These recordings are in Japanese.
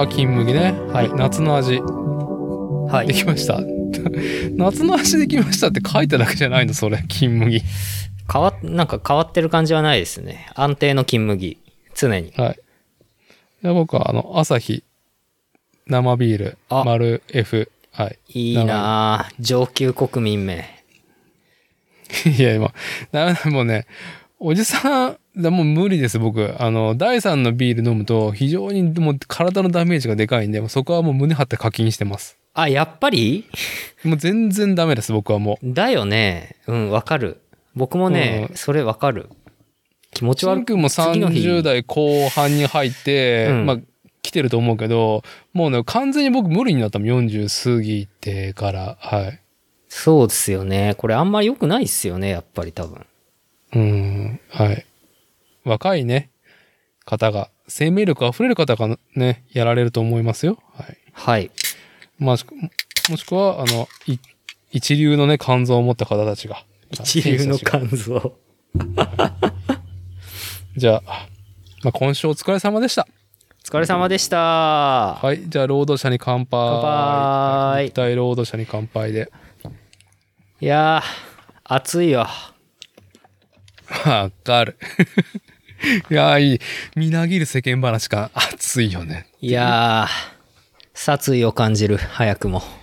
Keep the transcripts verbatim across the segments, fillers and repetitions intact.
あ、金麦ね。はい。夏の味。 はい。 できました。夏の味できましたって書いただけじゃないのそれ、金麦。 変わ、なんか変わってる感じはないですね。安定の金麦。常に。 はい。いや僕は、あの、朝日、生ビール、丸 F。はい。 いいなぁ。上級国民名。 いや、今、ダメだ、もうね、おじさん、だもう無理です、僕。あの、だいさんのビール飲むと、非常にもう体のダメージがでかいんで、そこはもう胸張って課金してます。 あ、やっぱりもう全然ダメです、僕はもう。だよね。うん、わかる。僕もね、うん、それわかる。気持ち悪い。 シンくんもさんじゅう代後半に入って、うん、まあ、来てると思うけど、もうね、完全に僕無理になったもん、よんじゅう過ぎてから、はい。 そうですよね。これあんま良くないっすよね、やっぱり多分。 うん、はい。若いね、方が、生命力あふれる方がね、やられると思いますよ。はい。 はい。 まあ、もしくは、あの、一流のね、肝臓を持った方たちが。 一流の肝臓。 じゃあ、まあ、今週お疲れ様でした。 お疲れ様でした。 はい。じゃあ、労働者に乾杯。 乾杯。 肉体労働者に乾杯で。 いやー、暑いよ。 わかる。いやー、いい。みなぎる世間話か。暑いよね。 いやー、殺意を感じる、早くも。いや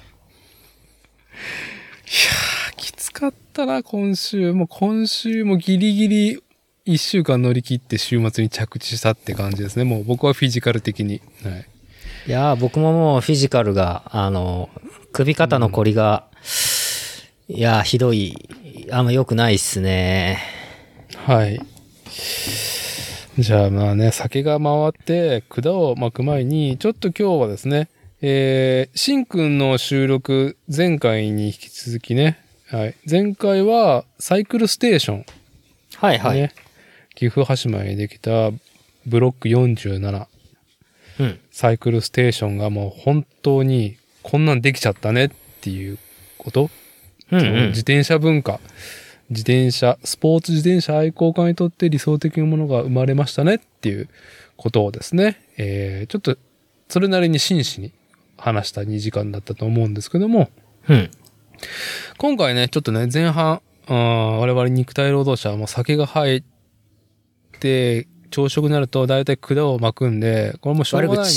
ー、きつかったな、今週。もう今週もギリギリ一週間乗り切って週末に着地したって感じですね。もう僕はフィジカル的に。はい。 いやー、僕ももうフィジカルが、あの、首肩のこりが、うん、いやー、ひどい。あんま良くないっすね。 はい。じゃあまあね、酒が回って管を巻く前に、ちょっと今日はですね、えー、しんくんの収録、前回に引き続きね、はい。前回はサイクルステーション、ね。 はいはい。 岐阜羽島にできたブロックよんじゅうなな。うん。サイクルステーションがもう本当にこんなんできちゃったねっていうこと。うんうん、自転車文化。自転車、スポーツ自転車愛好家にとって理想的なものが生まれましたねっていうことをですね、えー、ちょっとそれなりに真摯に話したにじかんだったと思うんですけども、うん、今回ね、ちょっとね、前半、あ我々肉体労働者はもう酒が入って朝食になると大体管を巻くんで、これもしょうがないです。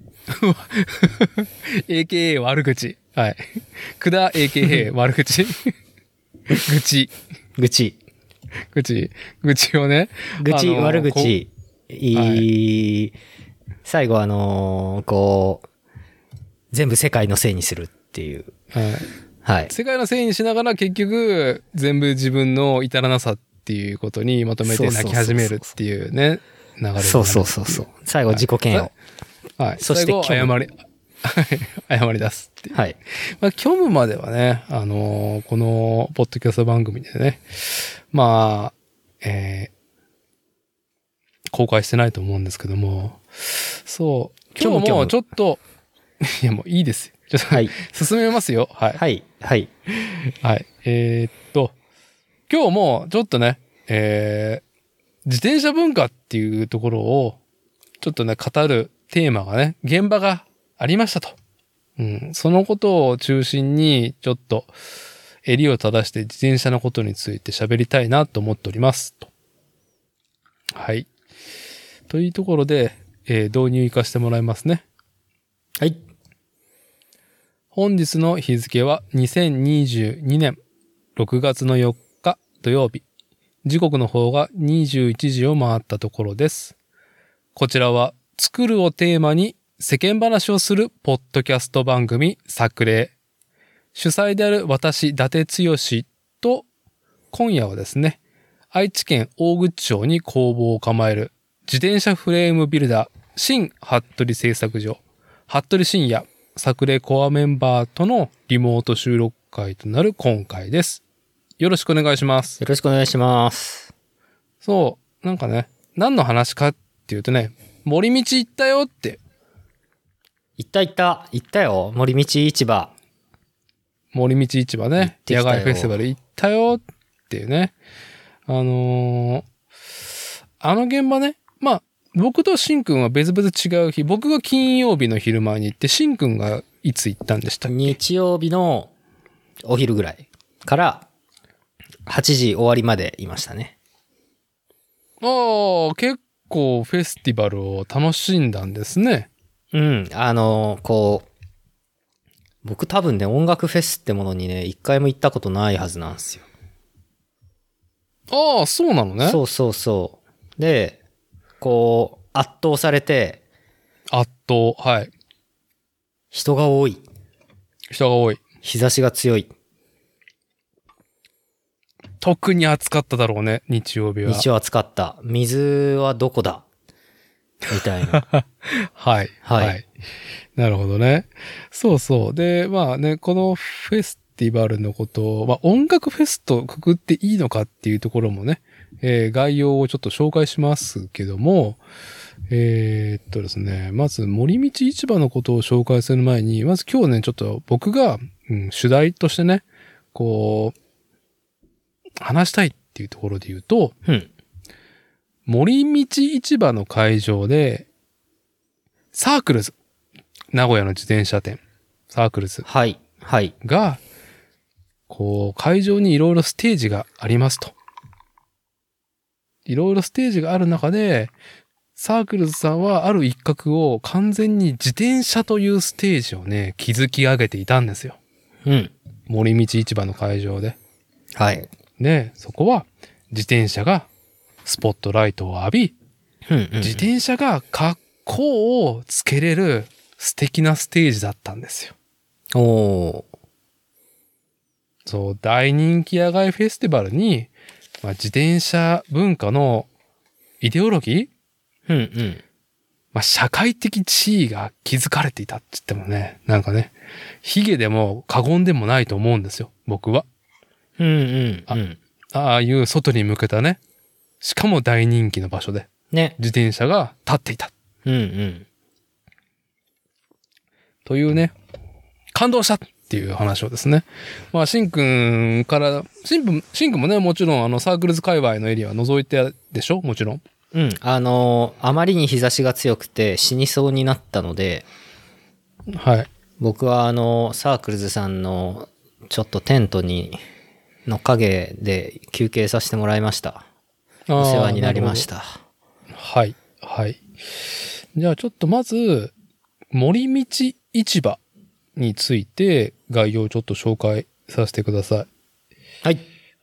エーケーエー 悪口。はい。管 エーケーエー 悪口。愚痴。 愚痴。 愚痴。愚痴をね。 愚痴、悪口。いい、はい、最後あのー、こう、全部世界のせいにするっていう。はい。はい。 世界のせいにしながら結局、全部自分の至らなさっていうことにまとめて泣き始めるっていうね、流れ。 そうそうそうそう。最後自己嫌悪。 はい。そして謝り。謝り出すっていう。 はい。 まあ、虚無まではね、あのー、この、ポッドキャスト番組でね、まあ、えー、公開してないと思うんですけども、そう、今日もちょっと、いやもういいですよ。ちょっと、はい、進めますよ。はい。 はい。はい。 はい。えー、っと、今日もちょっとね、えー、自転車文化っていうところを、ちょっとね、語るテーマがね、現場がありましたと。うん。そのことを中心に、ちょっと、襟を正して自転車のことについて喋りたいなと思っております。と。はい。というところで、えー、導入行かせてもらいますね。 はい。 本日の日付はにせんにじゅうにねんろくがつのよっか土曜日。時刻の方がにじゅういちじを回ったところです。こちらは、作るをテーマに世間話をするポッドキャスト番組作例。主催である私、伊達剛と、今夜はですね、愛知県大口町に工房を構える自転車フレームビルダー、新服部製作所、服部深也、作例コアメンバーとのリモート収録会となる今回です。よろしくお願いします。 よろしくお願いします。 そう、なんかね、何の話かっていうとね、森道行ったよって。 行った行った。行ったよ。森道市場。 森道市場ね。野外フェスティバル行ったよっていうね。あのー、あの現場ね。まあ、 僕とシンくんは別々違う日、僕が金曜日の昼前に行って、シンくんがいつ行ったんでしたっけ？ 日曜日のお昼ぐらいからはちじ終わりまでいましたね。 ああ、結構フェスティバルを楽しんだんですね。 うん。あの、こう、僕多分ね、音楽フェスってものにね、一回も行ったことないはずなんですよ。 ああ、そうなのね。 そうそうそう。で、こう、圧倒されて、 圧倒、はい。 人が多い。 人が多い。 日差しが強い。 特に暑かっただろうね、日曜日は。 日曜暑かった。水はどこだみたいな。 はい。 はい。 はい。なるほどね。そうそう。で、まあね、このフェスティバルのことを、まあ音楽フェスとくくっていいのかっていうところもね、えー、概要をちょっと紹介しますけども、えー、っとですね、まず森道市場のことを紹介する前に、まず今日ね、ちょっと僕が、うん、主題としてね、こう、話したいっていうところで言うと、 うん。 森道市場の会場で、サークルズ、名古屋の自転車店、サークルズはい。はい。 が、こう、会場にいろいろステージがありますと。いろいろステージがある中で、サークルズさんはある一角を完全に自転車というステージをね、築き上げていたんですよ。 うん。 森道市場の会場で。 はい。 で、そこは自転車がスポットライトを浴び、 うんうんうん、 自転車が格好をつけれる素敵なステージだったんですよ。 おー。 そう、大人気野外フェスティバルに、まあ、自転車文化のイデオロギー、 うんうん。 まあ、社会的地位が築かれていたって言ってもね、なんかね、ヒゲでも過言でもないと思うんですよ、僕は。 うんうんうん。 あ、ああいう外に向けたね、しかも大人気の場所で、 ね。 自転車が立っていた。 うんうん。 というね、感動したっていう話をですね。まあ、シンくんから、シンくん、シンくんもね、もちろんあのサークルズ界隈のエリアは覗いてでしょ？もちろん。 うん。あのー、あまりに日差しが強くて死にそうになったので、 はい。 僕はあの、サークルズさんのちょっとテントに、の陰で休憩させてもらいました。お世話になりました。 はい。はい。じゃあちょっとまず、森道市場について概要をちょっと紹介させてください。 はい。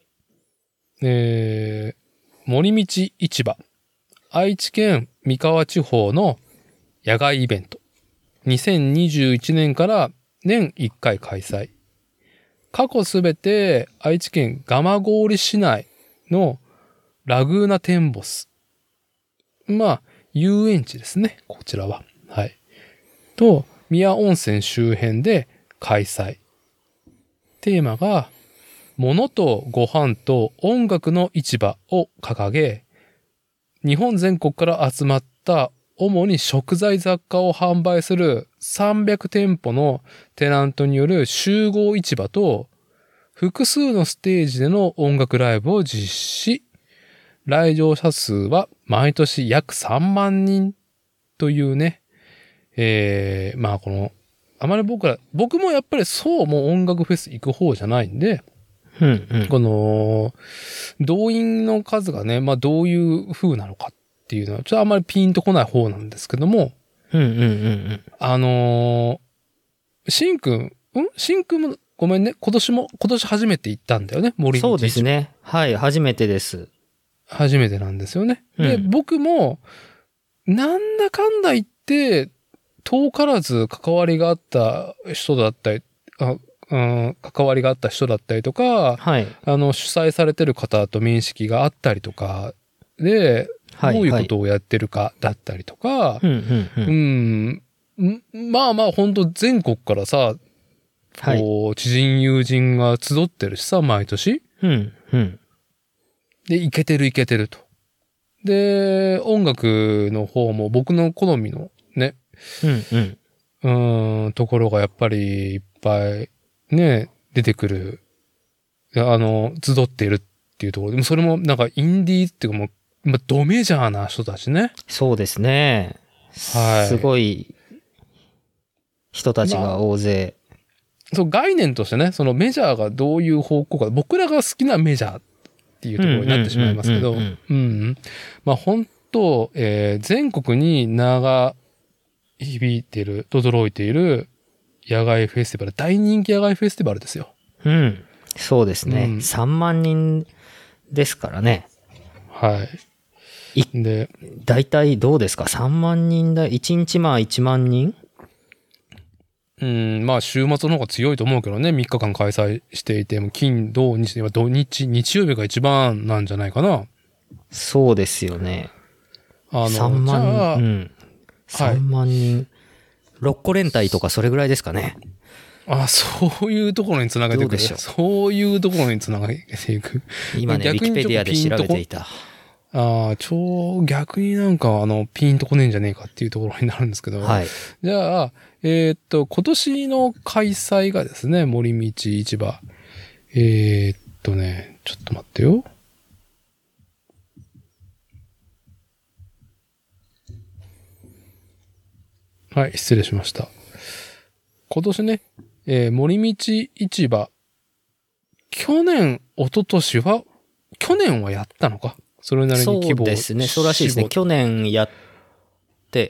えー、森道市場。愛知県三河地方の野外イベント。にせんにじゅういちねんから年いっかい開催。過去すべて愛知県蒲郡市内のラグーナテンボス。まあ、遊園地ですね。こちらは。はい。と、宮温泉周辺で開催。テーマが、物とご飯と音楽の市場を掲げ、日本全国から集まった主に食材雑貨を販売するさんびゃくてんぽのテナントによる集合市場と、複数のステージでの音楽ライブを実施。来場者数は毎年約さんまんにんというね、えー、まあこの、あまり僕ら、僕もやっぱりそうも音楽フェス行く方じゃないんで、 うんうん、 この、動員の数がね、まあどういう風なのかっていうのは、ちょっとあんまりピンとこない方なんですけども、 うんうんうんうん、 あのー、しんくん、んしんくんも、ごめんね、今年も、今年初めて行ったんだよね、森道。 そうですね。はい、初めてです。 初めてなんですよね。で、 うん、 僕も、なんだかんだ言って、遠からず関わりがあった人だったり、あうん、関わりがあった人だったりとか、 はい、 あの、主催されてる方と面識があったりとか、で、 はい、 どういうことをやってるかだったりとか、 はい、うんうんうんうん、まあまあ本当全国からさ、 はい、 こう、知人友人が集ってるしさ、毎年。 うんうん、 で、イケてるイケてると。で、音楽の方も僕の好みのね、 うんうんうーん、ところがやっぱりいっぱいね、出てくる。あの、集っているっていうところでも、それもなんかインディーっていうかもうまあ、ドメジャーな人たちね。 そうですね。 はい。 すごい人たちが大勢。 まあ、そう、概念としてね、そのメジャーがどういう方向か、僕らが好きなメジャーっていうところになってしまいますけど、うん。まあ、本当、えー、全国に長響いている、轟いている野外フェスティバル、大人気野外フェスティバルですよ。 うん。そうですね。うん、さんまん人ですからね。 はい。 で、大体どうですか ?さん 万人だ、いちにちまあいちまん人？ うん、まあ週末の方が強いと思うけどね、みっかかん開催していて、も金、土、日、土日、日曜日が一番なんじゃないかな。 そうですよね。あの、さんまん人、うん。さんまん人。はい、ろっこ連隊とかそれぐらいですかね。 あ、そういうところにつなげていく。どうでしょう。そういうところにつなげていく。 今ね、ウィキペディアで調べていた。 ああ、超、逆になんかあの、ピンとこねえんじゃねえかっていうところになるんですけど。 はい。 じゃあ、えー、っと、今年の開催がですね、森道市場。えー、っとね、ちょっと待ってよ。はい、失礼しました。今年ね、えー、森道市場。去年、一昨年は、去年はやったのか。それなりに規模を。 そうですね。そうらしいですね。去年やって、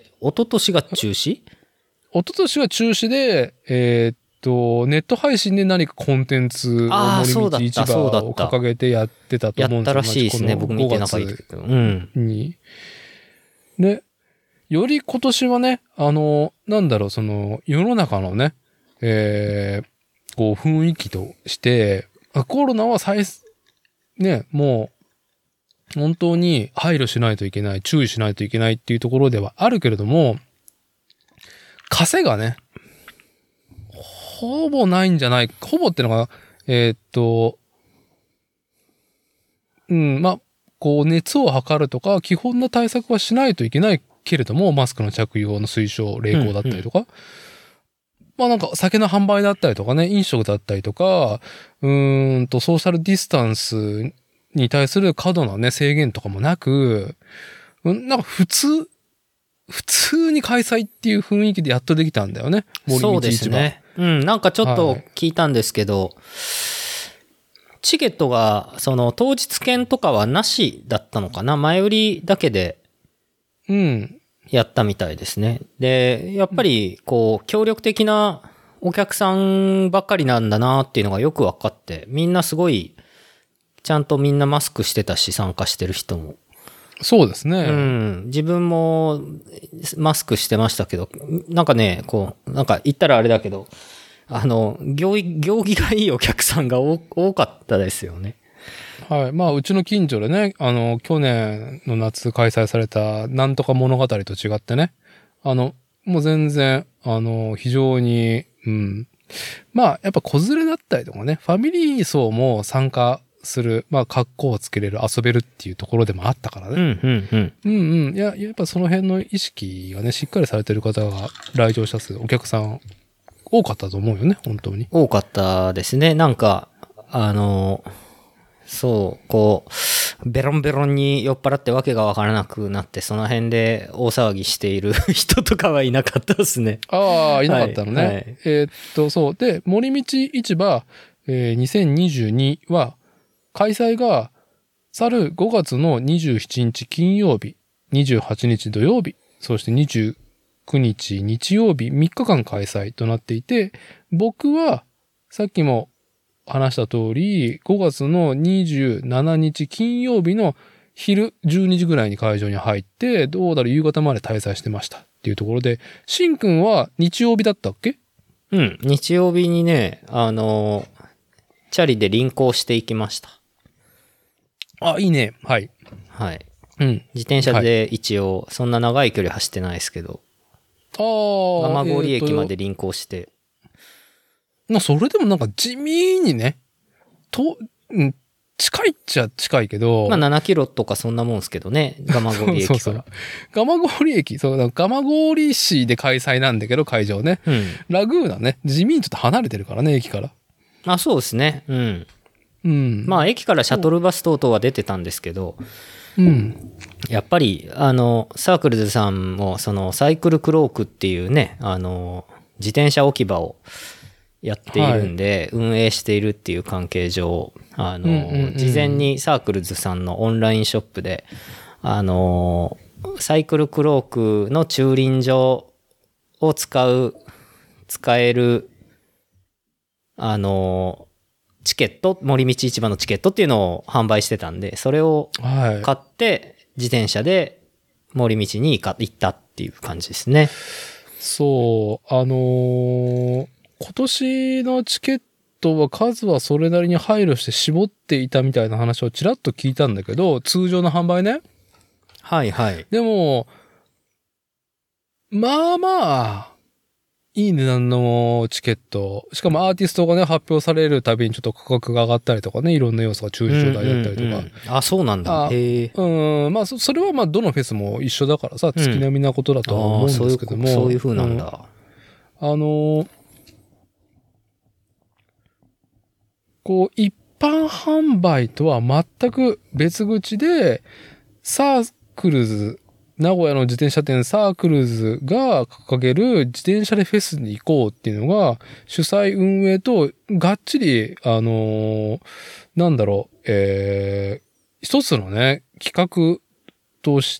一昨年が中止？ 一昨年は中止で、えー、っと、ネット配信で何かコンテンツを森道市場を掲げてやってたと思うんですよ。 やったらしいですね。僕見てなかったけど。うん。 に。で、より今年はね、あの、なんだろう、その、世の中のね、えー、こう、雰囲気として、コロナは最、ね、もう、本当に配慮しないといけない、注意しないといけないっていうところではあるけれども、稼がね、ほぼないんじゃない、ほぼってのが、えー、っと、うん、まあ、こう、熱を測るとか、基本の対策はしないといけないけれども、マスクの着用の推奨、励行だったりとか、うんうん、まあなんか酒の販売だったりとかね、飲食だったりとか、うーんとソーシャルディスタンスに対する過度なね、制限とかもなく、なんか普通、普通に開催っていう雰囲気でやっとできたんだよね。森道市場。 そうですね。うん、なんかちょっと聞いたんですけど、はい、チケットが、その当日券とかはなしだったのかな？前売りだけで。 うん。 やったみたいですね。で、やっぱり、こう、協力的なお客さんばっかりなんだなっていうのがよく分かって、みんなすごい、ちゃんとみんなマスクしてたし、参加してる人も。 そうですね。 うん。自分もマスクしてましたけど、なんかね、こう、なんか言ったらあれだけど、あの、行儀、行儀がいいお客さんが多かったですよね。 はい。まあ、うちの近所でね、あの、去年の夏開催されたなんとか物語と違ってね、あの、もう全然、あの、非常に、うん。まあ、やっぱ子連れだったりとかね、ファミリー層も参加する、まあ、格好をつけれる、遊べるっていうところでもあったからね。 うんうんうん。 うんうん。いや、やっぱその辺の意識がね、しっかりされてる方が来場者数、お客さん多かったと思うよね、本当に。 多かったですね。なんか、あの、そう、こう、ベロンベロンに酔っ払ってわけがわからなくなって、その辺で大騒ぎしている人とかはいなかったですね。 ああ、いなかったのね。はいはい、えー、っと、そう。で、森道市場、えー、にせんにじゅうには、開催が、去るごがつのにじゅうしちにち金曜日、にじゅうはちにち土曜日、そしてにじゅうくにち日曜日、みっかかん開催となっていて、僕は、さっきも、話した通り、ごがつのにじゅうしちにち金曜日の昼じゅうにじぐらいに会場に入って、どうだろう夕方まで滞在してましたっていうところで、しんくんは日曜日だったっけ？ うん、日曜日にね、あの、チャリで臨行していきました。 あ、いいね。はい。 はい。 うん。 自転車で一応、そんな長い距離走ってないですけど、 ああ。 蒲郡駅まで臨行して、 まあ、それでもなんか地味にね、と、うん、近いっちゃ近いけど。 まあななキロとかそんなもんですけどね、蒲郡駅から。そうそう。 蒲郡駅、そう、蒲郡市で開催なんだけど、会場ね。 うん。 ラグーナね、地味にちょっと離れてるからね、駅から。 あ、そうですね。うん。 うん。 まあ駅からシャトルバス等々は出てたんですけど、 うん。 やっぱり、あの、サークルズさんも、その、サイクルクロークっていうね、あの、自転車置き場をやっているんで、はい、運営しているっていう関係上、あの、うんうんうん、事前にサークルズさんのオンラインショップで、あの、サイクルクロークの駐輪場を使う、使える、あの、チケット、森道市場のチケットっていうのを販売してたんで、それを買って、自転車で森道に行ったっていう感じですね。 そう、あのー、今年のチケットは数はそれなりに配慮して絞っていたみたいな話をちらっと聞いたんだけど、通常の販売ね。 はいはい。 でも、まあまあ、いい値段のチケット。しかもアーティストがね、発表されるたびにちょっと価格が上がったりとかね、いろんな要素が中止状態だったりとか。うんうんうん、 あ、そうなんだ。へえ。 うん、まあ、それはまあ、どのフェスも一緒だからさ、月並みなことだとは思うんですけども。 うん、そういう、そういう風なんだ。 うん、あの、こう、一般販売とは全く別口で、サークルズ、名古屋の自転車店サークルズが掲げる自転車でフェスに行こうっていうのが主催運営とがっちり、あのー、なんだろう、えー、一つのね、企画として、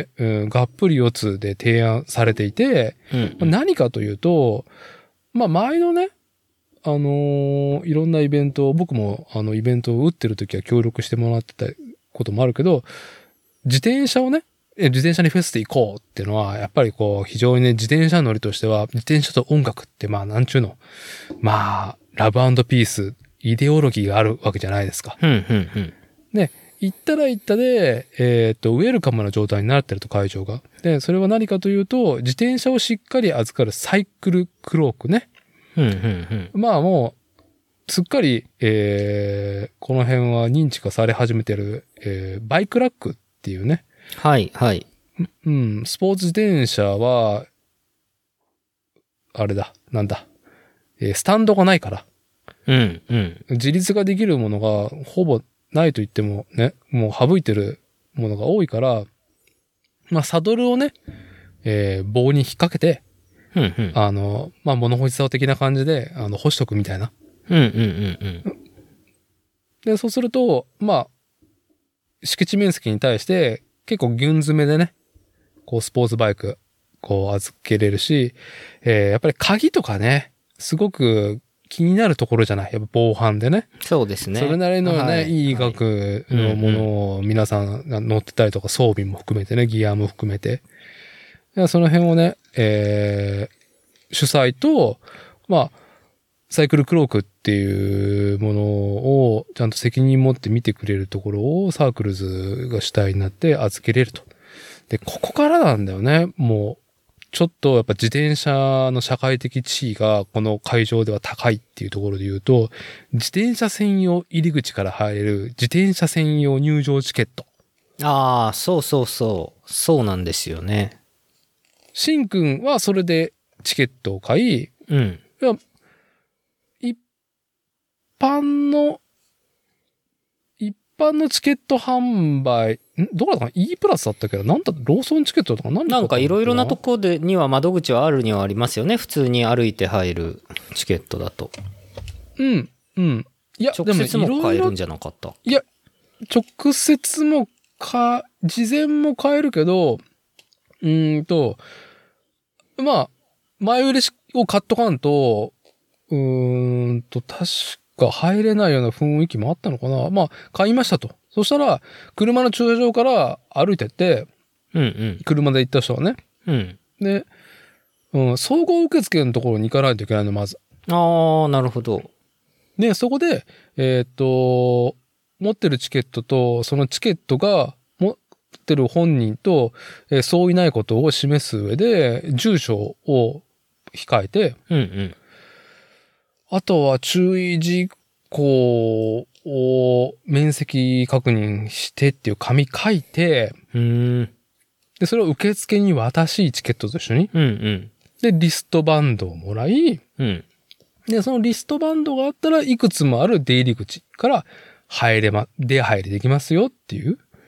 うん、がっぷり四つで提案されていて、うんうん、何かというと、まあ前のね、あのー、いろんなイベントを、僕もあのイベントを打ってるときは協力してもらってたこともあるけど、自転車をね、自転車にフェスで行こうっていうのは、やっぱりこう、非常にね、自転車乗りとしては、自転車と音楽って、まあ、なんちゅうの、まあ、ラブ&ピース、イデオロギーがあるわけじゃないですか。 うんうんうん、 で、行ったら行ったで、えっと、ウェルカムな状態になってると、会場が。で、それは何かというと、自転車をしっかり預かるサイクルクロークね。 うんうんうん、 まあ、もう、すっかり、えー、この辺は認知化され始めてる、えー、バイクラックっていうね。 はいはい。 うん、スポーツ自転車は、あれだ、なんだ、えー、スタンドがないから。 うんうん。 自立ができるものがほぼないと言ってもね、もう省いてるものが多いから、まあサドルをね、えー、棒に引っ掛けて、 うんうん、 あの、まあ物干し竿的な感じで、あの、干しとくみたいな。 うんうんうんうん。 で、そうすると、まあ、敷地面積に対して、結構ギュン詰めでね、こうスポーツバイク、こう預けれるし、えー、やっぱり鍵とかね、すごく気になるところじゃない。やっぱ防犯でね。そうですね。 それなりのね、はい、いい額のものを皆さんが乗ってたりとか、装備も含めてね、ギアも含めて。その辺をね、えー、主催と、まあ、サイクルクロークっていうものをちゃんと責任持って見てくれるところをサークルズが主体になって預けれると。で、ここからなんだよね。もう、ちょっとやっぱ自転車の社会的地位がこの会場では高いっていうところで言うと、自転車専用入り口から入れる自転車専用入場チケット。 ああ、そうそうそう。そうなんですよね。 しんくんはそれでチケットを買い、 うん。 いや一般の、一般のチケット販売、んどこだったかな ?E プラスだったけど、なんだローソンチケットとか何だったなんかいろいろなとこでには窓口はあるにはありますよね。普通に歩いて入るチケットだと。 うん、うん。いや、 直接も買えるんじゃなかった。 いや、直接もか、事前も買えるけど、うーんと、まあ、前売りを買っとかんと、うーんと、確か入れないような雰囲気もあったのかな。まあ、買いましたと。そしたら、車の駐車場から歩いてって、 うんうん、 車で行った人はね。 うん、 で、うん、総合受付のところに行かないといけないの、まず。 ああ、なるほど。 で、そこで、えー、っと、持ってるチケットと、そのチケットが持ってる本人と、えー、そういないことを示す上で、住所を控えて、 うんうん、 あとは注意事項を面積確認してっていう紙書いて、 うーんで、それを受付に渡し、チケットと一緒に。 うんうん、 で、リストバンドをもらい、 うん、 で、そのリストバンドがあったらいくつもある出入り口から入れま、出入りできますよっていう。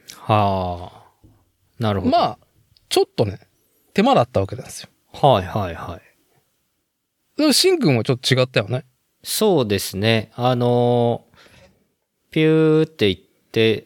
はあ。なるほど。 まあ、ちょっとね、手間だったわけなんですよ。 はいはいはい。 でも、シンくんはちょっと違ったよね。 そうですね。あのー、ピューって言って、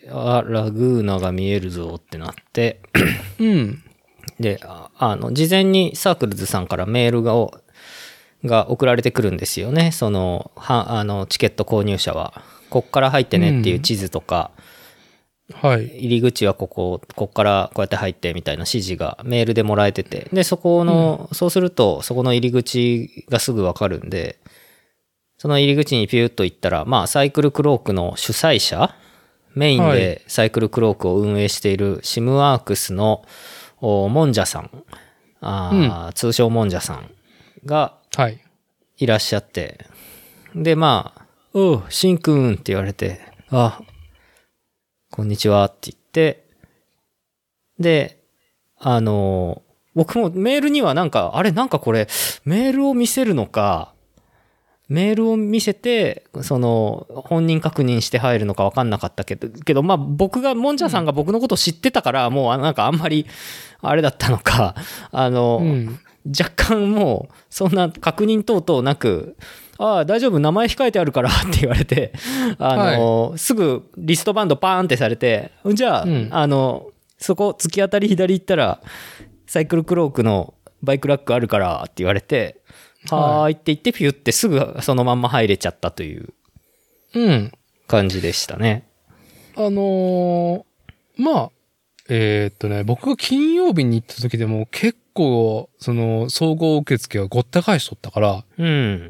あ、ラグーナが見えるぞってなって、 うん。 で、ああの、事前にサークルズさんからメールが、が送られてくるんですよね。その、は、あの、チケット購入者は。こっから入ってねっていう地図とか、 はい。 入り口はここ、こっからこうやって入ってみたいな指示がメールでもらえてて、で、そこの、そうすると、そこの入り口がすぐわかるんで、その入り口にピューッと行ったら、まあ、サイクルクロークの主催者、メインでサイクルクロークを運営しているシムワークスのモンジャさん、あ、うん、通称モンジャさんがいらっしゃって、はい、で、まあ、おう、シンくんって言われて、あ、こんにちはって言って、で、あの、僕もメールにはなんか、あれなんかこれ、メールを見せるのか、メールを見せて、その、本人確認して入るのか分かんなかったけど、けど、まあ僕が、もんじゃさんが僕のこと知ってたから、もうなんかあんまり、あれだったのか、あの、うん、若干もう、そんな確認等々なく、ああ、大丈夫、名前控えてあるからって言われて、あの、はい、すぐリストバンドパーンってされて、じゃあ、うん、あの、そこ突き当たり左行ったら、サイクルクロークのバイクラックあるからって言われて、はーいって言ってピュってすぐそのまんま入れちゃったという感じでしたね。 うん、あのー、まあ、えー、っとね、僕が金曜日に行った時でも結構、その、総合受付がごった返しとったから、 うん。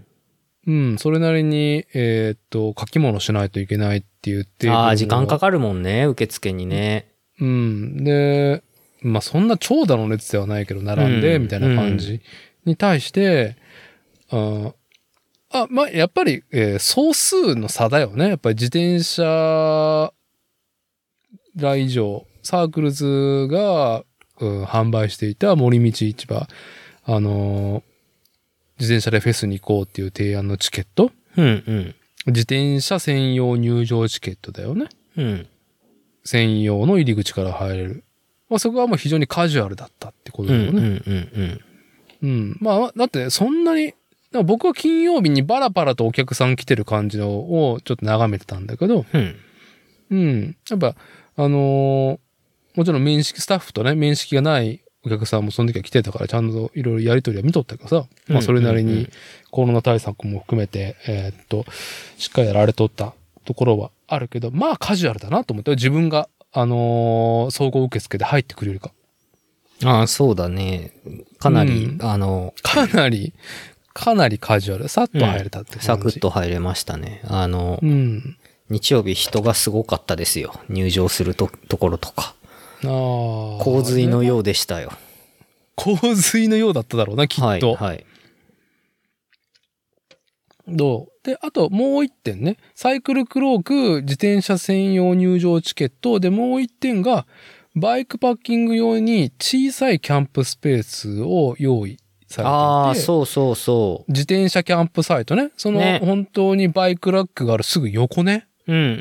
うん、それなりに、えー、っと、書き物しないといけないって言って。 ああ、時間かかるもんね、受付にね。 うん。で、まあそんな長蛇の列ではないけど、並んで、みたいな感じに対して、うんあ、あ、まあ、やっぱり、えー、総数の差だよね。やっぱり自転車来場、サークルズが、うん、販売していた森道市場、あのー、自転車でフェスに行こうっていう提案のチケット、 うんうん、 自転車専用入場チケットだよね。 うん、 専用の入り口から入れる。まあ、そこはもう非常にカジュアルだったってことだよね。 うんうんうんうん。 うん。まあ、だってそんなに、僕は金曜日にバラバラとお客さん来てる感じのをちょっと眺めてたんだけど、 うん。 うん。やっぱ、あのー、もちろん面識、スタッフとね、面識がないお客さんもその時は来てたから、ちゃんといろいろやりとりは見とったけどさ、まあそれなりにコロナ対策も含めて、えー、っと、しっかりやられとったところはあるけど、まあカジュアルだなと思って、自分が、あのー、総合受付で入ってくるよりか。 ああ、そうだね。かなり、うん、あの、 かなり、かなりカジュアル。さっと入れたって感じ、 うん、サクッと入れましたね。あの、 うん、 日曜日人がすごかったですよ。入場すると、ところとか。 ああ。 洪水のようでしたよ。 洪水のようだっただろうな、きっと。はい、はい。どうで、あともう一点ね。サイクルクローク自転車専用入場チケットでもう一点が、バイクパッキング用に小さいキャンプスペースを用意されていて。 ああ、そうそうそう。 自転車キャンプサイトね。その、ね、本当にバイクラックがあるすぐ横ね。 うんうんうん。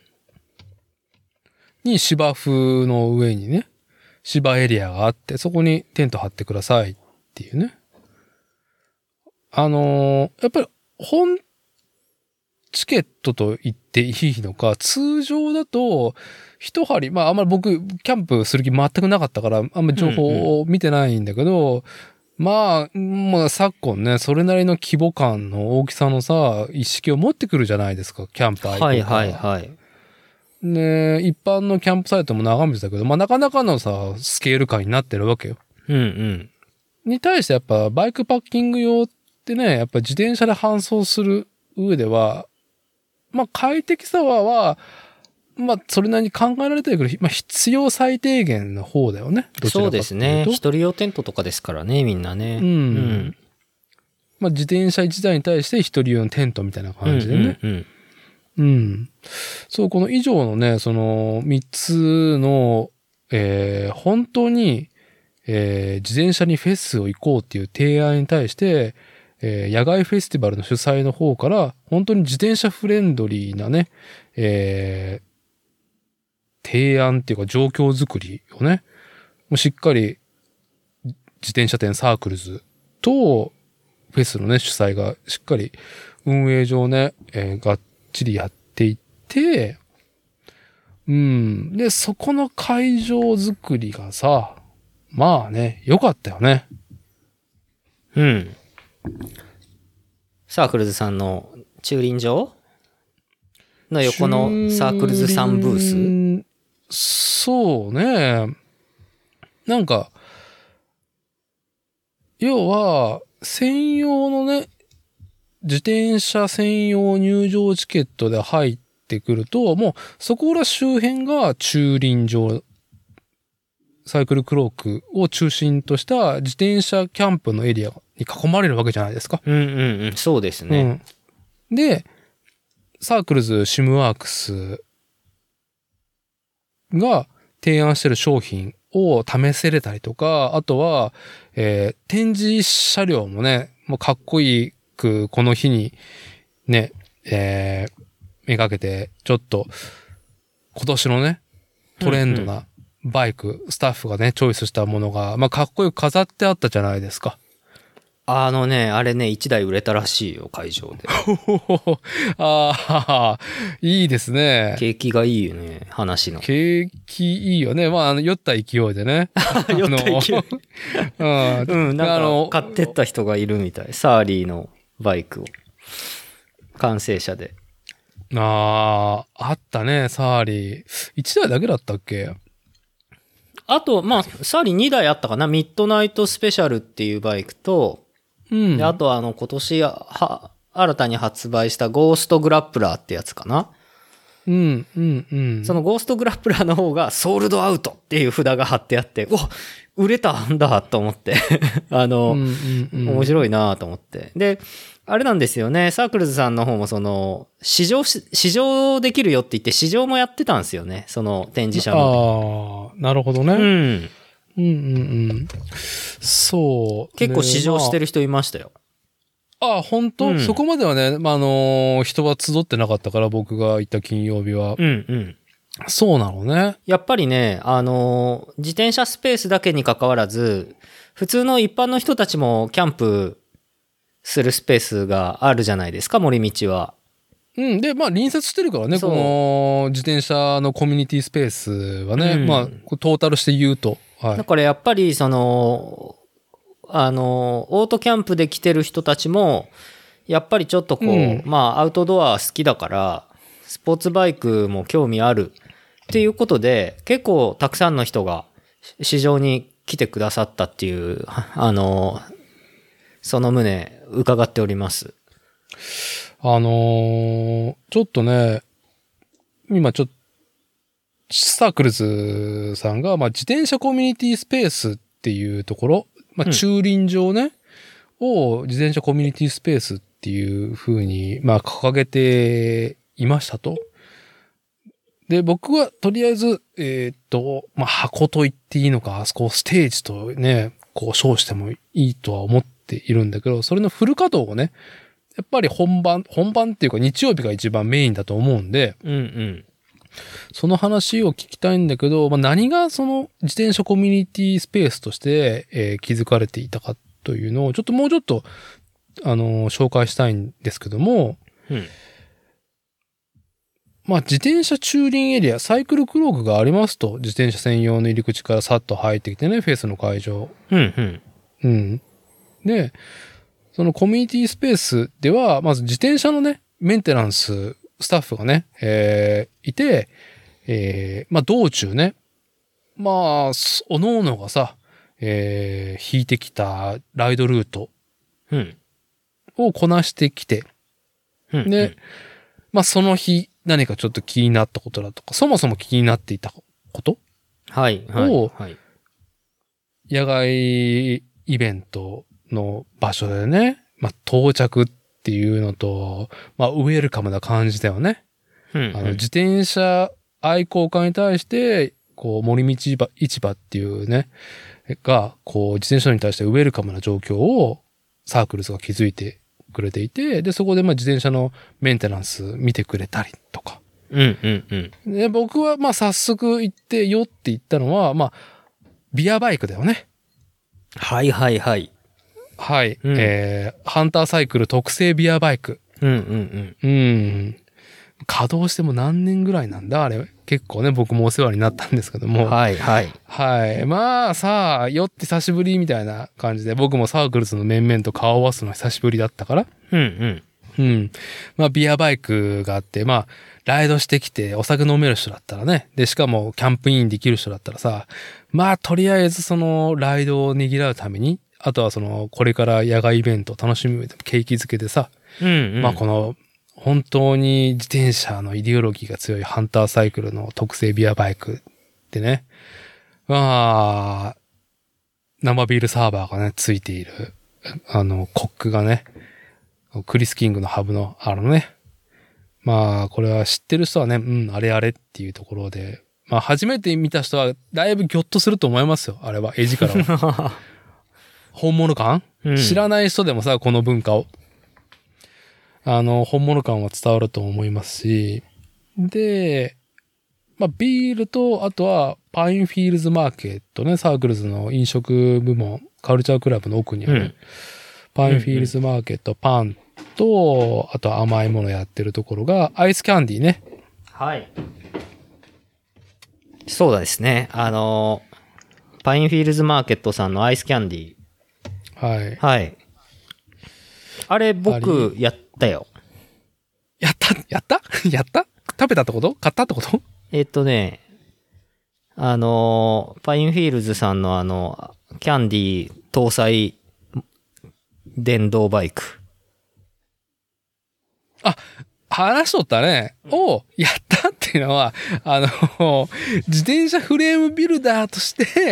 に芝生の上にね、芝エリアがあって、そこにテント張ってくださいっていうね。あのー、やっぱり本チケットと言っていいのか、通常だと、一針、まああんまり僕、キャンプする気全くなかったから、あんまり情報を見てないんだけど、うんうん、まあ、まあ昨今ね、それなりの規模感の大きさのさ、一式を持ってくるじゃないですか、キャンプ愛好家。 はいはいはい。 ね、一般のキャンプサイトも眺めてたけど、まあなかなかのさ、スケール感になってるわけよ。 うんうん。 に対してやっぱバイクパッキング用ってね、やっぱ自転車で搬送する上では、まあ快適さは、はまあそれなりに考えられてるけど、まあ必要最低限の方だよね。どちらかというと。 そうですね。一人用テントとかですからね、みんなね。 うん。うん、まあ自転車一台に対して一人用のテントみたいな感じでね。 うんうんうんうん。そう、この以上のね、その三つの、えー、本当に、えー、自転車にフェスを行こうっていう提案に対して、えー、野外フェスティバルの主催の方から、本当に自転車フレンドリーなね、え提案っていうか状況づくりをね、もうしっかり自転車店サークルズとフェスのね、主催がしっかり運営上ね、えー、がっちりやっていって、うん。で、そこの会場づくりがさ、まあね、良かったよね。 うん。サークルズさんの駐輪場の横のサークルズさんブースそうね。なんか、要は、専用のね、自転車専用入場チケットで入ってくると、もうそこら周辺が駐輪場、サイクルクロークを中心とした自転車キャンプのエリアに囲まれるわけじゃないですか。 うんうんうん、そうですね。 うん、で、サークルズシムワークスが提案してる商品を試せれたりとか、あとは、えー、展示車両もね、もうかっこいいくこの日にね、えー、めがけてちょっと今年のね、トレンドなバイク、うんうん、スタッフがね、チョイスしたものが、まあかっこよく飾ってあったじゃないですか。 あのね、あれね、一台売れたらしいよ、会場で。 ああ、いいですね。 景気がいいよね、話の。 景気いいよね。まあ、あの酔った勢いでね。 酔った勢い。うん、うん、なんか買ってった人がいるみたい。サーリーのバイクを。完成車で。 ああ、あったね、サーリー。一台だけだったっけ？ あと、まあ、サーリーにだいあったかな。ミッドナイトスペシャルっていうバイクと、うん、であとはあの今年は新たに発売したゴーストグラップラーってやつかな。 うんうんうん。 そのゴーストグラップラーの方がソールドアウトっていう札が貼ってあって、お、売れたんだと思ってあの、うんうんうん、面白いなと思って。で、あれなんですよね。サークルズさんの方もその試乗試乗できるよって言って試乗もやってたんですよね。その展示車の。ああ、なるほどね。 うん。 うんうんうん。そう。 結構試乗してる人いましたよ。 まあ、あ、本当、うん、そこまではね、まあ、あのー、人は集ってなかったから、僕が行った金曜日は。 うんうん。 そうなのね。 やっぱりね、あのー、自転車スペースだけに関わらず、普通の一般の人たちもキャンプするスペースがあるじゃないですか、森道は。 うん。で、まあ、隣接してるからね、この自転車のコミュニティスペースはね、うん、まあ、トータルして言うと。はい。 だからやっぱり、その、あの、オートキャンプで来てる人たちも、やっぱりちょっとこう、うん、まあ、アウトドア好きだから、スポーツバイクも興味あるっていうことで、結構たくさんの人が市場に来てくださったっていう、あの、その旨伺っております。 あのー、ちょっとね、今ちょっと、サークルズさんが、まあ、自転車コミュニティスペースっていうところ、まあ、駐輪場ね、うん、を自転車コミュニティスペースっていう風に、まあ、掲げていましたと。で、僕はとりあえず、えー、っと、まあ、箱と言っていいのか、あそこステージとね、こう称してもいいとは思っているんだけど、それのフル稼働をね、やっぱり本番、本番っていうか日曜日が一番メインだと思うんで、 うんうん。 その話を聞きたいんだけど、まあ、何がその自転車コミュニティスペースとして、えー、築かれていたかというのを、ちょっともうちょっと、あのー、紹介したいんですけども、 うん、 まあ、自転車駐輪エリア、サイクルクロークがありますと、自転車専用の入り口からさっと入ってきてね、フェスの会場。 うんうん。 うん。で、そのコミュニティスペースでは、まず自転車のね、メンテナンス、スタッフがね、えー、いて、えー、まあ、道中ね、まあ、おのおのがさ、えー、引いてきたライドルートをこなしてきて、 うん、 で、 うん、 まあ、その日何かちょっと気になったことだとか、そもそも気になっていたことはい、はい、 を、 はい。 野外イベントの場所でね、まあ、到着っていうのと、まあ、ウェルカムな感じだよね。 うんうん、 あの自転車愛好家に対して、こう、森道市場、市場っていうね、が、こう、自転車に対してウェルカムな状況をサークルズが築いてくれていて、で、そこでまあ自転車のメンテナンス見てくれたりとか。 うんうんうん。 で、僕はまあ早速行ってよって言ったのは、まあ、ビアバイクだよね。 はいはいはい。 はい。 うん、 えー、ハンターサイクル特製ビアバイク。 うんうんうん。稼働しても何年ぐらいなんだあれ。結構ね、僕もお世話になったんですけどうん。 も。 はいはい。 はい。まあさあ、酔って久しぶりみたいな感じで、僕もサークルズの面々と顔を合わすの久しぶりだったから。 うんうん。 うん。まあ、ビアバイクがあって、まあ、ライドしてきてお酒飲める人だったらね。で、しかもキャンプインできる人だったらさ、まあ、とりあえずそのライドをねぎらうために、あとはその、これから野外イベントを楽しむ上でも景気づけでさ、 うんうん。 まあ、この、本当に自転車のイデオロギーが強いハンターサイクルの特製ビアバイクってね、まあ、生ビールサーバーがね、ついている、あの、コックがね、クリス・キングのハブの、あのね、まあ、これは知ってる人はね、うん、あれあれっていうところで、まあ、初めて見た人は、だいぶギョッとすると思いますよ、あれは、絵力は。本物感、うん、知らない人でもさ、この文化を。あの、本物感は伝わると思いますし、で、まあ、ビールと、あとは、パインフィールズマーケットね、サークルズの飲食部門、カルチャークラブの奥にある、うん、パインフィールズマーケット、パンと、あとは甘いものやってるところが、アイスキャンディーね。 はい。そうですね。あの、パインフィールズマーケットさんのアイスキャンディー。 はい。 はい。あれ、僕、やったよ。 やったやったやった食べたってこと買ったってこと？ えっとね、あの、パインフィールズさんのあの、キャンディー搭載電動バイク。 あ、話しとったね。をやったっていうのは、あの、自転車フレームビルダーとして、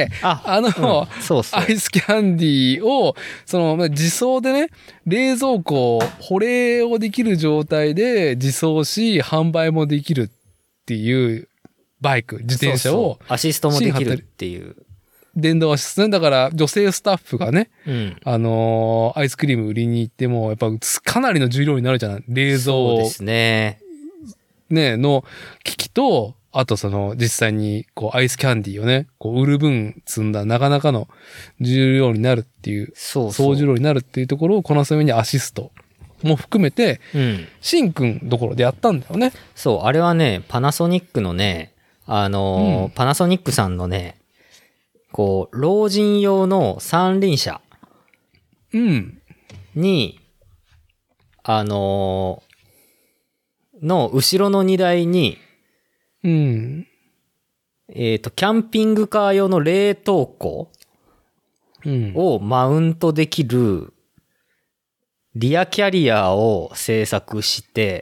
あ、あの、うん、 そうそう。 アイスキャンディーを、その、自走でね、冷蔵庫、保冷をできる状態で自走し、販売もできるっていうバイク、自転車を。そうそう、 アシストもできるっていう。 電動アシストね。だから、女性スタッフがね、 うん、 あのー、アイスクリーム売りに行っても、やっぱかなりの重量になるじゃない。冷蔵。 そうですね。 ね、の機器と、あとその、実際に、こう、アイスキャンディーをね、こう、売る分積んだ、なかなかの重量になるっていう、 そうそう。 総重量になるっていうところをこなすためにアシストも含めて、 うん。 シンくんどころでやったんだよね。 そう、あれはね、パナソニックのね、あのーうん、パナソニックさんのね、こう、老人用の三輪車。 うん。 に、あのー、の後ろの荷台に、 うん。 えっと、キャンピングカー用の冷凍庫をマウントできるリアキャリアを製作して、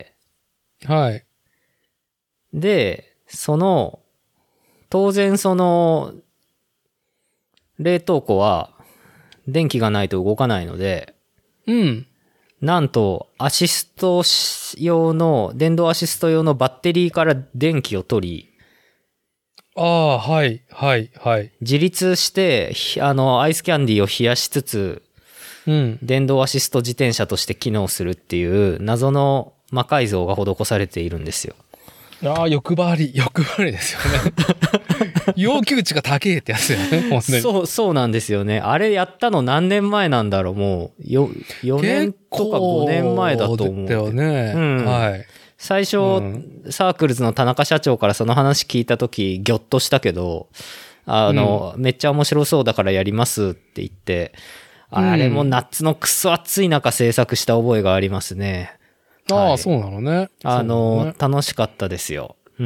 はい。 で、その、当然その、冷凍庫は電気がないと動かないので、 うん。 なんと、アシスト用の、電動アシスト用のバッテリーから電気を取り、 ああ、はい、はい、はい。 自立して、あの、アイスキャンディーを冷やしつつ、 うん。 電動アシスト自転車として機能するっていう謎の魔改造が施されているんですよ。 ああ、欲張り、欲張りですよね。要求値が高えってやつだよね、本当に。 そう、そうなんですよね。あれやったの何年前なんだろう、もう、よ、よねんとかごねんまえだと思う。 だよね。うん。はい。 最初、うん、サークルズの田中社長からその話聞いたとき、ギョッとしたけど、あの、うん、めっちゃ面白そうだからやりますって言って、あれも夏のクソ暑い中制作した覚えがありますね。 ああ、 はい、 そうなのね。 あの、 ね、 楽しかったですよ。うん。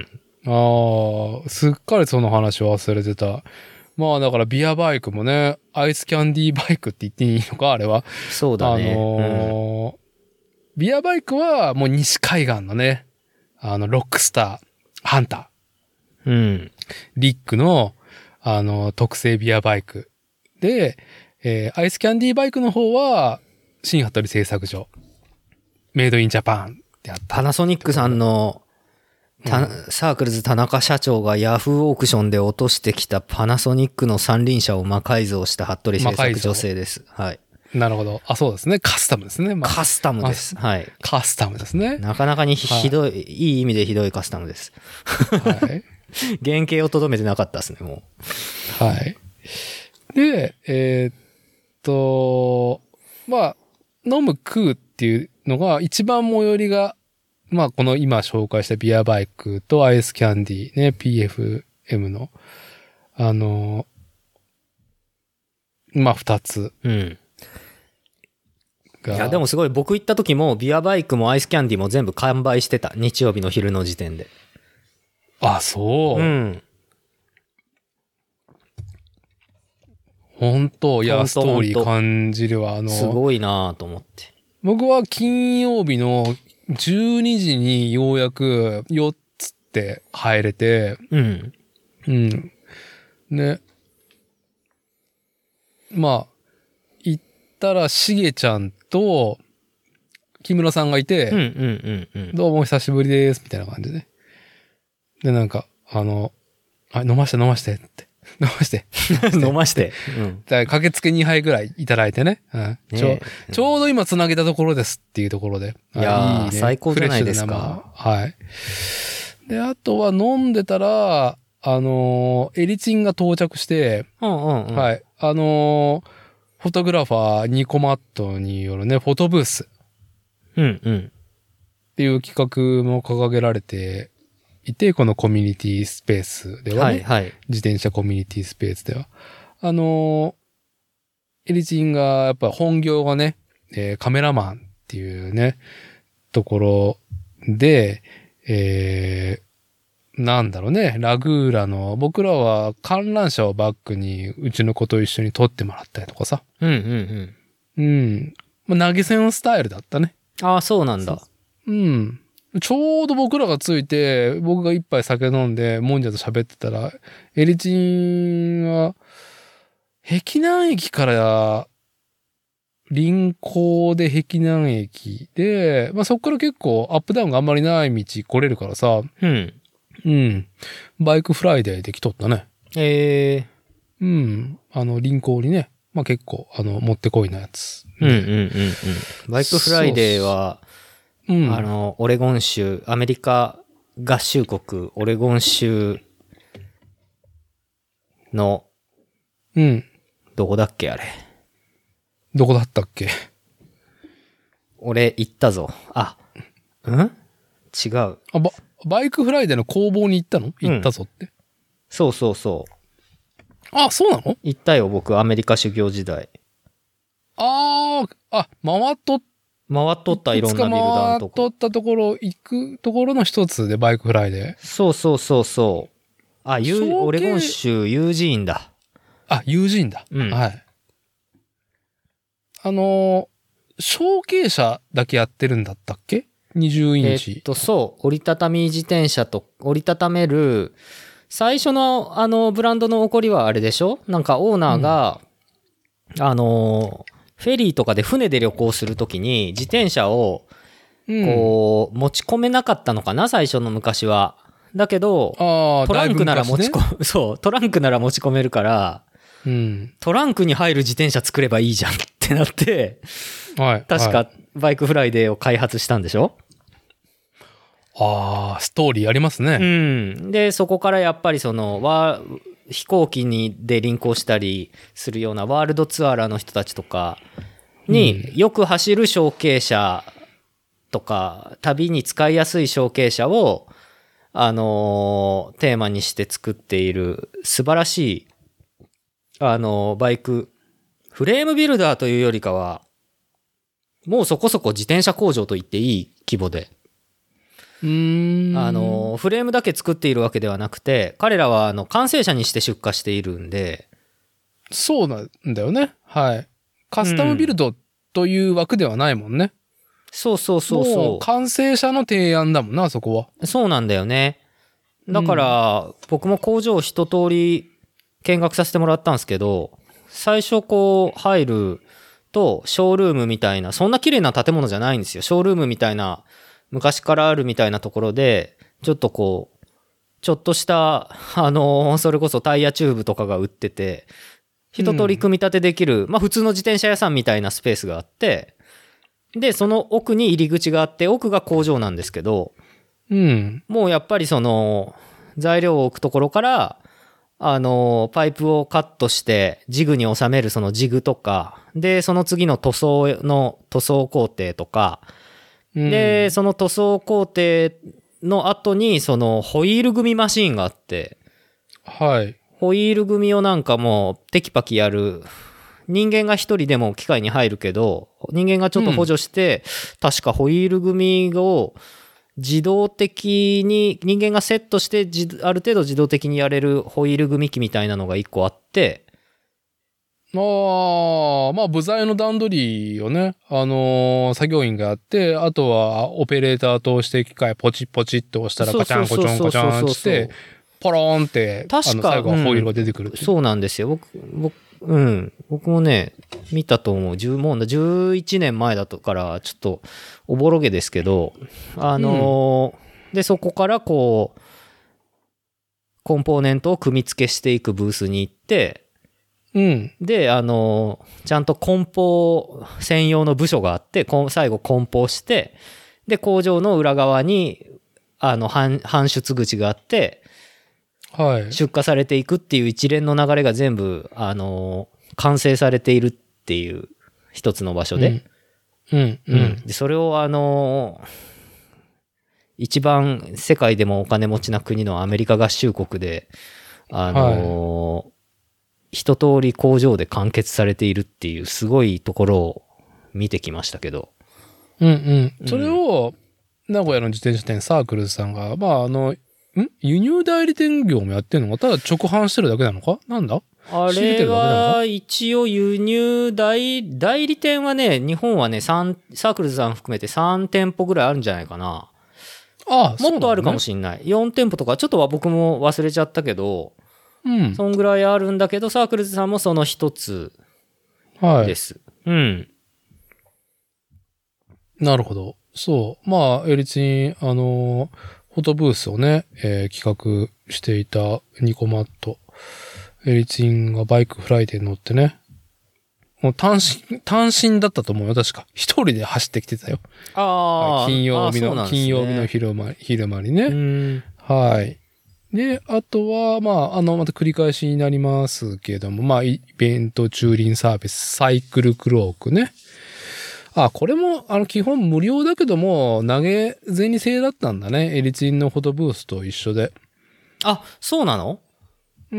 ああ、すっかりその話を忘れてた。まあだからビアバイクもね、アイスキャンディーバイクって言っていいのか、あれは。 そうだね。 あのーうん、ビアバイクはもう西海岸のね、あの、ロックスター、ハンター。うん。 リックの、あの、特製ビアバイク。で、えー、アイスキャンディーバイクの方は、新羽鳥製作所。メイドインジャパンってあった。 パナソニックさんの、うん、サークルズ田中社長がヤフーオークションで落としてきたパナソニックの三輪車を魔改造した服部製作女性です。はい。 なるほど。あ、そうですね。カスタムですね。まあ、 カスタムです。はい。 カスタムですね。 なかなかにひはいひどい、いい意味でひどいカスタムです。 はい。 原型をとどめてなかったですね、もはい。で、えーっと、まあ、飲む食うっていうのが一番最寄りが、まあ、この今紹介したビアバイクとアイスキャンディーね、ピーエフエム の、あの、まあ、二つう。うん。 が。 いや、でもすごい、僕行った時も、ビアバイクもアイスキャンディーも全部完売してた。日曜日の昼の時点で。 あ、そう。 うん。 本当いや、 ほんとストーリー感じるわ。あの、 すごいなぁと思って。 僕は金曜日のじゅうにじにようやくよっつって入れて、 うん。 うん。ね。まあ、行ったらしげちゃんと木村さんがいて、 うんうんうんうん。 どうも久しぶりです、みたいな感じで。で、なんか、あの、あ、飲まして飲ましてって。飲まして。 飲まして。うん。 だ駆けつけにはいぐらいいただいてね。うん、ちょねえちょうど今繋げたところですっていうところで。 いやーいいね、 最高じゃないですかフレッシュな生。はい。で、あとは飲んでたら、あのーエリチンが到着して、 うんうんうん。 はい。あのーフォトグラファーニコマットによるね、フォトブースうんうん。 っていう企画も掲げられていて、このコミュニティスペースではね、 はいはい。 自転車コミュニティスペースでは。あのーエリチンがやっぱ本業がね、えーカメラマンっていうね、ところで、えーなんだろうね、ラグーラの、僕らは観覧車をバックにうちの子と一緒に撮ってもらったりとかさ。 うんうんうん。 うん。まあ、投げ銭スタイルだったね。 ああ、そうなんだ。 うん。ちょうど僕らがついて、僕が一杯酒飲んで、もんじゃと喋ってたら、エリチンは、碧南駅から、臨港で碧南駅で、まあ、そっから結構アップダウンがあんまりない道来れるからさ、 うん。 うん。バイクフライデーで来とったね。 ええうん。あの、臨港にね、まあ、結構、あの、持ってこいなやつ。 ー。うんうんうんうん。バイクフライデーは、 うん。 あの、オレゴン州、アメリカ合衆国、オレゴン州の、 うん。 どこだっけあれ。 どこだったっけ？ 俺行ったぞ。あ、ん違う。 あ、ば、バイクフライデーの工房に行ったの？行ったぞって。 そうそうそう。 あ、そうなの？ 行ったよ、僕、アメリカ修行時代。 あー、あ、回っとっ回っとった、いろんなビルダンとか。 回っとったところ、行くところの一つでバイクフライデー。 そうそうそうそう。あ、ユー小オレゴン州ユージーンだ。 あ、友人だ。 うんはい。あのー、小径車だけやってるんだったっけ ?にじゅう イえンチ。 っと、そう、折りたたみ自転車と、折りたためる、最初の、あの、ブランドの起こりはあれでしょ？なんかオーナーが、うん、あの、フェリーとかで船で旅行するときに、自転車を、こう、うん、持ち込めなかったのかな、最初の昔は。だけど、トランクなら持ち込む、ね、そう、トランクなら持ち込めるから、 うん、 トランクに入る自転車作ればいいじゃんってなって、 はい、 確かバイクフライデーを開発したんでしょ？ ああ、ストーリーありますね。 うん。で、そこからやっぱりその、わ飛行機にで臨行したりするようなワールドツアーラーの人たちとかによく走る小径車とか、旅に使いやすい小径車を、あのー、テーマにして作っている素晴らしい、あのー、バイク、フレームビルダーというよりかは、もうそこそこ自転車工場と言っていい規模で、 うーんあの、フレームだけ作っているわけではなくて、彼らはあの完成車にして出荷しているんで。 そうなんだよね。はい。カスタムビルドという枠ではないもんね。うん、 そうそうそうそう。 もう完成車の提案だもんな、そこは。 そうなんだよね。だから、うん、僕も工場一通り見学させてもらったんですけど、最初こう入るとショールームみたいな、そんな綺麗な建物じゃないんですよ。ショールームみたいな、昔からあるみたいなところで、ちょっとこう、ちょっとした、あのー、それこそタイヤチューブとかが売ってて、 一通り組み立てできる、まあ普通の自転車屋さんみたいなスペースがあって、で、その奥に入り口があって、奥が工場なんですけど、 うん。 もうやっぱりその、材料を置くところから、あの、パイプをカットして、ジグに収めるそのジグとか、で、その次の塗装の塗装工程とか、 うん、 で、その塗装工程の後に、そのホイール組みマシーンがあって、 はい。 ホイール組みをなんかもうテキパキやる、人間が一人でも機械に入るけど、人間がちょっと補助して、うん、確かホイール組みを自動的に、人間がセットして、ある程度自動的にやれるホイール組み機みたいなのが一個あって、 ああ、まあ、部材の段取りをね、あのー、作業員がやって、あとはオペレーター通して機械ポチッポチッと押したらガチャンコチョンコチャンってして、ポローンって、 確かあの最後はホイールが出てくる、 うん、そうなんですよ。僕、僕、うん。僕もね、見たと思う。じゅう、もうじゅういちねんまえだとから、ちょっと、おぼろげですけど、あのーうん、で、そこからこう、コンポーネントを組み付けしていくブースに行って、 うん。 で、あのー、ちゃんと梱包専用の部署があって、最後梱包して、で、工場の裏側に、あの、搬、搬出口があって、 はい。 出荷されていくっていう一連の流れが全部、あのー、完成されているっていう一つの場所で。 うん。うん。うん、 で、それをあのー、一番世界でもお金持ちな国のアメリカ合衆国で、あのー、はい、一通り工場で完結されているっていうすごいところを見てきましたけど。 うんうん。それを、名古屋の自転車店サークルズさんが、まああの、ん輸入代理店業もやってるのか、ただ直販してるだけなのか、なんだあれは一応輸入代代理店はね、日本はね、三サークルズさん含めてさん店舗ぐらいあるんじゃないかな。 ああ、 もっとあるかもしんない。ね、よん店舗とかちょっとは僕も忘れちゃったけど、 うん。 そんぐらいあるんだけど、サークルズさんもその一つです。はい、うん。 なるほど。そう。まあ、エリツィン、あの、フォトブースをね、えー、企画していたニコマット。エリツィンがバイクフライデーに乗ってね。もう単身、単身だったと思うよ、確か。一人で走ってきてたよ。 ああ。 金曜日の、ね、金曜日の昼間、昼間にね。はい。で、あとは、まあ、あの、また繰り返しになりますけれども、まあ、イベント駐輪サービス、サイクルクロークね。あ、これも、あの、基本無料だけども、投げ銭制だったんだね。エリツィンのフォトブースと一緒で。 あ、そうなの？ うん。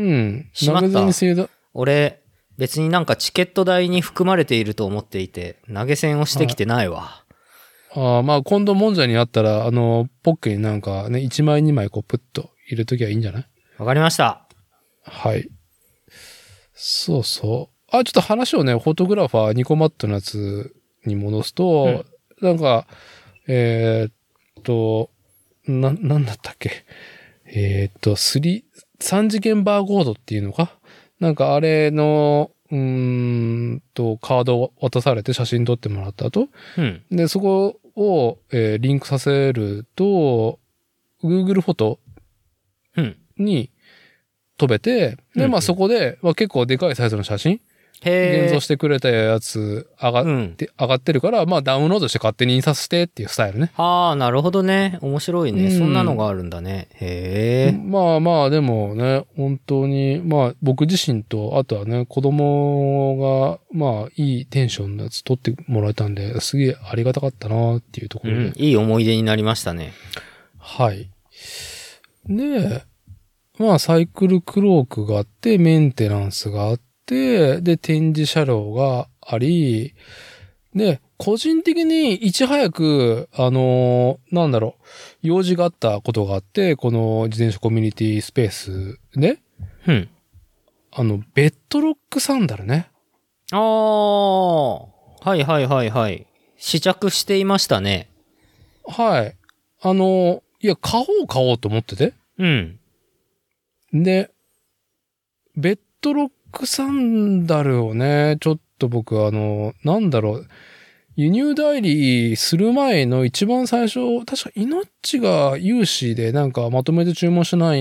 しまった。 投げ銭制だ。 俺、別になんかチケット代に含まれていると思っていて、投げ銭をしてきてないわ。 ああ、まあ、今度もんじゃにあったら、あの、ポッケになんかね、いちまいにまいこう、プッと入れときゃいいんじゃない？ わかりました。 はい。そうそう。あ、ちょっと話をね、フォトグラファー、ニコマットのやつに戻すと、うん、なんか、えー、っと、な、なんだったっけ。えー、っと、スリー、三次元バーコードっていうのかなんかあれの、うーんと、カードを渡されて写真撮ってもらった後、 うん、 で、そこを、えー、リンクさせると、Google フォトに飛べて、うん、で、まあそこで、まあ、結構でかいサイズの写真現像してくれたやつ上がって、うん、上がってるから、まあダウンロードして勝手に印刷してっていうスタイルね。 ああ、なるほどね。面白いね、うん。そんなのがあるんだね。へえ。 まあまあ、でもね、本当に、まあ僕自身と、あとはね、子供が、まあいいテンションのやつ撮ってもらえたんで、すげえありがたかったなっていうところで、うん。 いい思い出になりましたね。 はい。で、まあサイクルクロークがあって、メンテナンスがあって、で、で、展示車両があり、で、個人的にいち早く、あのー、なんだろう、用事があったことがあって、この自転車コミュニティスペースで、 うん。 あの、ベッドロックサンダルね。 ああ、はいはいはいはい。試着していましたね。 はい。あのー、いや、買おう買おうと思ってて。 うん。 で、ベッドロッククサンダルをね、ちょっと僕あの、なんだろう、輸入代理する前の一番最初、確かイノッチが有志でなんかまとめて注文しないって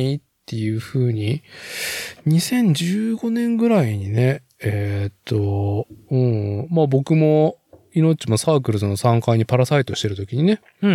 っていう風に、にせんじゅうごねんぐらいにね、えーっと、うん、まあ僕も、イノッチもサークルズのさんかいにパラサイトしてるときにね、 うんうん。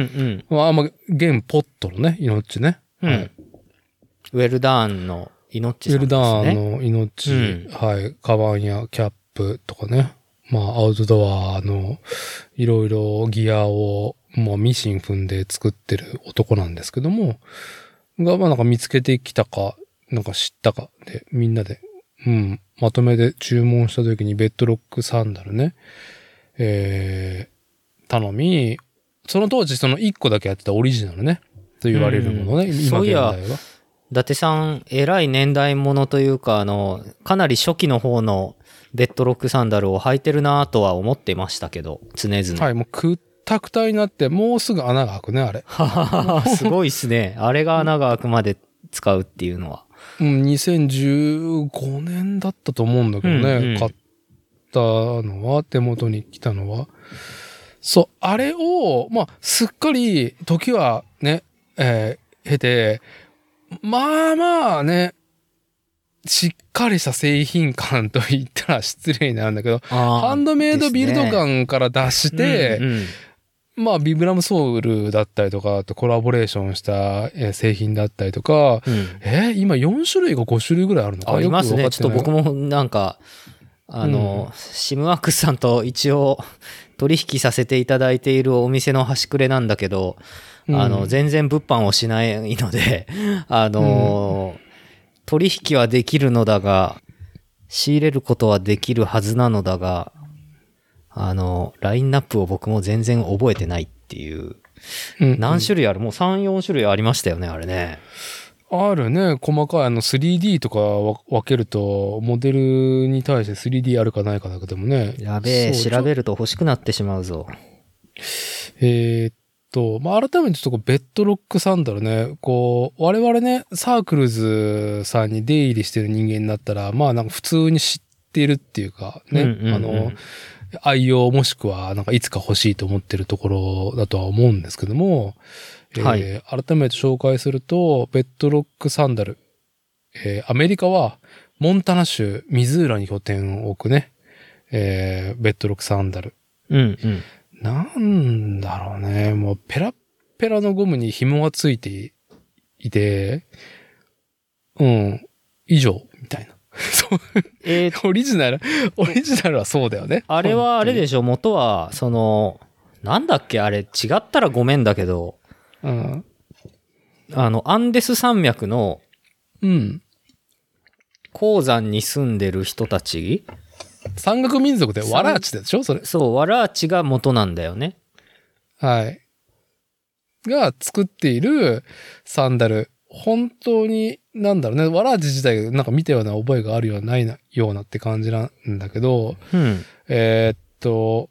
まあ、まあ、現ポットのね、イノッチね。 うん。 はい、 ウェルダーンのイノッチさんですね。 ウェルダーンのイノッチ、 うんはい、カバンやキャップとかね。まあ、アウトドアのいろいろギアを、まあ、ミシン踏んで作ってる男なんですけども、が、まあなんか見つけてきたか、なんか知ったかで、みんなで、うん、まとめて注文した時にベッドロックサンダルね、えー、頼み、その当時そのいっこだけやってたオリジナルね、と言われるものね、 うん、 今現代は。 そういや、伊達さん、えらい年代ものというか、あの、かなり初期の方のベッドロックサンダルを履いてるなとは思ってましたけど、常々。 はい、もうくったくたになって、もうすぐ穴が開くね、あれ。 はははすごいっすね。あれが穴が開くまで使うっていうのは。 うん、にせんじゅうごねんだったと思うんだけどね、 うんうん、 買ったのは、手元に来たのは。そう、あれを、まあ、すっかり時はね、えー、経て、まあまあね、しっかりした製品感と言ったら失礼なんだけど、ハンドメイドビルド感から出して、 うんうん、 まあ、ビブラムソウルだったりとか、あとコラボレーションした製品だったりとか、うん、えー、今よんしゅるいかごしゅるいぐらいあるのかな。 ありますね。ちょっと僕もなんか、あの、うん、シムワークスさんと一応取引させていただいているお店の端くれなんだけど、うん、あの、全然物販をしないので、あの、うん、取引はできるのだが、仕入れることはできるはずなのだが、あの、ラインナップを僕も全然覚えてないっていう。うんうん、何種類ある？もうさん、よん種類ありましたよね、あれね。 あるね。細かい、あの、スリーディー とか分けると、モデルに対して スリーディー あるかないかだけでもね。 やべえ、調べると欲しくなってしまうぞ。 えー、っと、まあ、改めてちょっとベッドロックサンダルね、こう、我々ね、サークルズさんに出入りしてる人間になったら、まあ、なんか普通に知っているっていうか、ね、うんうんうん、あの、愛用もしくは、なんかいつか欲しいと思ってるところだとは思うんですけども、はい、えー、改めて紹介すると、ベッドロックサンダル。えー、アメリカは、モンタナ州、ミズーラに拠点を置くね、えー、ベッドロックサンダル。 うんうん。 なんだろうね、もうペラッペラのゴムに紐がついていて、うん、以上、みたいな。そう。えー、オリジナル、オリジナルはそうだよね。 あれはあれでしょ、元は、その、なんだっけ、あれ、違ったらごめんだけど、 うん、 あの、アンデス山脈の、 うん。 鉱山に住んでる人たち山岳民族でワラーチでしょそれ。 そう、ワラーチが元なんだよね。 はい。が作っているサンダル。本当に、なんだろうね、ワラーチ自体なんか見たような覚えがあるようなないなようなって感じなんだけど、 うん、 えー、っと、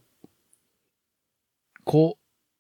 こう、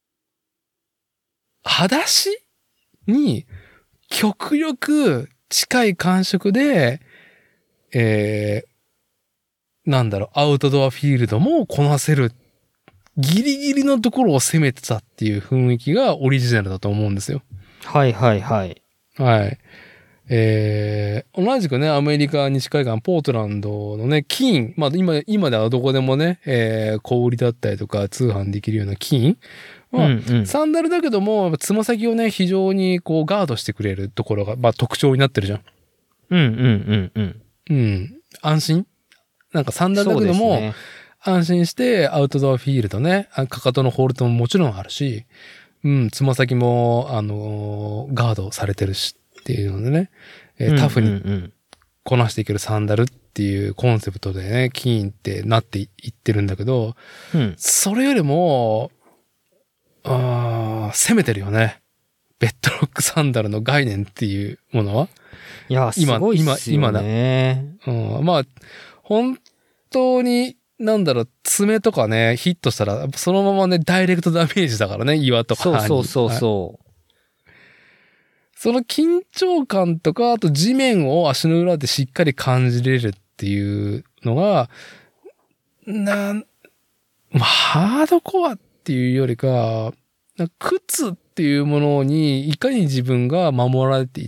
裸足に極力近い感触で、えー、なんだろう、アウトドアフィールドもこなせる。ギリギリのところを攻めてたっていう雰囲気がオリジナルだと思うんですよ。 はいはいはい。 はい。えー、同じくね、アメリカ西海岸、ポートランドのね、金、まあ今、今ではどこでもね、えー、小売りだったりとか通販できるような金は、うんうん、サンダルだけども、つま先をね、非常にこうガードしてくれるところが、まあ特徴になってるじゃん。 うんうんうんうん。 うん。安心なんかサンダルだけども、ね、安心してアウトドアフィールドね、かかとのホールドももちろんあるし、うん、つま先も、あのー、ガードされてるしっていうのでね、えー、タフにこなしていけるサンダルっていうコンセプトでね、キーンってなっていってるんだけど、 うん、 それよりも、あー、攻めてるよね。ベッドロックサンダルの概念っていうものは。 いや、すごいっすよね。 今、今だ。うん、まあ、本当に、なんだろう、爪とかね、ヒットしたら、そのままね、ダイレクトダメージだからね、岩とかに。 そうそうそうそう。 その緊張感とか、あと地面を足の裏でしっかり感じれるっていうのが、なん、まあ、ハードコアっていうよりか、靴っていうものにいかに自分が守られていたりっ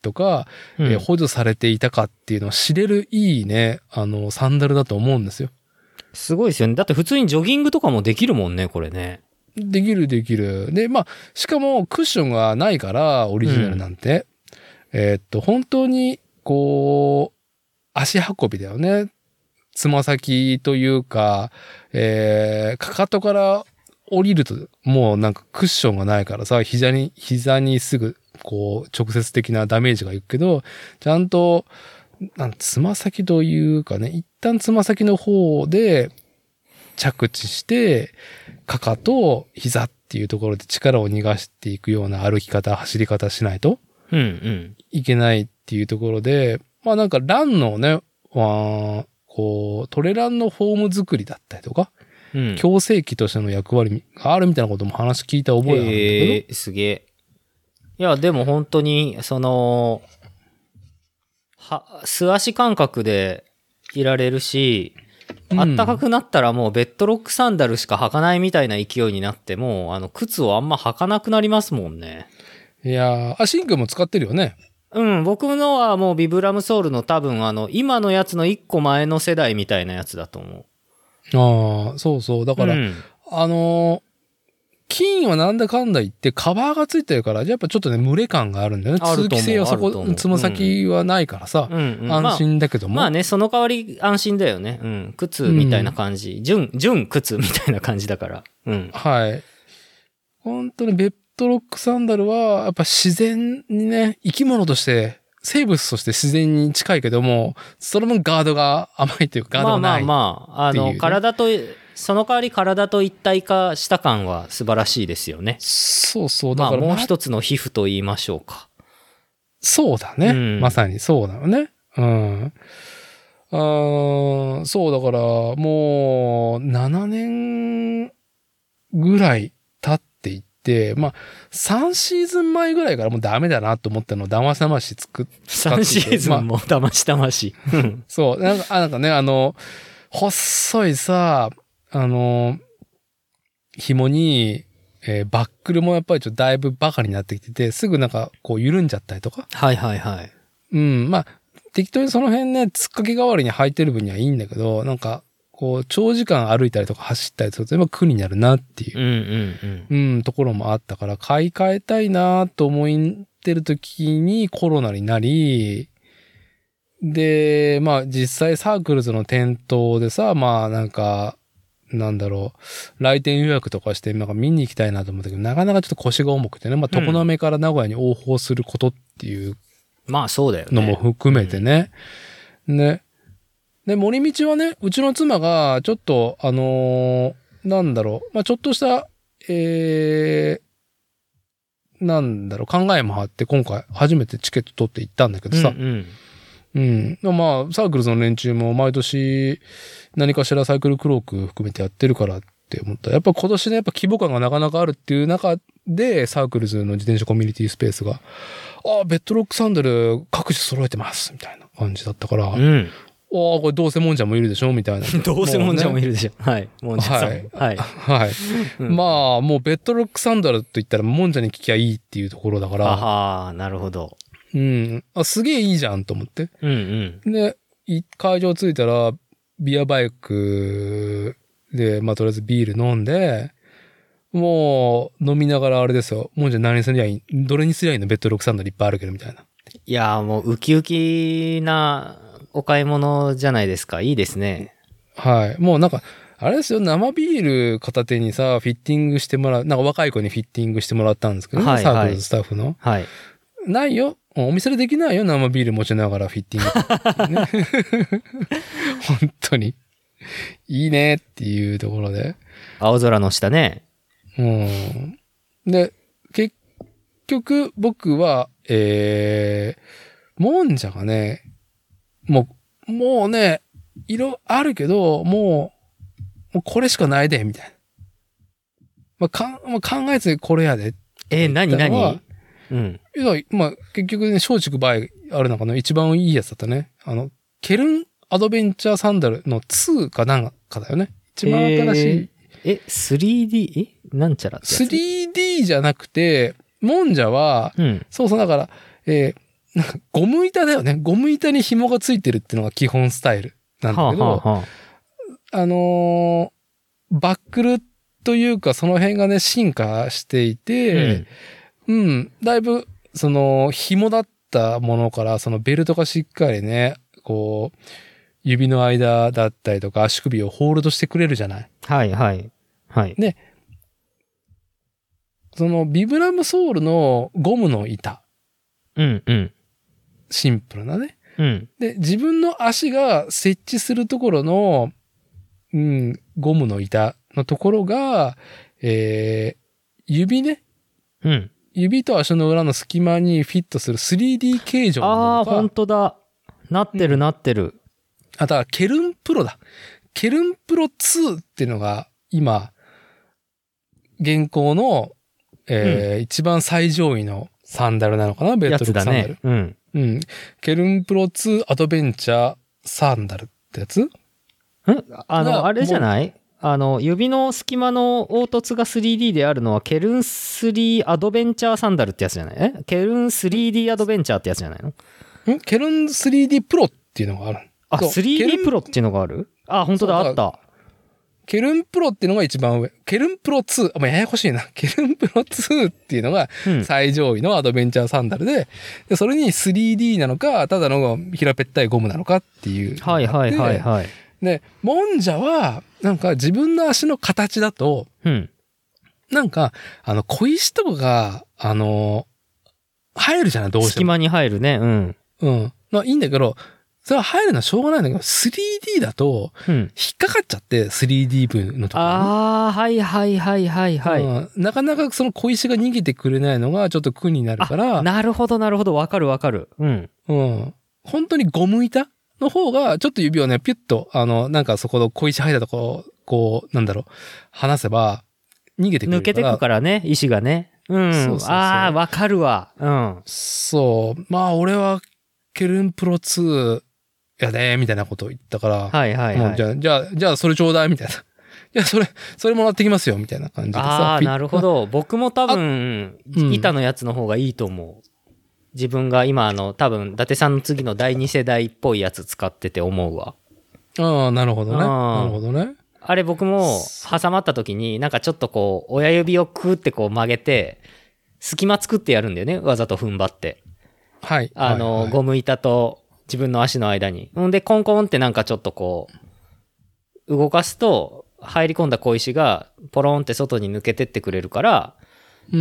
とか、 うんえー補助されていたかっていうのを知れるいいね、あの、サンダルだと思うんですよ。 すごいですよね。だって普通にジョギングとかもできるもんね、これね。 できるできる。で、まあ、しかもクッションがないから、オリジナルなんて。えーっと、本当に、こう、足運びだよね。つま先というか、えー、かかとから降りると、もうなんかクッションがないからさ、膝に、膝にすぐ、こう、直接的なダメージがいくけど、ちゃんと、なんつま先というかね、一旦つま先の方で着地して、かかと、膝っていうところで力を逃がしていくような歩き方、走り方しないとうんうん。 いけないっていうところで、まあなんかランのね、あこう、トレランのフォーム作りだったりとか、 うん。 矯正器としての役割があるみたいなことも話聞いた覚えがあるんだけへえ、すげえ。いや、でも本当に、その、は、素足感覚でいられるし、 うんあったかくなったらもうベッドロックサンダルしか履かないみたいな勢いになって、もうあの靴をあんま履かなくなりますもんね。 ど。いやー、あ、シンくんも使ってるよね。 うん、僕のはもうビブラムソールの多分あの、今のやつの一個前の世代みたいなやつだと思う。 ああ、そうそう。だから、 うん、 あのー金はなんだかんだ言ってカバーがついてるから、やっぱちょっとね、蒸れ感があるんだよね。 あると思う通気性はそこ、 あると思うつま先はないからさ、 うん、うん。 安心だけども。 まあ、まあね、その代わり安心だよね。うん。靴みたいな感じ。純、純靴みたいな感じだから。うん。 はい。本当にベッドロックサンダルは、やっぱ自然にね、生き物として、生物として自然に近いけども、その分ガードが甘いというか、ガードまあがない。 まあまあ、あの、 っていうね体と、その代わり体と一体化した感は素晴らしいですよね。 そうそう。だまあから、 もう一つの皮膚と言いましょうか。 そうだね。 うんまさにそうだよね。うん。あーそうだから、もう、ななねんぐらい経っていって、まあ、さんシーズン前ぐらいからもうダメだなと思ったのを騙し騙し作っ、使ってさんてシーズンも騙し騙し。うんそう、なんか、あなんかね、あの、細いさ、あの、紐に、えーバックルもやっぱりちょっとだいぶバカになってきてて、すぐなんかこう緩んじゃったりとか。 はいはいはい。 うん、まあ、適当にその辺ね、突っかけ代わりに履いてる分にはいいんだけど、なんか、こう、長時間歩いたりとか走ったりすると、やっぱ苦になるなっていうう、んうんうん、ところもあったから、買い替えたいなと思ってる時にコロナになり、で、まあ実際サークルズの店頭でさ、まあなんか、なんだろう、来店予約とかして、なんか見に行きたいなと思ったけど、なかなかちょっと腰が重くてね、まあ常滑から名古屋に往復することっていううん。まあそうだよね。 のも含めてね。ね。で、森道はね、うちの妻が、ちょっと、あのーなんだろう、まあちょっとした、えー、なんだろう、考えもあって、今回初めてチケット取って行ったんだけどさ、 うんうん。 うん。まあ、サークルズの連中も毎年何かしらサイクルクローク含めてやってるからって思ったら、やっぱ今年ね、やっぱ規模感がなかなかあるっていう中で、サークルズの自転車コミュニティスペースが、ああ、ベッドロックサンダル各種揃えてます、みたいな感じだったから、ああ、 うん。 これどうせもんじゃもいるでしょみたいな。 どうせもんじゃもいる。 るでしょ。はい。もんじゃさんも。はい。 はい。 うんまあ、もうベッドロックサンダルと言ったらもんじゃに聞きゃいいっていうところだから、 ああ、なるほど。 うん。あ、すげえいいじゃんと思って。 うんうん。 で、い会場着いたら、ビアバイクで、まあ、とりあえずビール飲んで、もう、飲みながらあれですよ。もうじゃあ何すりゃいいどれにすりゃいいのベッドロックサンダルいっぱいあるけど、みたいな。 いやーもうウキウキなお買い物じゃないですか。いいですね。 はい。もうなんか、あれですよ。生ビール片手にさ、フィッティングしてもらう。なんか若い子にフィッティングしてもらったんですけどね。 はいはいサークルズスタッフの。 はい。 ないよ。お店でできないよ。生ビール持ちながらフィッティング、ね。本当に。いいねっていうところで。 青空の下ね。 うん。で、結局僕は、えー、もんじゃがね、もう、もうね、色あるけど、もう、もうこれしかないで、みたいな。まあ、かんまあ、考えずこれやで。 えー、何だから何うん。 いや、まあ、結局ね、松竹梅、あれなんかな、一番いいやつだったね。あの、ケルンアドベンチャーサンダルのにかなんかだよね。一番新しい。 え、スリーディー、えなんちゃらってやつスリーディー じゃなくて、もんじゃは、 うん。 そうそう、だから、えーなんかゴム板だよね。ゴム板に紐がついてるっていうのが基本スタイルなんだけど、 はあはあはあ、 あのー、バックルというかその辺がね、進化していて、うん、うん、だいぶ、その、紐だったものから、そのベルトがしっかりね、こう、指の間だったりとか足首をホールドしてくれるじゃない。 はいはい。はい。 で、そのビブラムソールのゴムの板。 うんうん。 シンプルなね。 うん。 で、自分の足が設置するところの、うん、ゴムの板のところが、えー、指ね。 うん。 指と足の裏の隙間にフィットする スリーディー 形状のものが。 ああ、ほんとだ。なってるなってる。 あ、だからケルンプロだ。ケルンプロツーっていうのが今、現行の、えーうん、一番最上位のサンダルなのかな、ベッドルックサンダル。 ね、うん。 うん。ケルンプロツーアドベンチャーサンダルってやつ？んあの、あれじゃない？あの、指の隙間の凹凸が スリーディー であるのは、ケルンスリーアドベンチャーサンダルってやつじゃない？えケルン スリーディー アドベンチャーってやつじゃないの？ んケルン スリーディー プロっていうのがある。 あ、スリーディー プロっていうのがある？あ、本当だ、あった。 ケルンプロっていうのが一番上。ケルンプロツー。あ、もうややこしいな。ケルンプロツーっていうのが最上位のアドベンチャーサンダルで、うん、でそれに スリーディー なのか、ただの平べったいゴムなのかっていう。 はいはいはいはい。 で、モンジャは、なんか自分の足の形だと、うん、なんか、あの、小石とかが、あの、入るじゃない、どうしても。 隙間に入るね、うん。 うん。まあいいんだけど、それは入るのはしょうがないんだけど、スリーディー だと、引っかかっちゃって、スリーディー 分のところ、ね。 ああ、はいはいはいはいはい、うん。 なかなかその小石が逃げてくれないのがちょっと苦になるから。 なるほどなるほど、わかるわかる。うん。 うん。本当にゴム板の方が、ちょっと指をね、ピュッと、あの、なんかそこの小石入ったところ、こう、なんだろう、離せば、逃げてくれるから。 抜けてくからね、石がね。うん。そうそうそう。ああ、わかるわ。うん。 そう。まあ、俺は、ケルンプロツー、やねみたいなことを言ったから。 はいはいはい。 もうじゃあ、じゃあ、じゃあそれちょうだいみたいな。いや、それ、それもらってきますよみたいな感じでさ。 ああ、なるほど。僕も多分、板のやつの方がいいと思う。自分が今、あの、多分、伊達さんの次のだいに世代っぽいやつ使ってて思うわ。 ああ、なるほどね。なるほどね。 あれ僕も挟まった時に、なんかちょっとこう、親指をクーってこう曲げて、隙間作ってやるんだよね。わざと踏ん張って。 はい。 あの、はいはい、ゴム板と、自分の足の間に。んで、コンコンってなんかちょっとこう、動かすと、入り込んだ小石が、ポロンって外に抜けてってくれるから、 うん。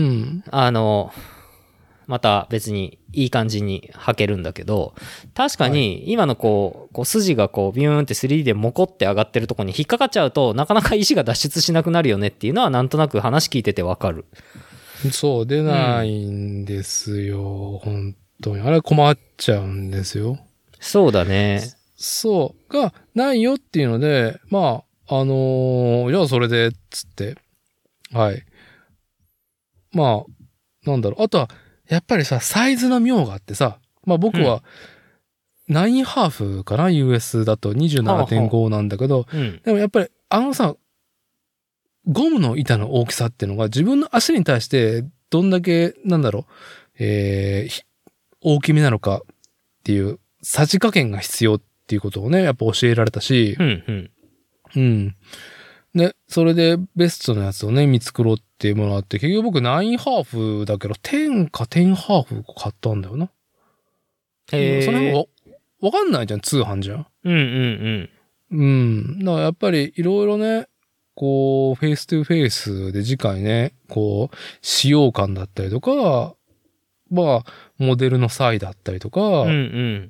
あの、また別にいい感じに履けるんだけど、確かに今のこう、こう筋がこうビューンって スリーディー でモコって上がってるところに引っかかっちゃうと、なかなか石が脱出しなくなるよねっていうのはなんとなく話聞いててわかる。 そう、出ないんですよ。うん、本当に。あれ困っちゃうんですよ。 そうだね。 そう。が、ないよっていうので、まあ、あのー、じゃあそれで、つって。はい。まあ、なんだろう。あとは、やっぱりさ、サイズの妙があってさ、まあ僕は、ナインハーフかな、ユーエス だと にじゅうななてんご なんだけど、 うん、 でもやっぱり、あのさ、ゴムの板の大きさっていうのが自分の足に対してどんだけ、なんだろう、えー、大きめなのかっていう、さじ加減が必要っていうことをね、やっぱ教えられたし、 うんうん。 うん。で、それでベストのやつをね、見繕ってもらって、結局僕ナインハーフだけど、じゅうかじゅうハーフ買ったんだよな。 へー。 その辺わ、わかんないじゃん、通販じゃん。 うんうんうん。うん。だからやっぱりいろいろね、こう、フェイストゥフェイスで直にね、こう、使用感だったりとか、まあ、モデルの差異だったりとか、 うんうん、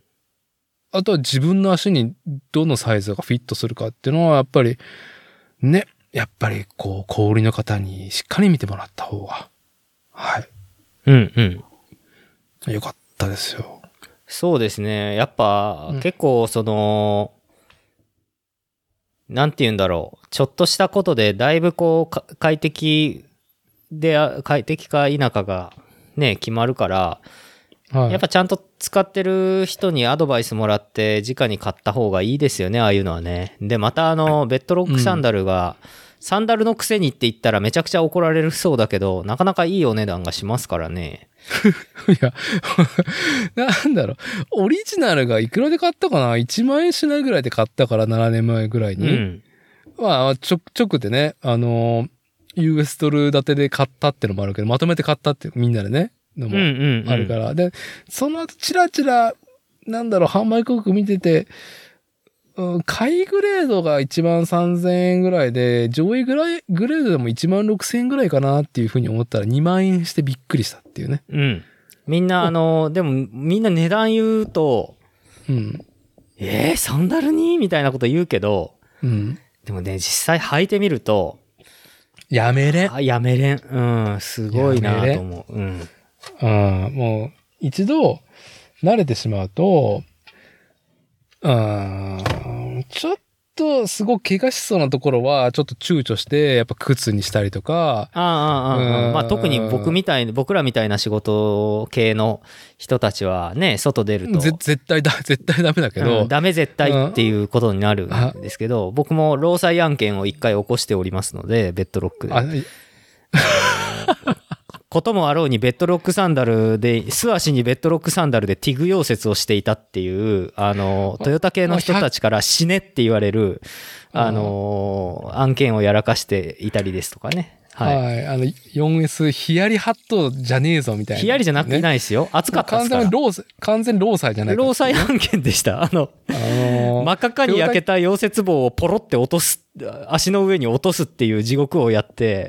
あとは自分の足にどのサイズがフィットするかっていうのは、やっぱり、ね、やっぱりこう、小売りの方にしっかり見てもらった方が、はい。 うんうん。 よかったですよ。 そうですね。やっぱ、うん、結構その、なんて言うんだろう。ちょっとしたことでだいぶこう、快適で、快適か否かがね、決まるから、はい、やっぱちゃんと使ってる人にアドバイスもらって直に買った方がいいですよね、ああいうのはね。で、またあの、ベッドロックサンダルがサンダルのくせにって言ったらめちゃくちゃ怒られるそうだけど、なかなかいいお値段がしますからね。 いや、なんだろう。オリジナルがいくらで買ったかな ?いち 万円しないぐらいで買ったから、ななねんまえぐらいに。 うん。 まあ、ちょ、ちょくでね、あのー、ユーエス ドル建てで買ったってのもあるけど、まとめて買ったってみんなでね、のもあるから。うんうんうん、で、その後、チラチラ、なんだろう、販売価格見てて、うん、下位グレードがいちまんさんぜんえんぐらいで、上位グレードでもいちまんろくせんえんぐらいかなっていうふうに思ったらにまん円してびっくりしたっていうね。 うん。みんな、あの、でもみんな値段言うと、 うん。 えー、サンダルにみたいなこと言うけど、 うん。 でもね、実際履いてみると、 やめれん。 あ、やめれん。うん、すごいなと思う。うん。 うん、もう、一度、慣れてしまうと、うん、ちょっと、すごく怪我しそうなところは、ちょっと躊躇して、やっぱ靴にしたりとか。 ああ、ああ、ああ。まあ特に僕みたいに、僕らみたいな仕事系の人たちはね、外出ると。 絶対だ、絶対ダメだけど。 うん、ダメ絶対っていうことになるんですけど、うん、僕も労災案件を一回起こしておりますので、ベッドロックで。あこともあろうにベッドロックサンダルで、素足にベッドロックサンダルでティグ溶接をしていたっていう、あの、トヨタ系の人たちから死ねって言われる、あの、案件をやらかしていたりですとかね。はい。 はい、あの、よんエス ヒヤリハットじゃねえぞみたいな、ね。 ヒヤリじゃなくてないですよ。暑かったですから。 完全労災、完全労災じゃないか、ね。 労災案件でした。あの、あのー、真っ赤っかに焼けた溶接棒をポロって落とす、足の上に落とすっていう地獄をやって、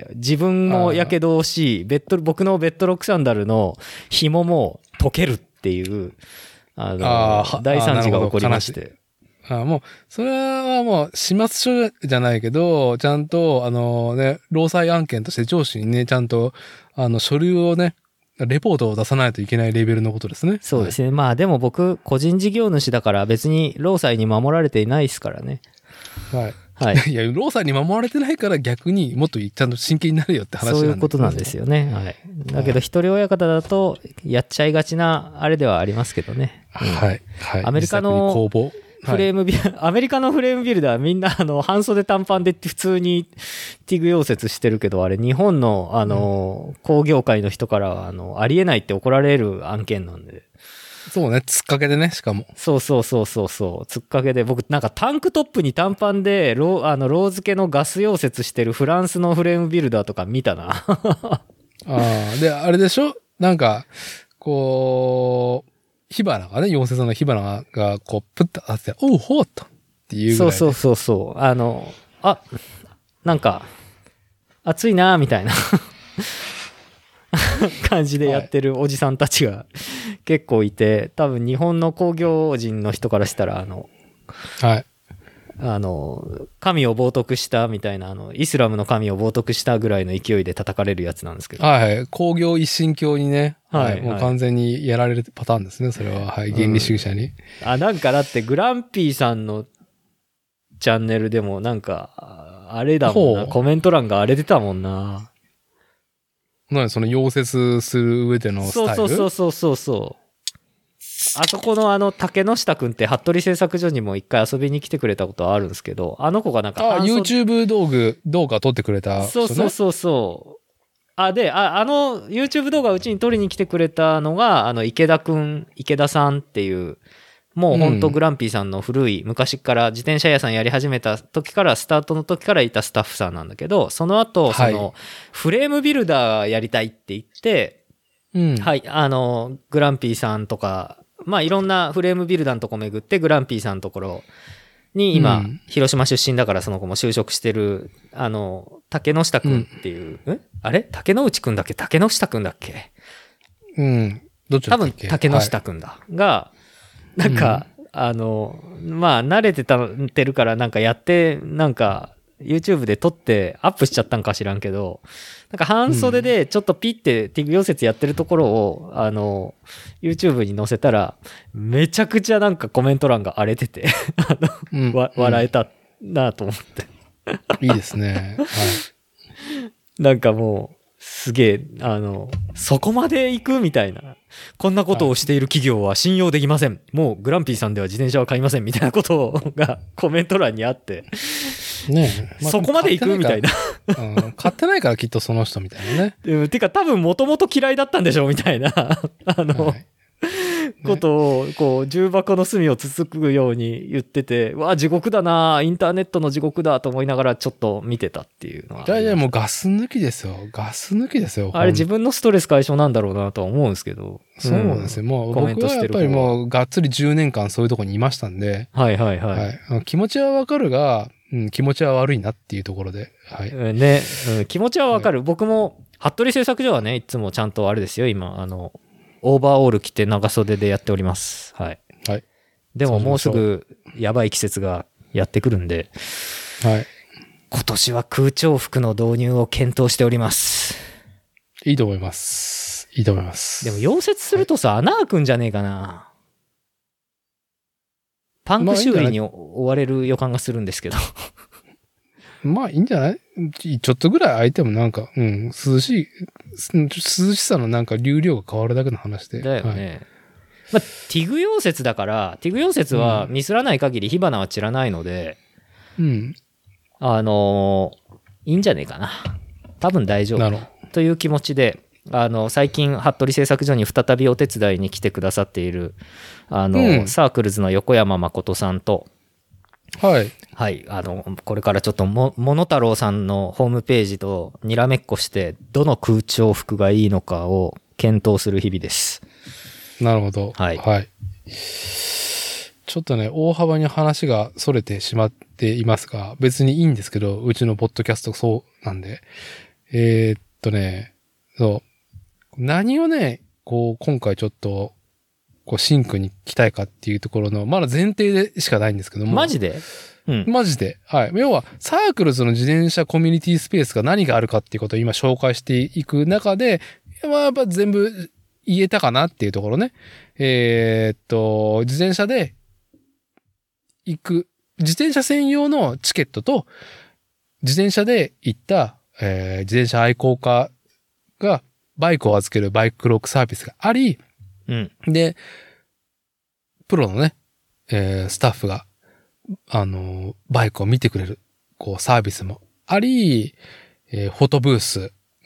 自分も火傷をし、ベッド、僕のベッドロックサンダルの紐も溶けるっていう、あの、あ大惨事が起こりまして。 あもう、それはもう、始末書じゃないけど、ちゃんと、あのね、労災案件として上司にね、ちゃんと、あの、書類をね、レポートを出さないといけないレベルのことですね。 そうですね。はい、まあでも僕、個人事業主だから別に労災に守られていないですからね。 はい。はい。いや、労災に守られてないから逆にもっとちゃんと真剣になるよって話なんですよ。 そういうことなんですよね。はい。だけど、一人親方だと、やっちゃいがちな、あれではありますけどね。 うん、はい。はい。 アメリカの、公募。フレームビル、はい、アメリカのフレームビルダーみんなあの半袖短パンで普通にティグ溶接してるけど、あれ日本のあの、うん、工業界の人からはあのありえないって怒られる案件なんで。 そうね、つっかけでね、しかも。 そうそうそうそうそう、つっかけで僕なんかタンクトップに短パンでローあのロー付けのガス溶接してるフランスのフレームビルダーとか見たな。 ああ、であれでしょ、なんかこう。火花がね、溶接の火花がこう、プッと当てて、おう、ほーっとっていうぐらい。 そうそうそうそう。あの、あ、なんか、暑いなーみたいな感じでやってるおじさんたちが結構いて、多分日本の工業人の人からしたら、あの、 はい。 あの、神を冒涜したみたいな、あの、イスラムの神を冒涜したぐらいの勢いで叩かれるやつなんですけど。 はい。工業一神教にね、はい。はい、もう完全にやられるパターンですね、それは。はい。原理主義者に。 うん、あ、なんかだってグランピーさんのチャンネルでもなんか、あれだもんな、コメント欄が荒れてたもんな。 何その溶接する上でのスタイル？ そうそうそうそうそう。あそこのあの竹之下くんって服部製作所にも一回遊びに来てくれたことはあるんですけど、あの子がなんかあ YouTube 動画動画撮ってくれた人、ね、 そうそうそうそうあでああの YouTube 動画うちに撮りに来てくれたのがあの池田くん池田さんっていうもうほんとグランピーさんの古い、うん、昔から自転車屋さんやり始めた時からスタートの時からいたスタッフさんなんだけど、その後その、はい、フレームビルダーやりたいって言って、うん、はいあのグランピーさんとかまあいろんなフレームビルダーのとこ巡ってグランピーさんのところに今、うん、広島出身だからその子も就職してるあの竹之下くんっていう、うん、あれ竹之内くんだっけ竹之下くんだっけうんどっちだっけ多分竹之下くんだ、はい、がなんか、うん、あのまあ慣れてたてるからなんかやってなんか YouTube で撮ってアップしちゃったんか知らんけど、なんか半袖でちょっとピッてティグ溶接やってるところを、うん、あの YouTube に載せたらめちゃくちゃなんかコメント欄が荒れててあの、うん、わ笑えたなと思っていいですね、はい、 なんかもうすげえ、あの、そこまで行くみたいな。こんなことをしている企業は信用できません。もうグランピーさんでは自転車は買いません。みたいなことがコメント欄にあって。 ねえ。 そこまで行くみたいな。 うん。買ってないからきっとその人みたいなね。 うん、てか多分もともと嫌いだったんでしょうみたいな。あの、はいことを、こう、重箱の隅をつつくように言ってて、わあ、地獄だな、インターネットの地獄だと思いながらちょっと見てたっていうのは。 いやいや、もうガス抜きですよ。ガス抜きですよ。 あれ自分のストレス解消なんだろうなとは思うんですけど。 そうですよ。もう僕はやっぱりもうがっつりじゅうねんかんそういうとこにいましたんで。 はいはいはい。 はい、気持ちはわかるが、うん、気持ちは悪いなっていうところで。はい。 ね、うん、気持ちはわかる。はい、僕も、服部製作所はね、いつもちゃんとあれですよ、今、あの、オーバーオール着て長袖でやっております。はい。 はい。 でももうすぐやばい季節がやってくるんで、 はい。 今年は空調服の導入を検討しております。 いいと思います。いいと思います。 でも溶接するとさ、はい、穴開くんじゃねえかな。パンク修理に追われる予感がするんですけど。 まあいいんじゃない？ちょっとぐらい空いてもなんか、うん、涼しい、涼しさのなんか流量が変わるだけの話で。 だよね。はい、まあ、ティグ溶接だから、ティグ溶接はミスらない限り火花は散らないので、 うん。 あのー、いいんじゃねえかな。多分大丈夫。 なるほど。 という気持ちで、あの、最近、服部製作所に再びお手伝いに来てくださっている、あの、うん、サークルズの横山誠さんと、 はい。 はい。あの、これからちょっとも、モノタロウさんのホームページとにらめっこして、どの空調服がいいのかを検討する日々です。 なるほど。 はい。 はい。ちょっとね、大幅に話が逸れてしまっていますが、別にいいんですけど、うちのポッドキャストそうなんで。えー、っとね、そう。何をね、こう、今回ちょっと、こう、シンクに来たいかっていうところの、まだ前提でしかないんですけども。 マジで？ うん。マジで。はい。要は、サークルズの自転車コミュニティスペースが何があるかっていうことを今紹介していく中で、まあ、やっぱ全部言えたかなっていうところね。えー、っと、自転車で行く、自転車専用のチケットと、自転車で行った、えー、自転車愛好家がバイクを預けるバイクロックサービスがあり、 うん。 で、プロのね、えー、スタッフが、あのー、バイクを見てくれる、こう、サービスもあり、えー、フォトブース、うん、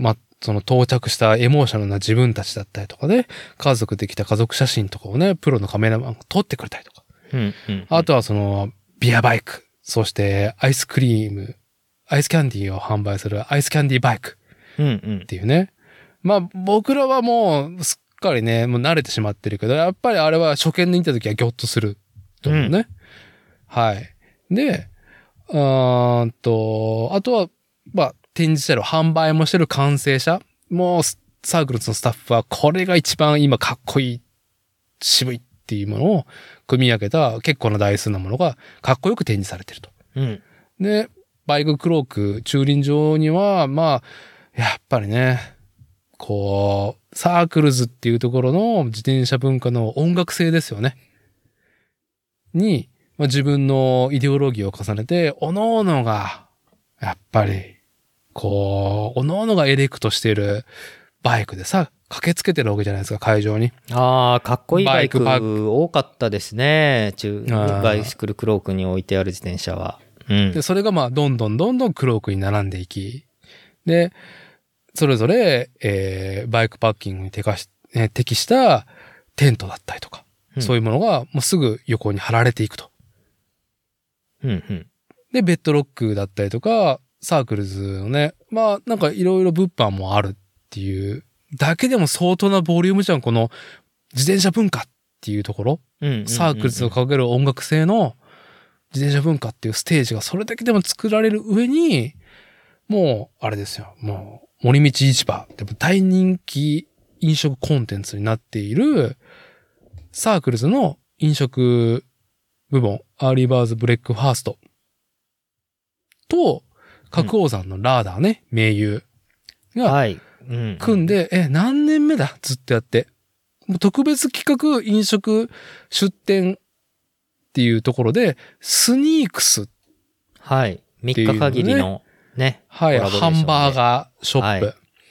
ま、その到着したエモーショナルな自分たちだったりとかで、家族で来た家族写真とかをね、プロのカメラマンが撮ってくれたりとか。 うんうんうん、 あとはその、ビアバイク、そしてアイスクリーム、アイスキャンディーを販売するアイスキャンディーバイクっていうね。うんうん、まあ僕らはもうすっかりね、もう慣れてしまってるけど、やっぱりあれは初見で見たときはギョッとすると思うね。うん、はい。で、あーと、あとは、まあ展示車両販売もしてる完成車。もうサークルズのスタッフはこれが一番今かっこいい、渋いっていうものを組み上げた結構な台数のものがかっこよく展示されてると。 うん、 で、バイククローク駐輪場には、まあ、やっぱりね、こう、サークルズっていうところの自転車文化の音楽性ですよね。に、まあ、自分のイデオロギーを重ねて、各々が、やっぱり、こう、各々がエレクトしているバイクでさ、駆けつけてるわけじゃないですか、会場に。 ああ、かっこいいバイク多かったですね。中バイシクルクロークに置いてある自転車は。うん、 で、それがまあ、どんどんどんどんクロークに並んでいき、で、それぞれ、えー、バイクパッキングに適し、えー、適したテントだったりとか、うん、そういうものがもうすぐ横に貼られていくと。 うんうん、 で、ベッドロックだったりとか、サークルズのね、まあ、なんかいろいろ物販もあるっていう、だけでも相当なボリュームじゃん、この自転車文化っていうところ。 うんうんうんうん、 サークルズを掲げる音楽性の自転車文化っていうステージがそれだけでも作られる上に、もう、あれですよ、もう、森道市場、でも大人気飲食コンテンツになっている、サークルズの飲食部門、アーリーバーズブレックファーストと、角王山のラーダーね、うん、名優が、 はい。 組んで、うんうん、え、何年目だずっとやって。もう特別企画飲食出店っていうところで、スニークス、ね。 はい。みっか限りのね。 はい。ハンバーガーショップ。はい、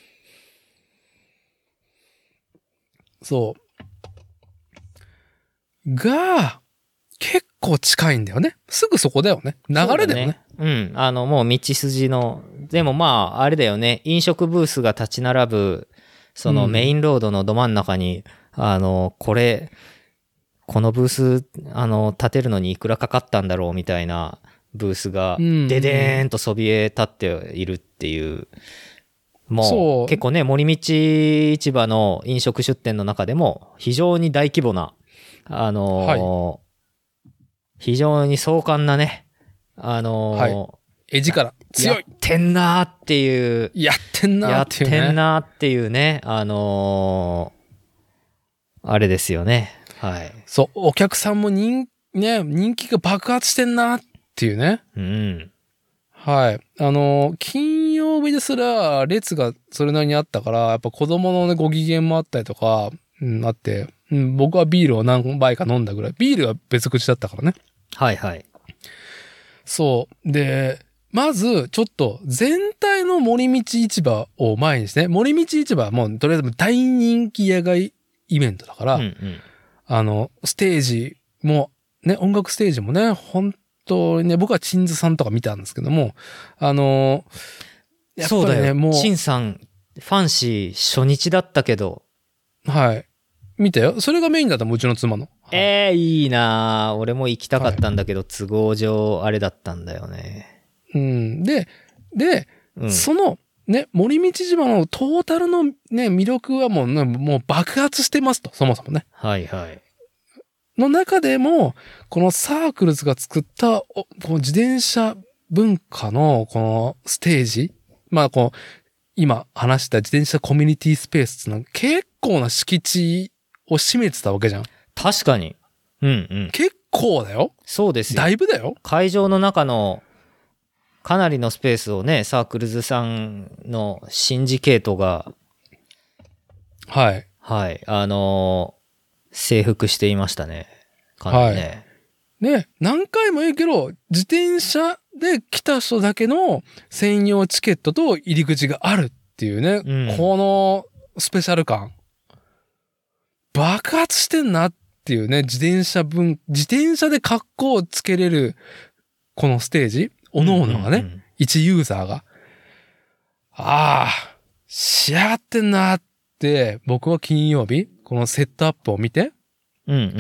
そう。が、結構近いんだよね。すぐそこだよね。流れだよね。 うね、うん。あの、もう道筋の、でもまあ、あれだよね。飲食ブースが立ち並ぶ、そのメインロードのど真ん中に、うん、あの、これ、このブース、あの、建てるのにいくらかかったんだろうみたいなブースが、ででーんとそびえ立っているっていう。もう、結構ね、森道市場の飲食出店の中でも、非常に大規模な、あのー、はい、非常に壮観なね、あのー、はい、 絵力強い。 やってんなーっていう。 やってんなーっていうね。 やってんなーっていうね、あのー、あれですよね。はい。 そう、お客さんも人、ね、人気が爆発してんなっていうね。 うん。 はい。あのー、金曜日ですら列がそれなりにあったから、やっぱ子供のね、ご機嫌もあったりとか、うん、あって、うん、僕はビールを何杯か飲んだぐらい。ビールは別口だったからね。 はいはい。 そう。で、まず、ちょっと、全体の森道市場を前にしてね、森道市場はもう、とりあえず大人気野外イベントだから、うんうん、あの、ステージも、ね、音楽ステージもね、本当にね、僕はチンズさんとか見たんですけども、あの、 やっぱりね、そうだよ、もう。チンさん、ファンシー初日だったけど。 はい。見たよ。それがメインだったもん、うちの妻の。 はい、ええー、いいなぁ。俺も行きたかったんだけど、はい、都合上、あれだったんだよね。 うん。で、で、うん、その、ね、森道島のトータルのね、魅力はもう、ね、もう爆発してますと、そもそもね。 はいはい。 の中でも、このサークルズが作った、この自転車文化のこのステージ、まあこう、今話した自転車コミュニティスペースっていうのは結構な敷地を占めてたわけじゃん。 確かに。うんうん。 結構だよ。 そうですよ。 だいぶだよ。 会場の中のかなりのスペースをね、サークルズさんのシンジケートが、 はい。 はい。あのー、征服していましたね。かなりね。 はい。ね、何回も言うけど、自転車で来た人だけの専用チケットと入り口があるっていうね、うん、このスペシャル感。爆発してんなっていうね、自転車分、自転車で格好をつけれる、このステージ、おのおのがね、うんうんうん、一ユーザーが、ああ、仕上がってんなって、僕は金曜日、このセットアップを見て、 うんうんうん、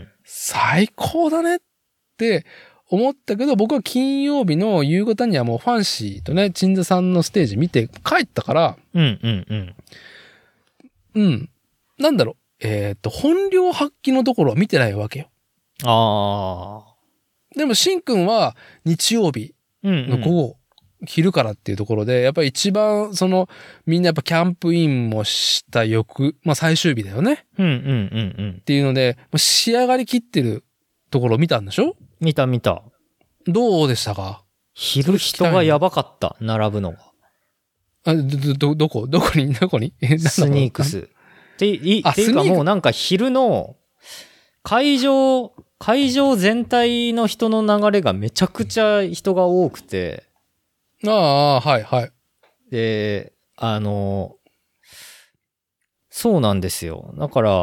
最高だねって思ったけど、僕は金曜日の夕方にはもうファンシーとね、チンズさんのステージ見て帰ったから、 うんうんうん。 うん。なんだろう。えっと、本領発揮のところは見てないわけよ。 ああ。 でも、しんくんは日曜日の午後、うんうん、昼からっていうところで、やっぱり一番、その、みんなやっぱキャンプインもした翌、まあ最終日だよね。 うんうんうんうん。 っていうので、仕上がりきってるところを見たんでしょ？ 見た見た。 どうでしたか？ 昼人がやばかった、並ぶのが。 あ、ど、ど、どこどこにどこにスニークス。っていっていうかもうなんか昼の会場、会場全体の人の流れがめちゃくちゃ人が多くて。 ああ、はいはい。 で、あの、そうなんですよ。だから、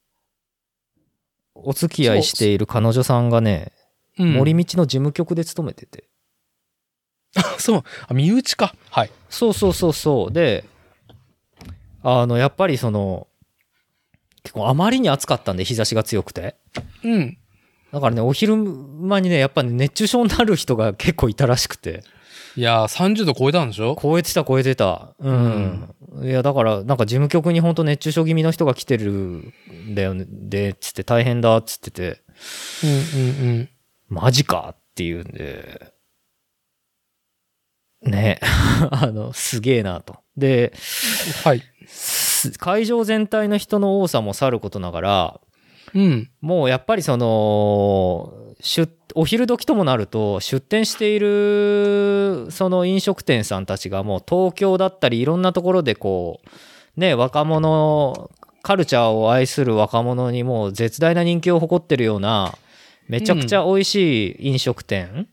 お付き合いしている彼女さんがね、うん、森道の事務局で勤めてて。 あ、そう。あ、身内か。はい。 そうそうそうそう。で、あの、やっぱりその、結構あまりに暑かったんで、日差しが強くて。 うん。 だからね、お昼間にね、やっぱね、熱中症になる人が結構いたらしくて。 いやー、さんじゅうど超えたんでしょ？ 超えてた、超えてた。うん。うん、いや、だから、なんか事務局に本当熱中症気味の人が来てるんだよね。で、つって大変だ、っつってて。 うんうんうん。 マジかっていうんで。ね。あの、すげえなと。で、 はい。 会場全体の人の多さもさることながら、 うん、 もうやっぱりその出お昼時ともなると出店しているその飲食店さんたちがもう東京だったりいろんなところでこうね、若者カルチャーを愛する若者にもう絶大な人気を誇ってるようなめちゃくちゃ美味しい飲食店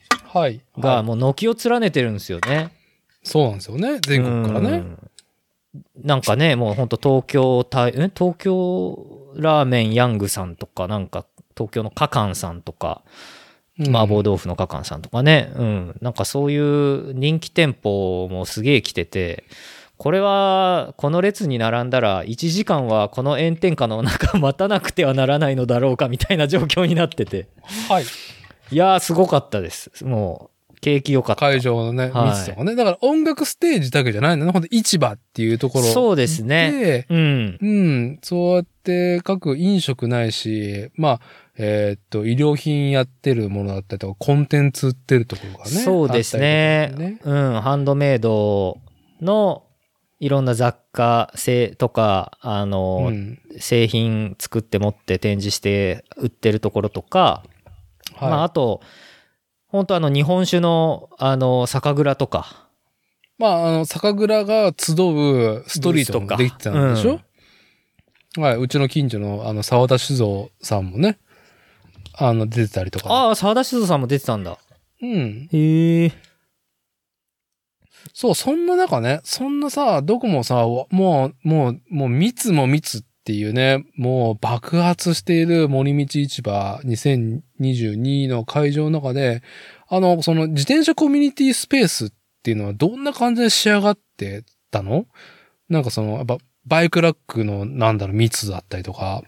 がもう軒を連ねてるんですよね。 そうなんですよね、全国からね。 なんかね、もうほんと東京た、え東京ラーメンヤングさんとか、なんか東京のカカンさんとか、 うん麻婆豆腐のカカンさんとかね、うん。なんかそういう人気店舗もすげえ来てて、これはこの列に並んだらいちじかんはこの炎天下の中待たなくてはならないのだろうかみたいな状況になってて。 はい。 いやーすごかったです。もう、景気良かった。 会場のね、 はい密とかね。だから音楽ステージだけじゃないんだね。ほんと市場っていうところで。 そうですね。うん。 うん。そうやって各飲食ないし、まあ、えーっと、衣料品やってるものだったりとか、コンテンツ売ってるところがね。 そうですね。 あったりとかうん。ハンドメイドのいろんな雑貨製とか、あの、 うん製品作って持って展示して売ってるところとか、 はい。 まあ、あと、本当あの、日本酒の、あの、酒蔵とか。 まあ、あの、酒蔵が集うストリートもできてたんでしょ、はい。うちの近所の、あの、沢田酒造さんもね、あの、出てたりとか。 ああ、沢田酒造さんも出てたんだ。 うん。 へえ。 そう、そんな中ね、そんなさ、どこもさ、もう、もう、もう密も密っていうね、もう爆発している森道市場にせんにじゅうにの会場の中で、あの、その自転車コミュニティスペースっていうのはどんな感じで仕上がってたの？なんかその、やっぱバイクラックのなんだろう、密だったりとか。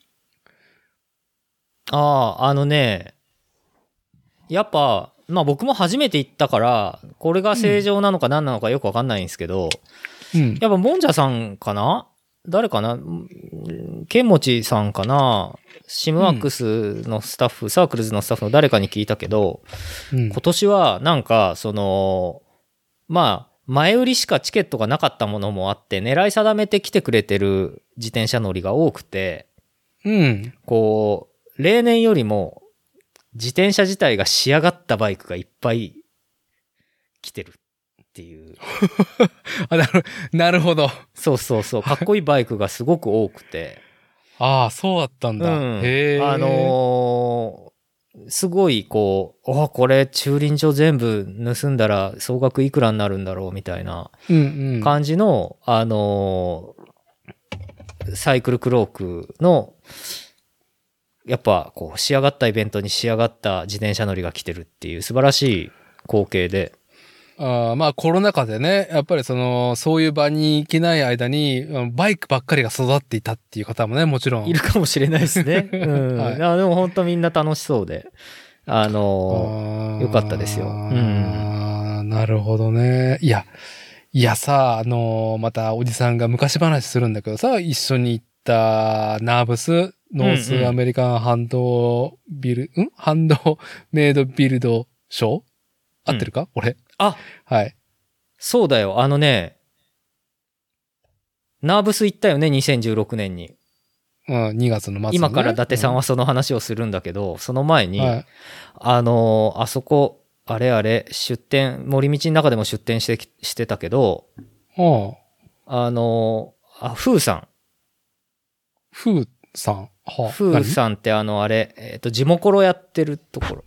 ああ、あのね、やっぱ、まあ僕も初めて行ったから、これが正常なのか何なのかよくわかんないんですけど、 うん。 やっぱもんじゃさんかな誰かな剣持さんかなシムワックスのスタッフ、うん、サークルズのスタッフの誰かに聞いたけど、うん、今年はなんか、その、まあ、前売りしかチケットがなかったものもあって、狙い定めて来てくれてる自転車乗りが多くて、 うん。 こう、例年よりも自転車自体が仕上がったバイクがいっぱい来てるっていう。 あ、なる、なるほど。 そうそうそう。かっこいいバイクがすごく多くて。 ああ、そうだったんだ。うん、へえ。 あのー、すごいこう、あ、これ駐輪場全部盗んだら総額いくらになるんだろうみたいな感じの、うんうん、あのー、サイクルクロークの、やっぱこう仕上がったイベントに仕上がった自転車乗りが来てるっていう素晴らしい光景で。 あまあコロナ禍でね、やっぱりその、そういう場に行けない間に、バイクばっかりが育っていたっていう方もね、もちろん。 いるかもしれないですね。うん。はい、あでも本当みんな楽しそうで、あのー、よかったですよ。うん。 なるほどね。いや、いやさ、あのー、またおじさんが昔話するんだけどさ、一緒に行ったナーブス、ノースアメリカンハンドビル、うん、んハンドメイドビルドショー合ってるか、うん、俺。 あ、 はい。 そうだよ。あのね、ナーブス行ったよね、にせんじゅうろくねんに。 うん、にがつの末に、ね。 今から伊達さんはその話をするんだけど、うん、その前に、はい、あの、あそこ、あれあれ、出店、森道の中でも出店して、してたけど、 はあ、あの、あ、フーさん。 フーさん。はあ、 フーさんってあの、あれ、えっと、地元ロやってるところ。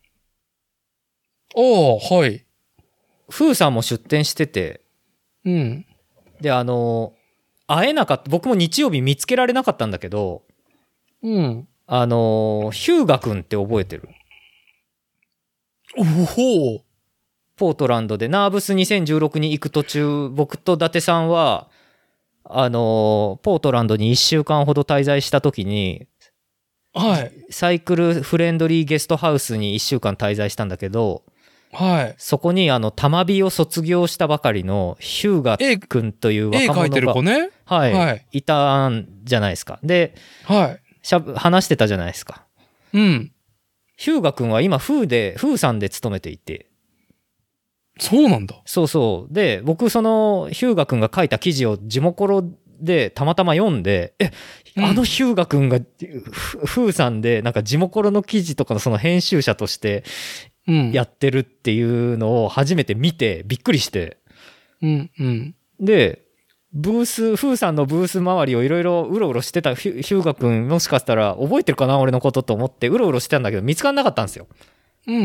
おー、はい。 フーさんも出店してて、 うん。 で、あの、会えなかった、僕も日曜日見つけられなかったんだけど、 うん。 あの、ヒューガ君って覚えてる？ おほう。 ポートランドで、ナーブスにせんじゅうろくに行く途中、僕と伊達さんは、あの、ポートランドにいっしゅうかんほど滞在した時に、 はい。 サイクルフレンドリーゲストハウスにいっしゅうかん滞在したんだけど、 はい。 そこにあの、たまびを卒業したばかりのヒューガ君という若者が、 絵描いてる子ね。 はい。はい、いたんじゃないですか。で、 はい。 しゃ話してたじゃないですか。 うん。 ヒューガ君は今、フーで、フーさんで勤めていて。 そうなんだ。 そうそう。で、僕、その、ヒューガ君が書いた記事を地元ロでたまたま読んで、え、うん、あのヒューガ君が、フーさんで、なんか地元ロの記事とかのその編集者として、やってるっていうのを初めて見て、びっくりして。 うんうん。 で、ブース、フーさんのブース周りをいろいろうろうろしてたヒューガ君、もしかしたら覚えてるかな俺のことと思ってうろうろしてたんだけど見つからなかったんですよ。 うん。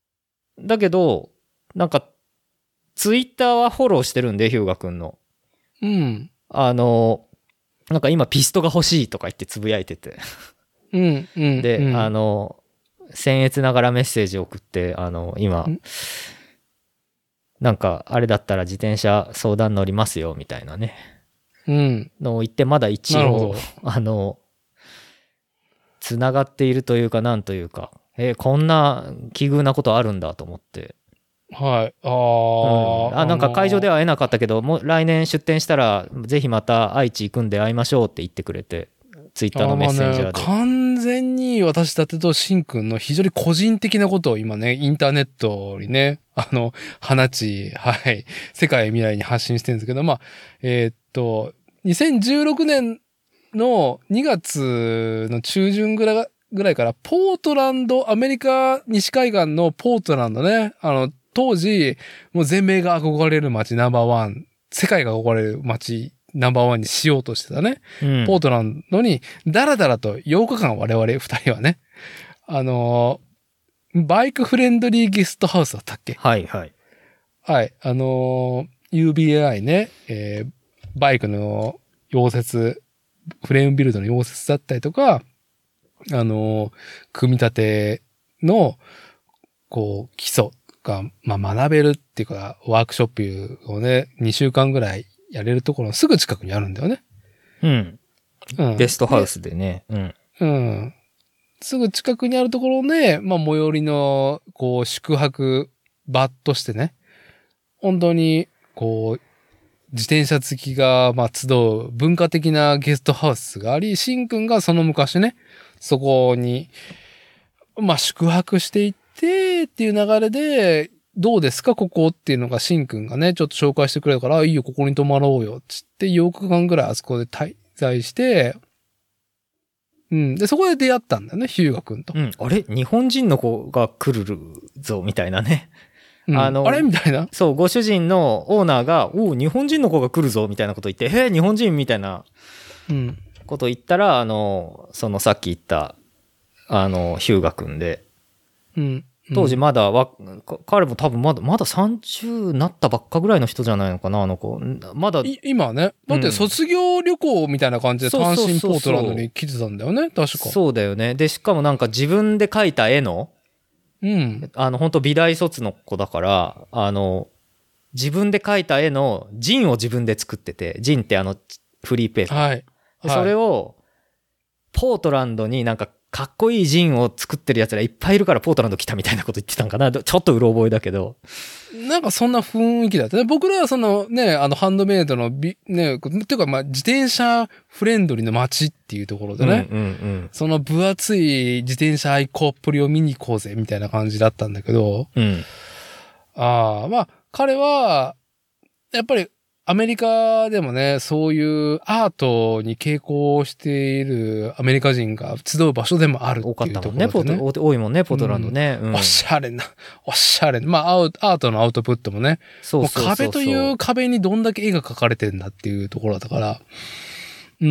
だけど、なんか、ツイッターはフォローしてるんで、ヒューガ君の。 うん。 あの、なんか今ピストが欲しいとか言ってつぶやいてて。 うん、うん。 で、 うん、 あの、僭越ながらメッセージを送って、あの、今、なんか、あれだったら自転車相談乗りますよ、みたいなね。 うん。 のを言って、まだ一応、あの、つながっているというか、なんというか、えーこんな奇遇なことあるんだと思って。 はい。あうん。 あ、 あ、なんか会場では、 は会えなかったけど、もう来年出店したら、ぜひまた愛知行くんで会いましょうって言ってくれて、ツイッターのメッセンジャーで。 あーまあね、完全に私だってとしんくんの非常に個人的なことを今ね、インターネットにね、あの、放ち、はい、世界未来に発信してるんですけど、まあ、えーっと、にせんじゅうろくねんのにがつの中旬ぐらいぐらいから、ポートランド、アメリカ西海岸のポートランドね、あの、当時、もう全米が憧れる街ナンバーワン、世界が憧れる街ナンバーワンにしようとしてたね。 うん、 ポートランドに、だらだらとようかかん我々二人はね、あのー、バイクフレンドリーゲストハウスだったっけ？ はいはい。 はい。あのー、ユービーアイ ね、えー、バイクの溶接、フレームビルドの溶接だったりとか、あのー、組み立ての、こう、基礎が、まあ、学べるっていうか、ワークショップをね、にしゅうかんぐらいやれるところのすぐ近くにあるんだよね。 うん。 うん。 ゲストハウスでね。うん。 うん。すぐ近くにあるところで、まあ、最寄りの、こう、宿泊場としてね、本当に、こう、自転車好きが、まあ、集う文化的なゲストハウスがあり、しんくんがその昔ね、そこに、まあ、宿泊していって、っていう流れで、どうですかここっていうのがしんくんがね、ちょっと紹介してくれたから、あいいよ、ここに泊まろうよ、つってようかかんぐらいあそこで滞在して、うん。で、そこで出会ったんだよね、ヒューガくんと。 うん。あれ日本人の子が来るぞ、みたいなね。 うん、 あの、 あれみたいな。 そう、ご主人のオーナーが、お日本人の子が来るぞ、みたいなこと言って、へえ、日本人みたいなうん。 こと言ったら、あの、そのさっき言った、あの、ヒューガ君で、 うん。 当時まだわ、か彼も多分まだ、まださんじゅうなったばっかぐらいの人じゃないのかな、あの子。まだ、 い今ね。だって卒業旅行みたいな感じで単身ポートランドに来てたんだよね、確か。 そうだよね。で、しかもなんか自分で描いた絵の、 うん。 あの、本当美大卒の子だから、あの、自分で描いた絵のジンを自分で作ってて、ジンってあの、フリーペーパー。 はい。 でそれを、ポートランドになんかかっこいいジンを作ってる奴らいっぱいいるからポートランド来たみたいなこと言ってたんかな。ちょっとうろ覚えだけど。 なんかそんな雰囲気だったね。僕らはそのね、あのハンドメイドのビ、ね、っていうかまあ自転車フレンドリーの街っていうところでね、 うんうんうん、 その分厚い自転車愛好っぷりを見に行こうぜみたいな感じだったんだけど、 うん、 ああ、まあ彼は、やっぱりアメリカでもね、そういうアートに傾向しているアメリカ人が集う場所でもあるっていうところで、ね。多かったもんね、 ポート、多いもんね、ポートランドね。うんうん、 おしゃれな、おしゃれな。まあ、アートのアウトプットもね。 そうそうそうそう。 もう壁という壁にどんだけ絵が描かれてんだっていうところだから。うん。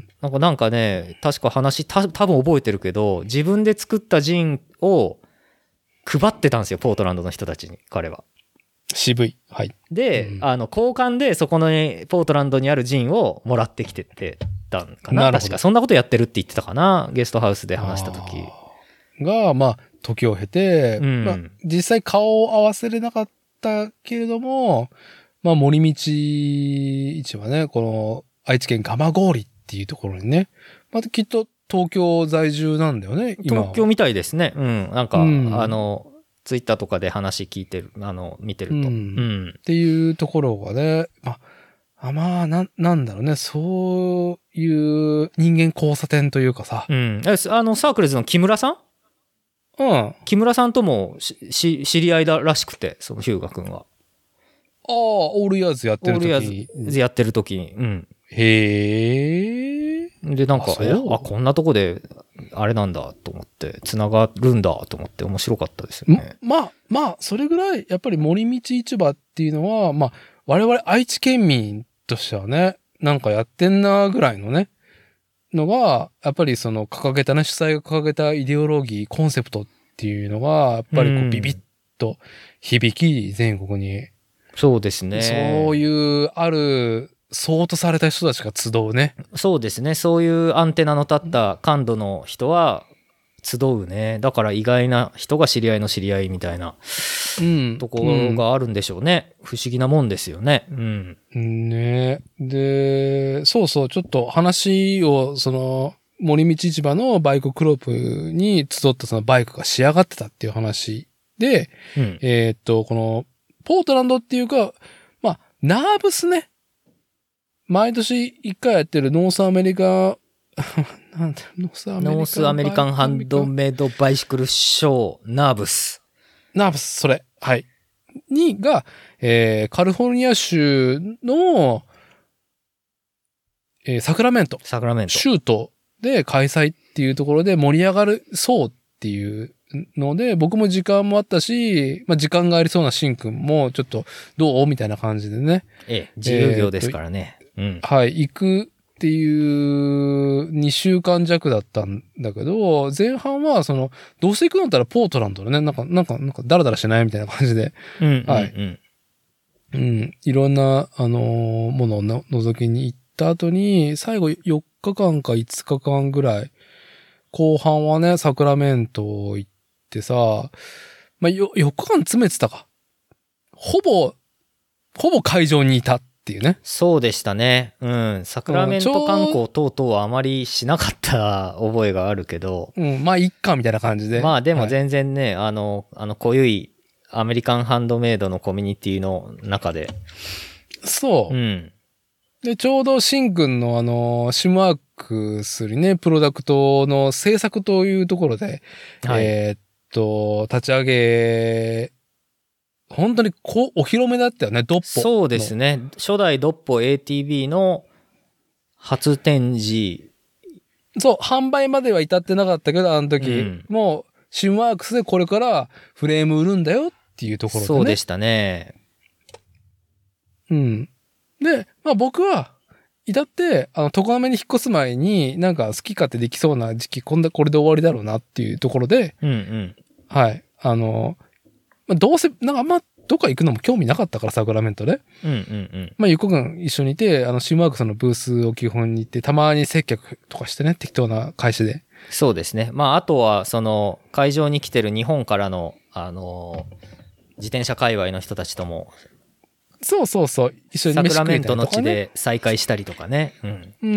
なんかなんかね、確か話、た多分覚えてるけど、自分で作ったジンを配ってたんですよ、ポートランドの人たちに、彼は。 渋い。はい。 で、うん、あの、交換でそこのポートランドにあるジンをもらってきててたんかな。な確か。そんなことやってるって言ってたかな。ゲストハウスで話した時が、まあ、時を経て、うんまあ、実際顔を合わせれなかったけれども、まあ、森道市はね、この愛知県蒲郡っていうところにね、またきっと東京在住なんだよね、今。 東京みたいですね。うん。なんか、うん、あの、ツイッターとかで話聞いてる、あの、見てると。うん。うん、 っていうところがね、まあ、まあ、な、なんだろうね、そういう人間交差点というかさ。 うん。あの、サークルズの木村さんうん。 木村さんともし、知り合いだらしくて、そのヒューガ君は。 ああ、オールイヤーズやってる時に。 オールイヤーズやってる時に。うん。 へえ。 で、なんか、あ、こんなとこで、あれなんだと思って、繋がるんだと思って面白かったですよね。 まあ、まあ、それぐらい、やっぱり森道市場っていうのは、まあ、我々愛知県民としてはね、なんかやってんなぐらいのね、のが、やっぱりその掲げたね、主催が掲げたイデオロギー、コンセプトっていうのが、やっぱりこうビビッと響き、全国に。 そうですね。 そういう、ある、 相当された人たちが集うね。 そうですね。そういうアンテナの立った感度の人は集うね。だから意外な人が知り合いの知り合いみたいなうん。 ところがあるんでしょうね。うん、不思議なもんですよね。うん。 ねで、そうそう、ちょっと話を、その、森道市場のバイククロープに集ったそのバイクが仕上がってたっていう話で、 うん、 えーっと、この、ポートランドっていうか、まあ、ナーブスね。毎年一回やってるノースアメリカ、なんだ、ノースアメリカン。 ノースアメリカンハンドメイドバイシクルショー、ナーブス。 ナーブス、それ。はい。に、が、えー、カリフォルニア州の、えー、サクラメント。 サクラメント。 州都で開催っていうところで盛り上がるそうっていうので、僕も時間もあったし、まあ、時間がありそうなシンくんも、ちょっと、どうみたいな感じでね。 ええ、自由業ですからね。 えー、うん。はい、行くっていうにしゅうかん弱だったんだけど、前半は、その、どうせ行くんだったらポートランドでね、なんか、なんか、なんか、ダラダラしないみたいな感じで。 うんうんうん、 はい。うん。いろんな、あのー、ものをの覗きに行った後に、最後よっかかんかいつかかんぐらい、後半はね、サクラメント行ってさ、まあ、よ、よっかかん詰めてたか。ほぼ、ほぼ会場にいたっていうね。 そうでしたね。うん。サクラメント観光等々はあまりしなかった覚えがあるけど。 うん、まあ、いっかみたいな感じで。 まあ、でも全然ね、はい、あの、あの、濃ゆいアメリカンハンドメイドのコミュニティの中で。 そう。 うん。 で、ちょうどシンくんのあの、シムワークスにね、プロダクトの制作というところで、はい、えー、っと、立ち上げ、本当にこう、お披露目だったよね、ドッポ。 そうですね。初代ドッポ エーティービー の初展示。 そう、販売までは至ってなかったけど、あの時、うん、もう、シムワークスでこれからフレーム売るんだよっていうところでね。 そうでしたね。 うん。で、まあ僕は、至って、あの、常滑に引っ越す前に、なんか好き勝手できそうな時期、こんな、これで終わりだろうなっていうところで、 うんうん。 はい。あの、まあ、どうせ、なんかあんま、どっか行くのも興味なかったから、サクラメントで。 うんうんうん。 まあ、ゆっこくん一緒にいて、あの、シムワークスのブースを基本に行って、たまに接客とかしてね、適当な会社で。 そうですね。まあ、あとは、その、会場に来てる日本からの、あの、自転車界隈の人たちとも、 そうそうそう。一緒に飯食いたりとか、ね、 サクラメントの地で再会したりとかね。うん。 うん。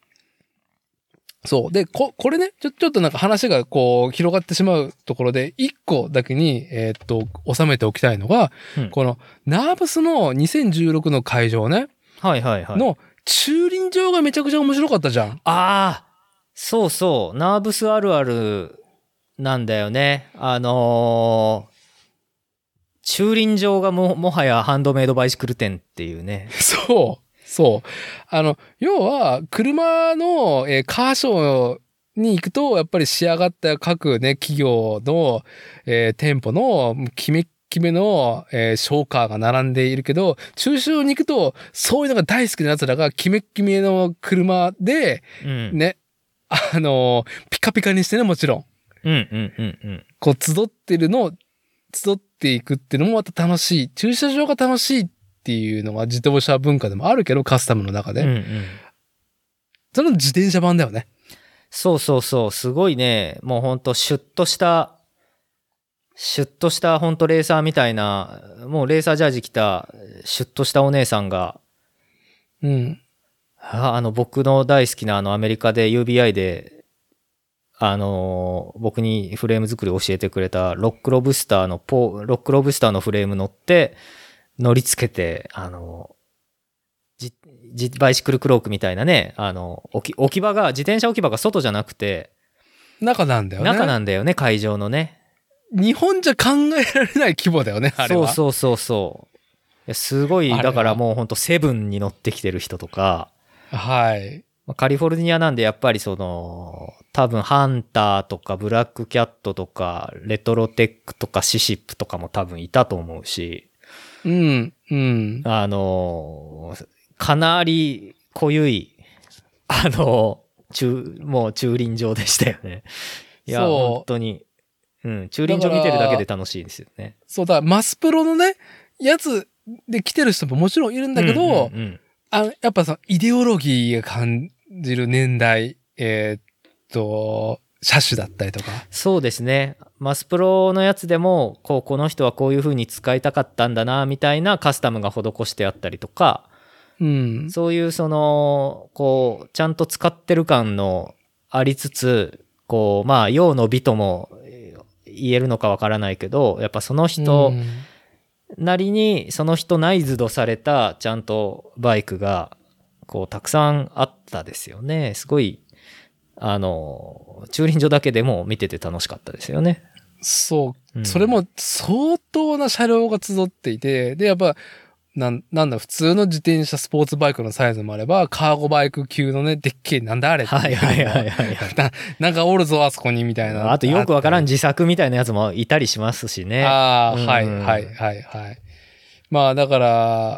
そう。で、こ、これね、ちょ、ちょっとなんか話がこう、広がってしまうところで、一個だけに、えー、っと、収めておきたいのが、うん、この、ナーブスのにせんじゅうろくの会場ね。 はいはいはい。 の、駐輪場がめちゃくちゃ面白かったじゃん。 ああ、そうそう。ナーブスあるあるなんだよね。あのー、駐輪場がも、もはやハンドメイドバイシクル店っていうね。 そう。そう。あの、要は、車の、えー、カーショーに行くと、やっぱり仕上がった各ね、企業の、えー、店舗の、決め、決めの、えー、ショーカーが並んでいるけど、駐車場に行くと、そういうのが大好きな奴らが、決め決めの車で、うん、ね、あのー、ピカピカにしてね、もちろん。 うんうんうんうん。 こう、集ってるのを、集っていくっていうのもまた楽しい。駐車場が楽しいっていうのが自動車文化でもあるけど、カスタムの中で。うんうん、それの自転車版だよね。 そうそうそう。すごいね、もうほんとシュッとした、シュッとしたほんとレーサーみたいな、もうレーサージャージ着たシュッとしたお姉さんが、 うん。 あ, あの僕の大好きなあのアメリカで ユービーアイ で、あのー、僕にフレーム作り教えてくれたロックロブスターのポロックロブスターのフレーム乗って乗り付けて、あのー、じバイシクルクロークみたいなね、あの置き置き場が自転車置き場が外じゃなくて中なんだよね。 中なんだよね、会場のね。 日本じゃ考えられない規模だよね、あれは。 そうそうそうそう。いやすごい、だからもうほんとセブンに乗ってきてる人とか。 はい。 カリフォルニアなんでやっぱりその、多分ハンターとかブラックキャットとかレトロテックとかシシップとかも多分いたと思うし。 うん、うん。 あの、かなり濃ゆい、あの、中、もう駐輪場でしたよね。いや、本当に。うん、駐輪場見てるだけで楽しいですよね。 そうだ、マスプロのね、やつで来てる人ももちろんいるんだけど、うんうんうん、 あの、やっぱそのイデオロギーが感じる年代、えー、っと、車種だったりとか。 そうですね。マスプロのやつでも、こう、この人はこういう風に使いたかったんだな、みたいなカスタムが施してあったりとか、 うん。 そういうその、こう、ちゃんと使ってる感のありつつ、こう、まあ、用の美とも言えるのかわからないけど、やっぱその人なりに、その人内図とされたちゃんとバイクが、こう、たくさんあったですよね。すごい、あの、駐輪場だけでも見てて楽しかったですよね。 そう。 うん、 それも相当な車両が集っていて、で、やっぱ、なん、なんだ、普通の自転車、スポーツバイクのサイズもあれば、カーゴバイク級のね、でっけえ、なんだあれっていうはいはいはいはい、はいな。なんかおるぞ、あそこに、みたいな。 あとよくわからん自作みたいなやつもいたりしますしね。 ああ、 うん、 はいはいはいはい。まあだから、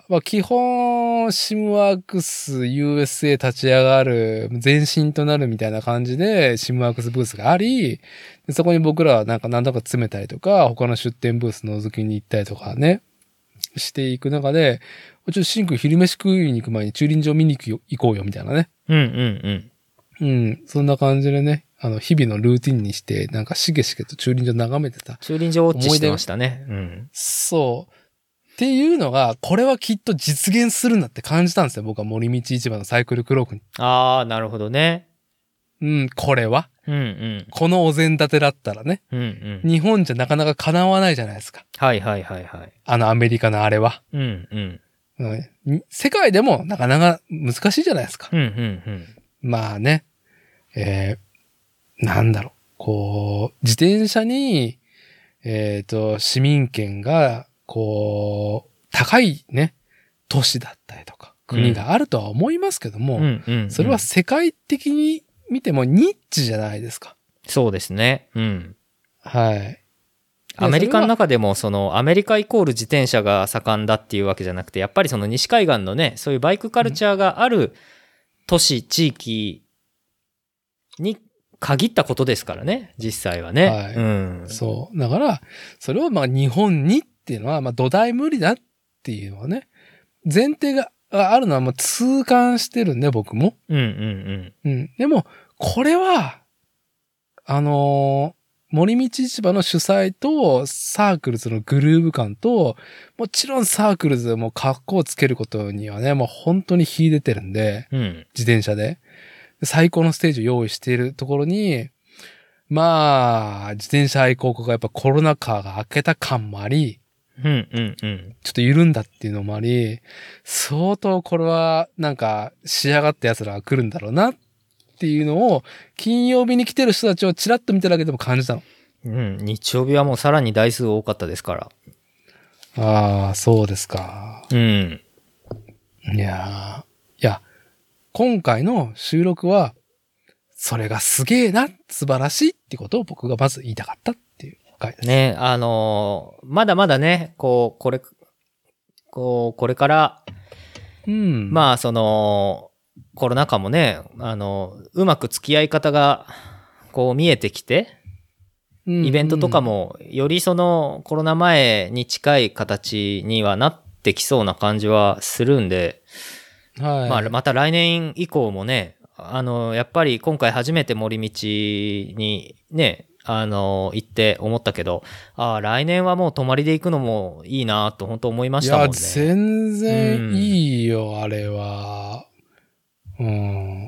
まあ基本、シムワークス ユーエスエー 立ち上がる、前身となるみたいな感じで、シムワークスブースがあり、でそこに僕らはなんか何とか詰めたりとか、他の出店ブース覗きに行ったりとかね、していく中で、ちょっとシンク昼飯食いに行く前に駐輪場見に行くよ行こうよみたいなね。 うんうんうん。うん。そんな感じでね、あの、日々のルーティンにして、なんかしげしげと駐輪場眺めてた。 駐輪場ウォッチしてましたね。うん。 そう。っていうのが、これはきっと実現するんだって感じたんですよ。僕は森道市場のサイクルクロークに。 ああ、なるほどね。 うん、これは。 うんうん。 このお膳立てだったらね。 うんうん。 日本じゃなかなか叶わないじゃないですか。 はいはいはいはい。 あのアメリカのあれは。 うんうん。 うん、世界でもなかなか難しいじゃないですか。 うんうんうん。 まあね。えー、なんだろう。こう、自転車に、えっと、市民権が、こう、高いね、都市だったりとか、国があるとは思いますけども、 うんうんうん、 それは世界的に見てもニッチじゃないですか。 そうですね。うん。 はい。 アメリカの中でも、その、アメリカイコール自転車が盛んだっていうわけじゃなくて、やっぱりその西海岸のね、そういうバイクカルチャーがある都市、地域に限ったことですからね、実際はね。 はい。 うん。 そう。だから、それをまあ日本にっていうのは、まあ土台無理だっていうのはね、前提があるのはもう痛感してるんで、僕も。 うんうんうん。うん。でも、これは、あのー、森道市場の主催とサークルズのグルーヴ感と、もちろんサークルズも格好をつけることにはね、もう本当に秀でてるんで、 うん。 自転車で。最高のステージを用意しているところに、まあ、自転車愛好家がやっぱコロナ禍が明けた感もあり、 うんうんうん。 ちょっと緩んだっていうのもあり、相当これはなんか仕上がった奴らが来るんだろうなっていうのを、金曜日に来てる人たちをチラッと見ただけでも感じたの。 うん、日曜日はもうさらに台数多かったですから。 ああ、そうですか。 うん。 いやー、いや、今回の収録は、それがすげえな、素晴らしいってことを僕がまず言いたかったっていう回です。 ね、あのー、まだまだね、こう、これ、こう、これから、 うん。 まあ、その、コロナ禍もね、あの、うまく付き合い方が、こう見えてきて、イベントとかも、よりそのコロナ前に近い形にはなってきそうな感じはするんで、 はい、 まあ、また来年以降もね、あの、やっぱり今回初めて森道にね、あの、行って思ったけど、ああ、来年はもう泊まりで行くのもいいなと本当思いましたもんね。 いや、全然いいよ、うん、あれは。うん。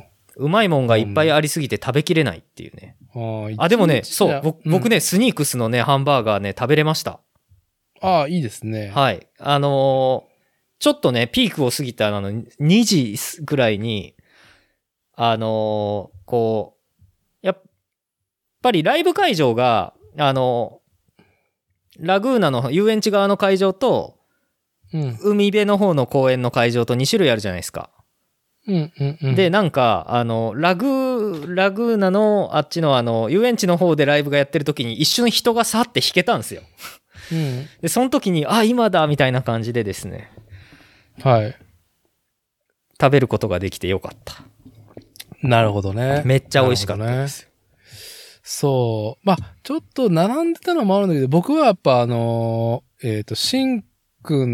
うまいもんがいっぱいありすぎて食べきれないっていうね。うん、あ、でもね、そう、僕、うん、僕ね、スニークスのね、ハンバーガーね、食べれました。 ああ、いいですね。 はい。あのー、ちょっとね、ピークを過ぎたあの、にじぐらいに、あのー、こう、やっぱりライブ会場が、あのー、ラグーナの遊園地側の会場と、うん、海辺の方の公園の会場とに種類あるじゃないですか。 うんうんうん、 で、なんか、あの、ラグ、ラグーナのあっちのあの、遊園地の方でライブがやってる時に一瞬人がさって弾けたんですよ。うん、で、その時に、あ、今だみたいな感じでですね。 はい。 食べることができてよかった。 なるほどね。 めっちゃ美味しかったです。 ね、そう。まあ、ちょっと並んでたのもあるんだけど、僕はやっぱあの、えっと、しんくん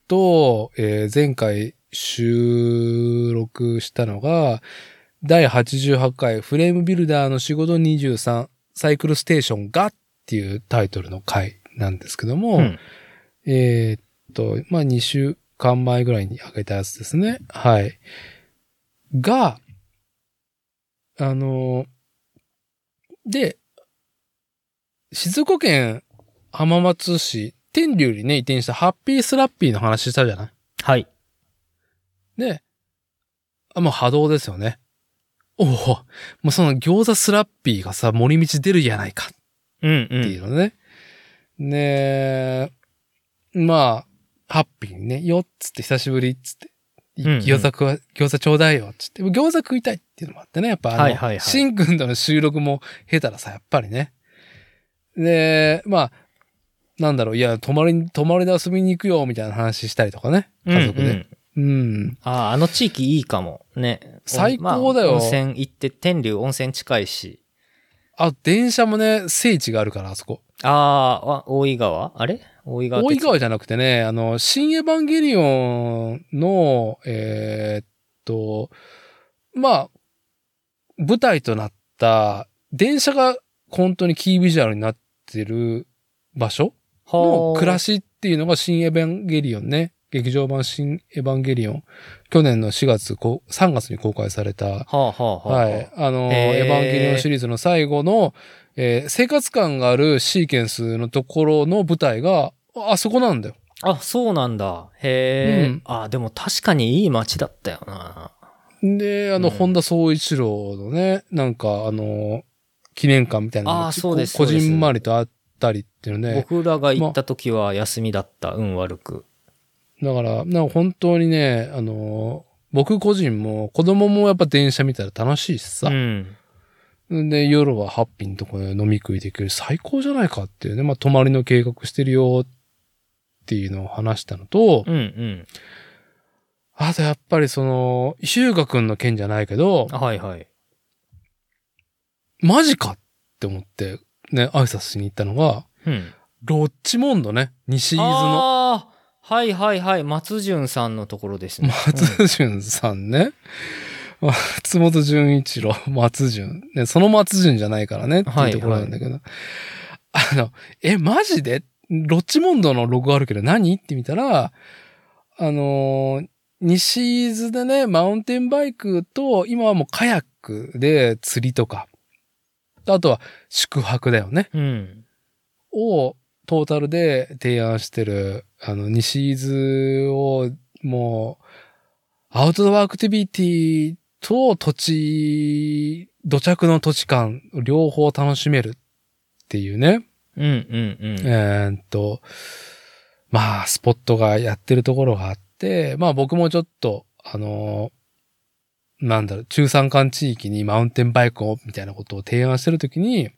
と、えー前回収録したのが、だいはちじゅうはちかいフレームビルダーの仕事にじゅうさんサイクルステーションがっていうタイトルの回なんですけども、 うん。 えーっと、まあ、にしゅうかんまえぐらいに上げたやつですね。はい。が、あの、で、静岡県浜松市、天竜にね、移転したハッピースラッピーの話したじゃない？ はい。 で、あ、もう波動ですよね。おお、もうその餃子スラッピーがさ、森道出るやないかうんう。 っていうんのね。ねえ、まあ、ハッピーにね、よっつって久しぶりっつって、 うんうん餃子食わ、餃子ちょうだいよっつって、餃子食いたいっていうのもあってね、やっぱあの、 はいはいはいシンくんとの収録も経たらさ、やっぱりね。で、まあ、なんだろう、いや、泊まりに、泊まりで遊びに行くよ、みたいな話したりとかね、家族で。 うんうんうん。 ああ、あの地域いいかも。ね。 最高だよまあ温泉行って、天竜温泉近いし。 あ、電車もね、聖地があるから、あそこ。 ああ、わ大井川あれ大井川大井鉄川じゃなくてね、あの、新エヴァンゲリオンの、えーっと、まあ、舞台となった、電車が本当にキービジュアルになってる場所の暮らし。 しっていうのが新エヴァンゲリオンね。劇場版新エヴァンゲリオン。去年のしがつ、こうさんがつに公開された、 はあはあはあ。 はい。あの、 へーエヴァンゲリオンシリーズの最後の、えー生活感があるシーケンスのところの舞台が、あそこなんだよ。 あ、そうなんだ。へえ。 うんあ、でも確かにいい街だったよな。 で、あの、 うん本田宗一郎のね、なんか、あの、記念館みたいなのがあーそうですここそうですじんまりとあったりっていうので、 僕らが行った時は休みだった。運悪く。 だから、なんか本当にね、あの、僕個人も子供もやっぱ電車見たら楽しいしさ。 うん。 で、夜はハッピーのとこで飲み食いできる最高じゃないかっていうね、まあ、泊まりの計画してるよっていうのを話したのと、 うんうん。 あとやっぱりその、ヒューガ君の件じゃないけど、 はいはい。 マジかって思って、ね、挨拶しに行ったのが、 うん。 ロッチモンドね、西伊豆のああ、はいはいはい。松潤さんのところですね。 松潤さんね。松本潤一郎、松潤。ね、その松潤じゃないからねっていうところなんだけど。あの、え、マジでロッチモンドのロゴあるけど何って見たら、あのー西伊豆でね、マウンテンバイクと、今はもうカヤックで釣りとか、あとは宿泊だよね。 うん。うん。 をトータルで提案してる、あの、西伊豆をもう、アウトドアアクティビティと土地、土着の土地感、両方楽しめるっていうね。 うんうんうん。 えーっと、まあ、スポットがやってるところがあって、まあ僕もちょっと、あのなんだろう、中山間地域にマウンテンバイクを、みたいなことを提案してるときに、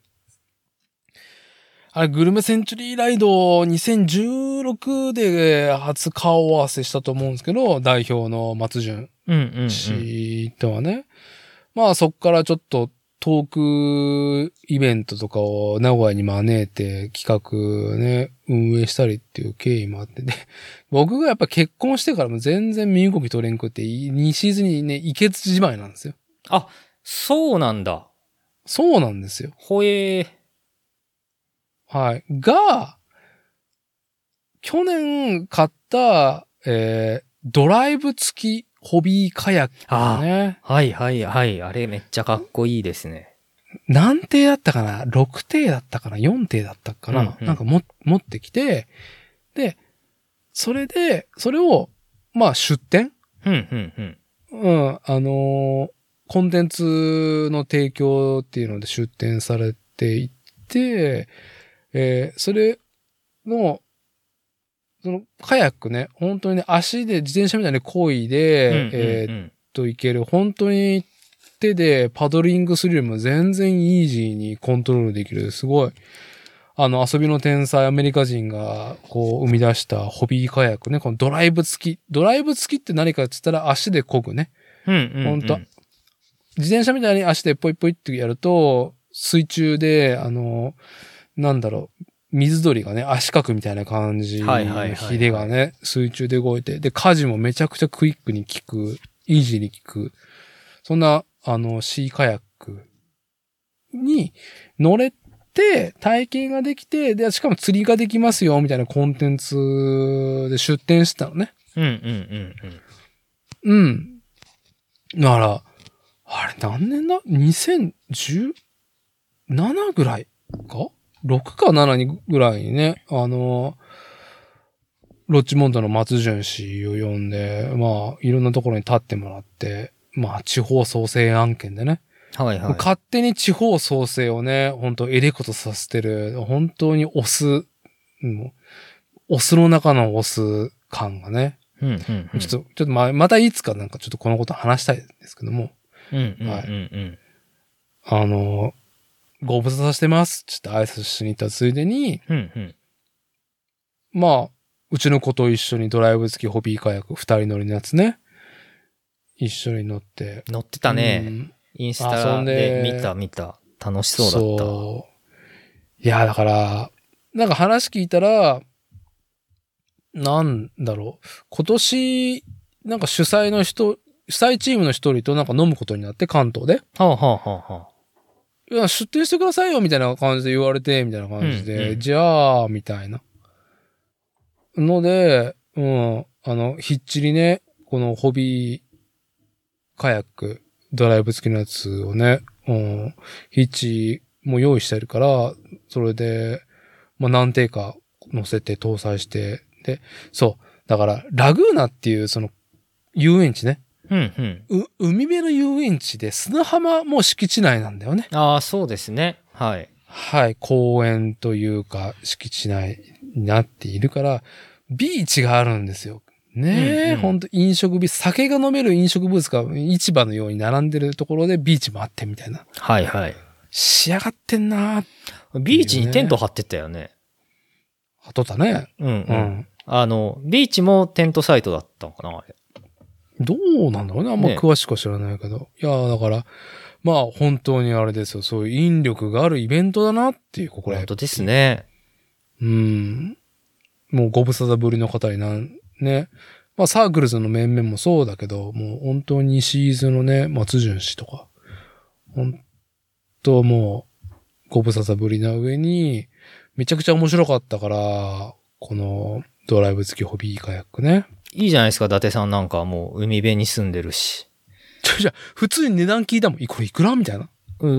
あれ、グルメセンチュリーライドにせんじゅうろくで初顔合わせしたと思うんですけど、代表の松潤うんうんうん。 氏とはね。まあそっからちょっとトークイベントとかを名古屋に招いて企画ね、運営したりっていう経緯もあってね。僕がやっぱ結婚してからも全然身動き取れんくって、西伊豆にね、行けずじまいなんですよ。 あ、そうなんだ。 そうなんですよ。 ほえー。 はい。が、去年買った、えー、ドライブ付きホビーカヤックね。 はいはいはい。あれめっちゃかっこいいですね。 何艇だったかな ?ろく 艇だったかな ?よん 艇だったかな、 うんうんなんかも、持ってきて、で、それで、それを、まあ出店うんうんうん。 うん、あのーコンテンツの提供っていうので出展されていて、えーそれの、その、カヤックね、本当にね、足で自転車みたいに漕いで、 うんうんうんえーっと、いける、本当に手でパドリングするよりも全然イージーにコントロールできる、すごい、あの、遊びの天才アメリカ人が、こう、生み出したホビーカヤックね、このドライブ付き。ドライブ付きって何かって言ったら足で漕ぐね。 うんうんうん。 本当自転車みたいに足でポイポイってやると、水中で、あの、なんだろう、 水鳥がね、足角みたいな感じはいはいはいはいのヒレがね、水中で動いて、で、舵もめちゃくちゃクイックに効く、イージーに効く、そんな、あの、シーカヤックに乗れて、体験ができて、で、しかも釣りができますよ、みたいなコンテンツで出展してたのね。 うんうんうんうん。 うん。だから、あれ何年だ ?にせんじゅうなな ぐらいか ?ろく かななにぐらいにね、あの、ロッチモンドの松潤氏を呼んで、まあ、いろんなところに立ってもらって、まあ、地方創生案件でね。 はいはい。 勝手に地方創生をね、本当エレコとさせてる、本当にオス、うん、オスの中のオス感がね。 うんうんうん。 ちょっと、ちょっとま、またいつかなんかちょっとこのこと話したいんですけども。 うんうんうんうん。 はいあの、ご無沙汰してます。ちょっと挨拶しに行ったついでに、 うんうん。 まあ、うちの子と一緒にドライブ付きホビーカヤック二人乗りのやつね。一緒に乗って。 乗ってたね。 うんインスタで見た見た。楽しそうだった。 そう。いや、だから、なんか話聞いたら、なんだろう。今年、なんか主催の人、主催チームの一人となんか飲むことになって、関東で。 はあはあはあはあ。 いや、出店してくださいよ、みたいな感じで言われて、みたいな感じで、 うんうんじゃあ、みたいな。ので、うん、あの、ひっちりね、このホビーカヤック、ドライブ付きのやつをね、うん、ひっちも用意してるから、それで、まあ、何定か乗せて搭載して、で、そう、だから、ラグーナっていう、その、遊園地ね。 うんうん。 う、海辺の遊園地で砂浜も敷地内なんだよね。 ああ、そうですね。はい。 はい、公園というか敷地内になっているから、ビーチがあるんですよ。ねえ、 うんうんほんと飲食ビ酒が飲める飲食ブースが市場のように並んでるところでビーチもあってみたいな。 はいはい。 仕上がってんなー。 ビーチにテント張ってたよね。 はとったね。 うんうん。 うん。 あの、ビーチもテントサイトだったのかなあれ。 どうなんだろうね。あんまね詳しくは知らないけど。いやーだから、まあ本当にあれですよ。そういう引力があるイベントだなっていう、ここら本当ですね。 うん。もうご無沙汰ぶりの方になん、ね。まあサークルズの面々もそうだけど、もう本当にシーズンのね、松潤氏とか、本当もうご無沙汰ぶりな上に、めちゃくちゃ面白かったから、このドライブ付きホビーカヤックね。 いいじゃないですか、伊達さんなんかもう海辺に住んでるし。 ちょ、じゃ普通に値段聞いたもん。これいくらみたいな。 うん、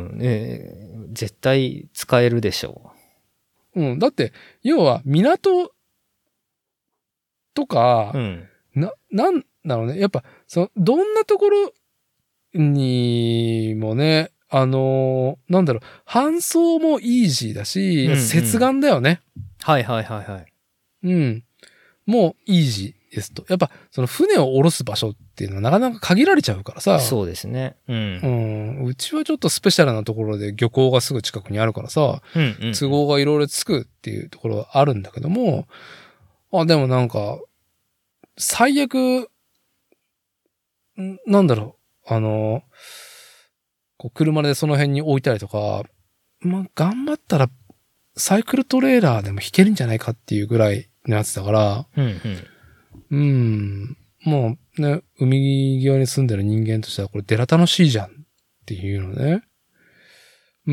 うん、ね、絶対使えるでしょうん。だって、要は港とか、 う。うん。 な、なんだろうね。やっぱ、その、どんなところにもね、あのーなんだろう、搬送もイージーだし、 うんうん接岸だよね。 はいはいはいはい。 うん。もうイージーですと。やっぱ、その船を下ろす場所っていうのはなかなか限られちゃうからさ。 そうですね。うん。 う。ん。うちはちょっとスペシャルなところで漁港がすぐ近くにあるからさ、 うんうん。 都合がいろいろつくっていうところはあるんだけども、あ、でもなんか、最悪、んなんだろう、あの、こう車でその辺に置いたりとか、まあ、頑張ったら、サイクルトレーラーでも引けるんじゃないかっていうぐらいのやつだから、 うんうん。 うん、もうね、海際に住んでる人間としてはこれデラ楽しいじゃんっていうのね。うん。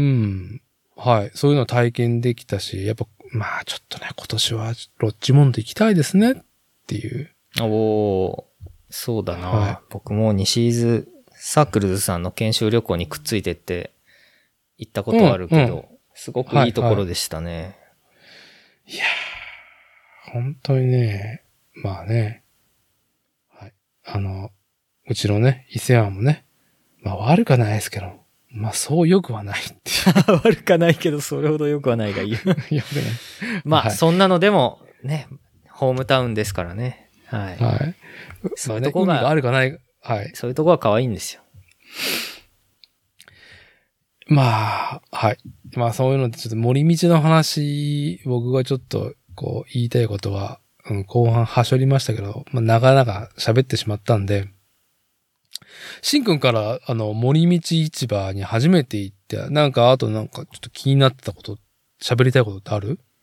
はい。そういうのを体験できたし、やっぱ、まあちょっとね、今年はロッジモンド行きたいですねっていう。 おー、そうだな、 はい僕も西伊豆サークルズさんの研修旅行にくっついてって行ったことあるけど、 うんうんすごくいいところでしたね。 いやー、本当にね、まあね、はい。あの、うちのね、伊勢湾もね、まあ悪くはないですけど、まあそう良くはないってい悪かないけど、それほど良くはないがいい。 う。良くない。 まあ、 はいそんなのでも、ね、ホームタウンですからね。はい。 はい。 そういうとこがまあね、海があるかない、はい。 そういうとこが可愛いんですよ。 まあ、はい。まあそういうのでちょっと森道の話、僕がちょっとこう言いたいことは、うん、後半はしょりましたけど、まあ長々喋ってしまったんで、しんくんからあの森道市場に初めて行って、なんかあとなんかちょっと気になってたこと、喋りたいことってある？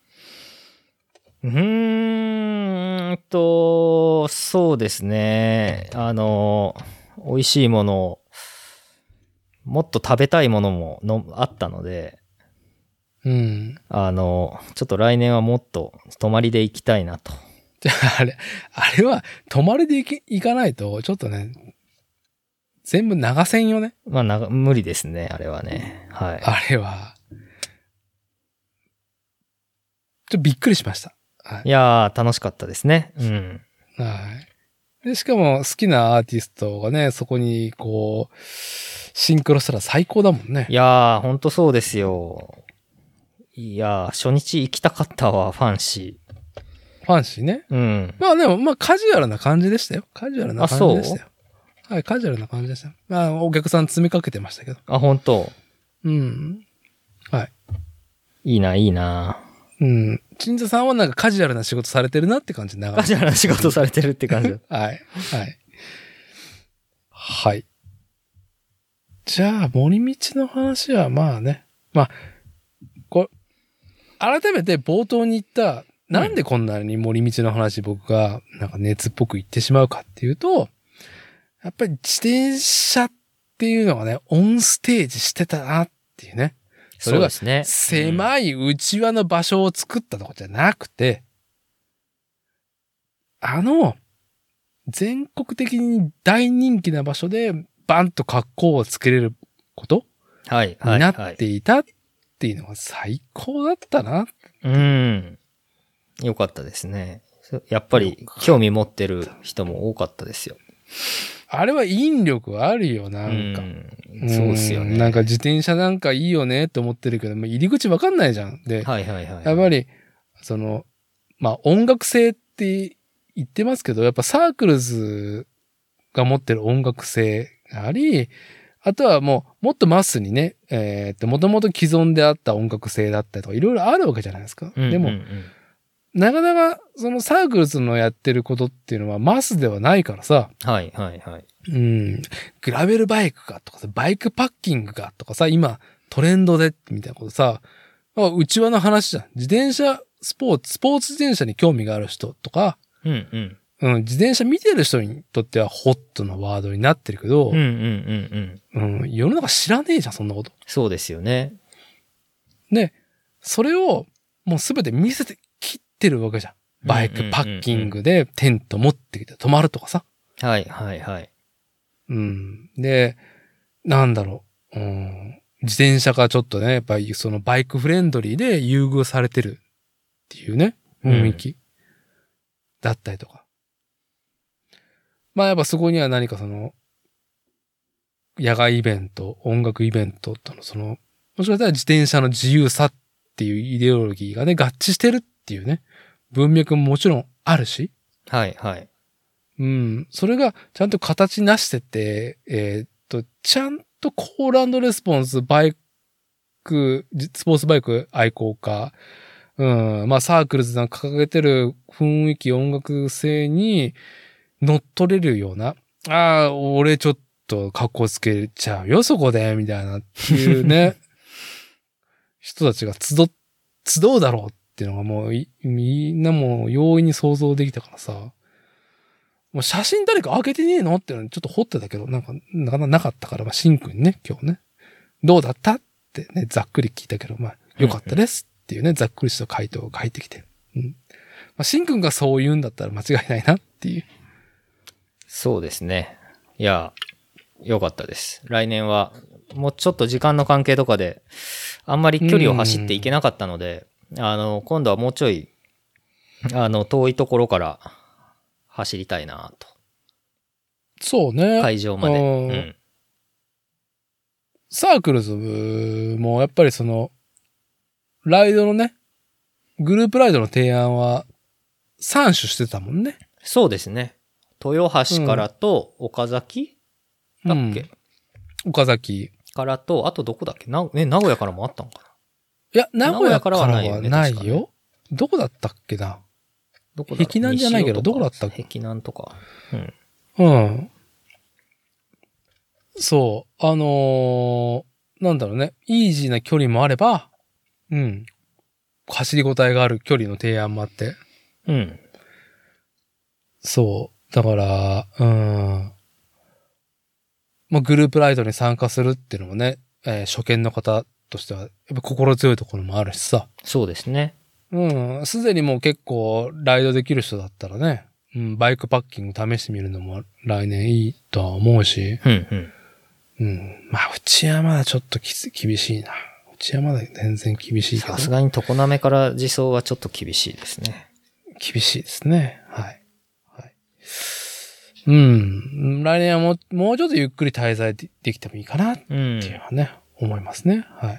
うーんと、そうですね。あの、美味しいものを、もっと食べたいものものあったので、 うん。 あの、ちょっと来年はもっと泊まりで行きたいなと。 じゃあ、あれ、あれは、泊まりで行け行かないと、ちょっとね、全部流せんよね。 まあな、無理ですね、あれはね。はい。 あれは。ちょっとびっくりしました。はいいやー、楽しかったですね。うん。 はい。で、しかも好きなアーティストがね、そこにこう、シンクロしたら最高だもんね。 いやー、ほんとそうですよ。いやー、初日行きたかったわ、ファンシファンシーね。 ー。うん。 まあでも、まあカジュアルな感じでしたよ。カジュアルなあ、そう感じでしたよ。はい、カジュアルな感じでしたよ。まあ、お客さん詰めかけてましたけど。 あ、ほんと。 うん。はい。 いいな、いいな。 うん。陳座さんはなんかカジュアルな仕事されてるなって感じで長カジュアルな仕事されてるって感じだ。 はい。はい。はい。じゃあ、森道の話はまあね。まあ、こう、改めて冒頭に言った、なんでこんなに森道の話僕がなんか熱っぽく言ってしまうかっていうと、やっぱり自転車っていうのがね、オンステージしてたなっていうね。それがそうですね。 狭い内輪の場所を作ったとかじゃなくて、あの、全国的に大人気な場所でバンと格好をつけれることはい、はい。 になはいっていたっていうのが最高だったな。 うん。よかったですね。やっぱり興味持ってる人も多かったですよ。 あれは引力あるよ、なんか。 うん、そうですよね。 んなんか自転車なんかいいよねって思ってるけど、入り口わかんないじゃん。で、 はいはいはい。 やっぱり、その、まあ音楽性って言ってますけど、やっぱサークルズが持ってる音楽性があり、あとはもう、もっとマスにね、えーっと、もともと既存であった音楽性だったりとか、いろいろあるわけじゃないですか。 うんうんうん、 でも、なかなか、そのサークルズのやってることっていうのはマスではないからさ。 はいはいはい。 うん。グラベルバイクかとかさ、バイクパッキングかとかさ、今トレンドで、みたいなことさ、内輪の話じゃん。自転車スポーツ、スポーツ自転車に興味がある人とか、 うんうん。 うん、自転車見てる人にとってはホットなワードになってるけど、 うんうんうんうん。 うん、世の中知らねえじゃん、そんなこと。 そうですよね。 で、それをもうすべて見せて切ってるわけじゃん。バイクパッキングでテント持ってきて泊まるとかさ。 はいはいはい。 うん。で、なんだろう。うん、自転車がちょっとね、やっぱりそのバイクフレンドリーで優遇されてるっていうね、雰囲気だったりとか。まあやっぱそこには何かその、野外イベント、音楽イベントとのその、もしかしたら自転車の自由さっていうイデオロギーがね、合致してるっていうね、文脈ももちろんあるし。 はいはい。 うん。それがちゃんと形なしてて、えー、っと、ちゃんとコール&レスポンス、バイク、スポーツバイク愛好家、うん。まあサークルズが掲げてる雰囲気、音楽性に乗っ取れるような、ああ、俺ちょっと格好つけちゃうよ、そこで、みたいなっていうね、人たちが集、集うだろうっていうのがもうみんなもう容易に想像できたからさ、もう写真誰か開けてねえのっていうのにちょっと掘ってたけど、なんか、なかなかなかったから、まあ、シンくんにね、今日ね、どうだったってね、ざっくり聞いたけど、まあ、よかったですっていうね、ざっくりした回答を書いてきて。うん。まあ、シンくんがそう言うんだったら間違いないなっていう。 そうですね。いや、よかったです。来年は、もうちょっと時間の関係とかで、あんまり距離を走っていけなかったので、あの、今度はもうちょい、あの、遠いところから走りたいなと。 そうね。 会場まで。うん。 サークルズもやっぱりその、ライドのね、グループライドの提案はさん種してたもんね。 そうですね。豊橋からと岡崎、だっけ、 うん、岡崎。 からと、あとどこだっけな、ね、名古屋からもあったのかな。 いや、名古屋からはないよ。ないよ。 ね、 どこだったっけな。 どこだ碧南じゃないけど、どこだったっけ。 碧南とか。 うん。うん。そう。あのー、なんだろうね。イージーな距離もあれば、うん。走りごたえがある距離の提案もあって。 うん。 そう。だから、うん。まあ、グループライドに参加するっていうのもね、えー初見の方としては、やっぱ心強いところもあるしさ。 そうですね。 うん。すでにもう結構ライドできる人だったらね、うん、バイクパッキング試してみるのも来年いいとは思うし。 うんうん。 うん。まあ、うちはまだちょっときつ厳しいな。うちはまだ全然厳しいけど。 さすがに常滑から自走はちょっと厳しいですね。 厳しいですね。はい。はい。うん。来年はもう、もうちょっとゆっくり滞在でできてもいいかなっていうのはね、うん、思いますね。はい。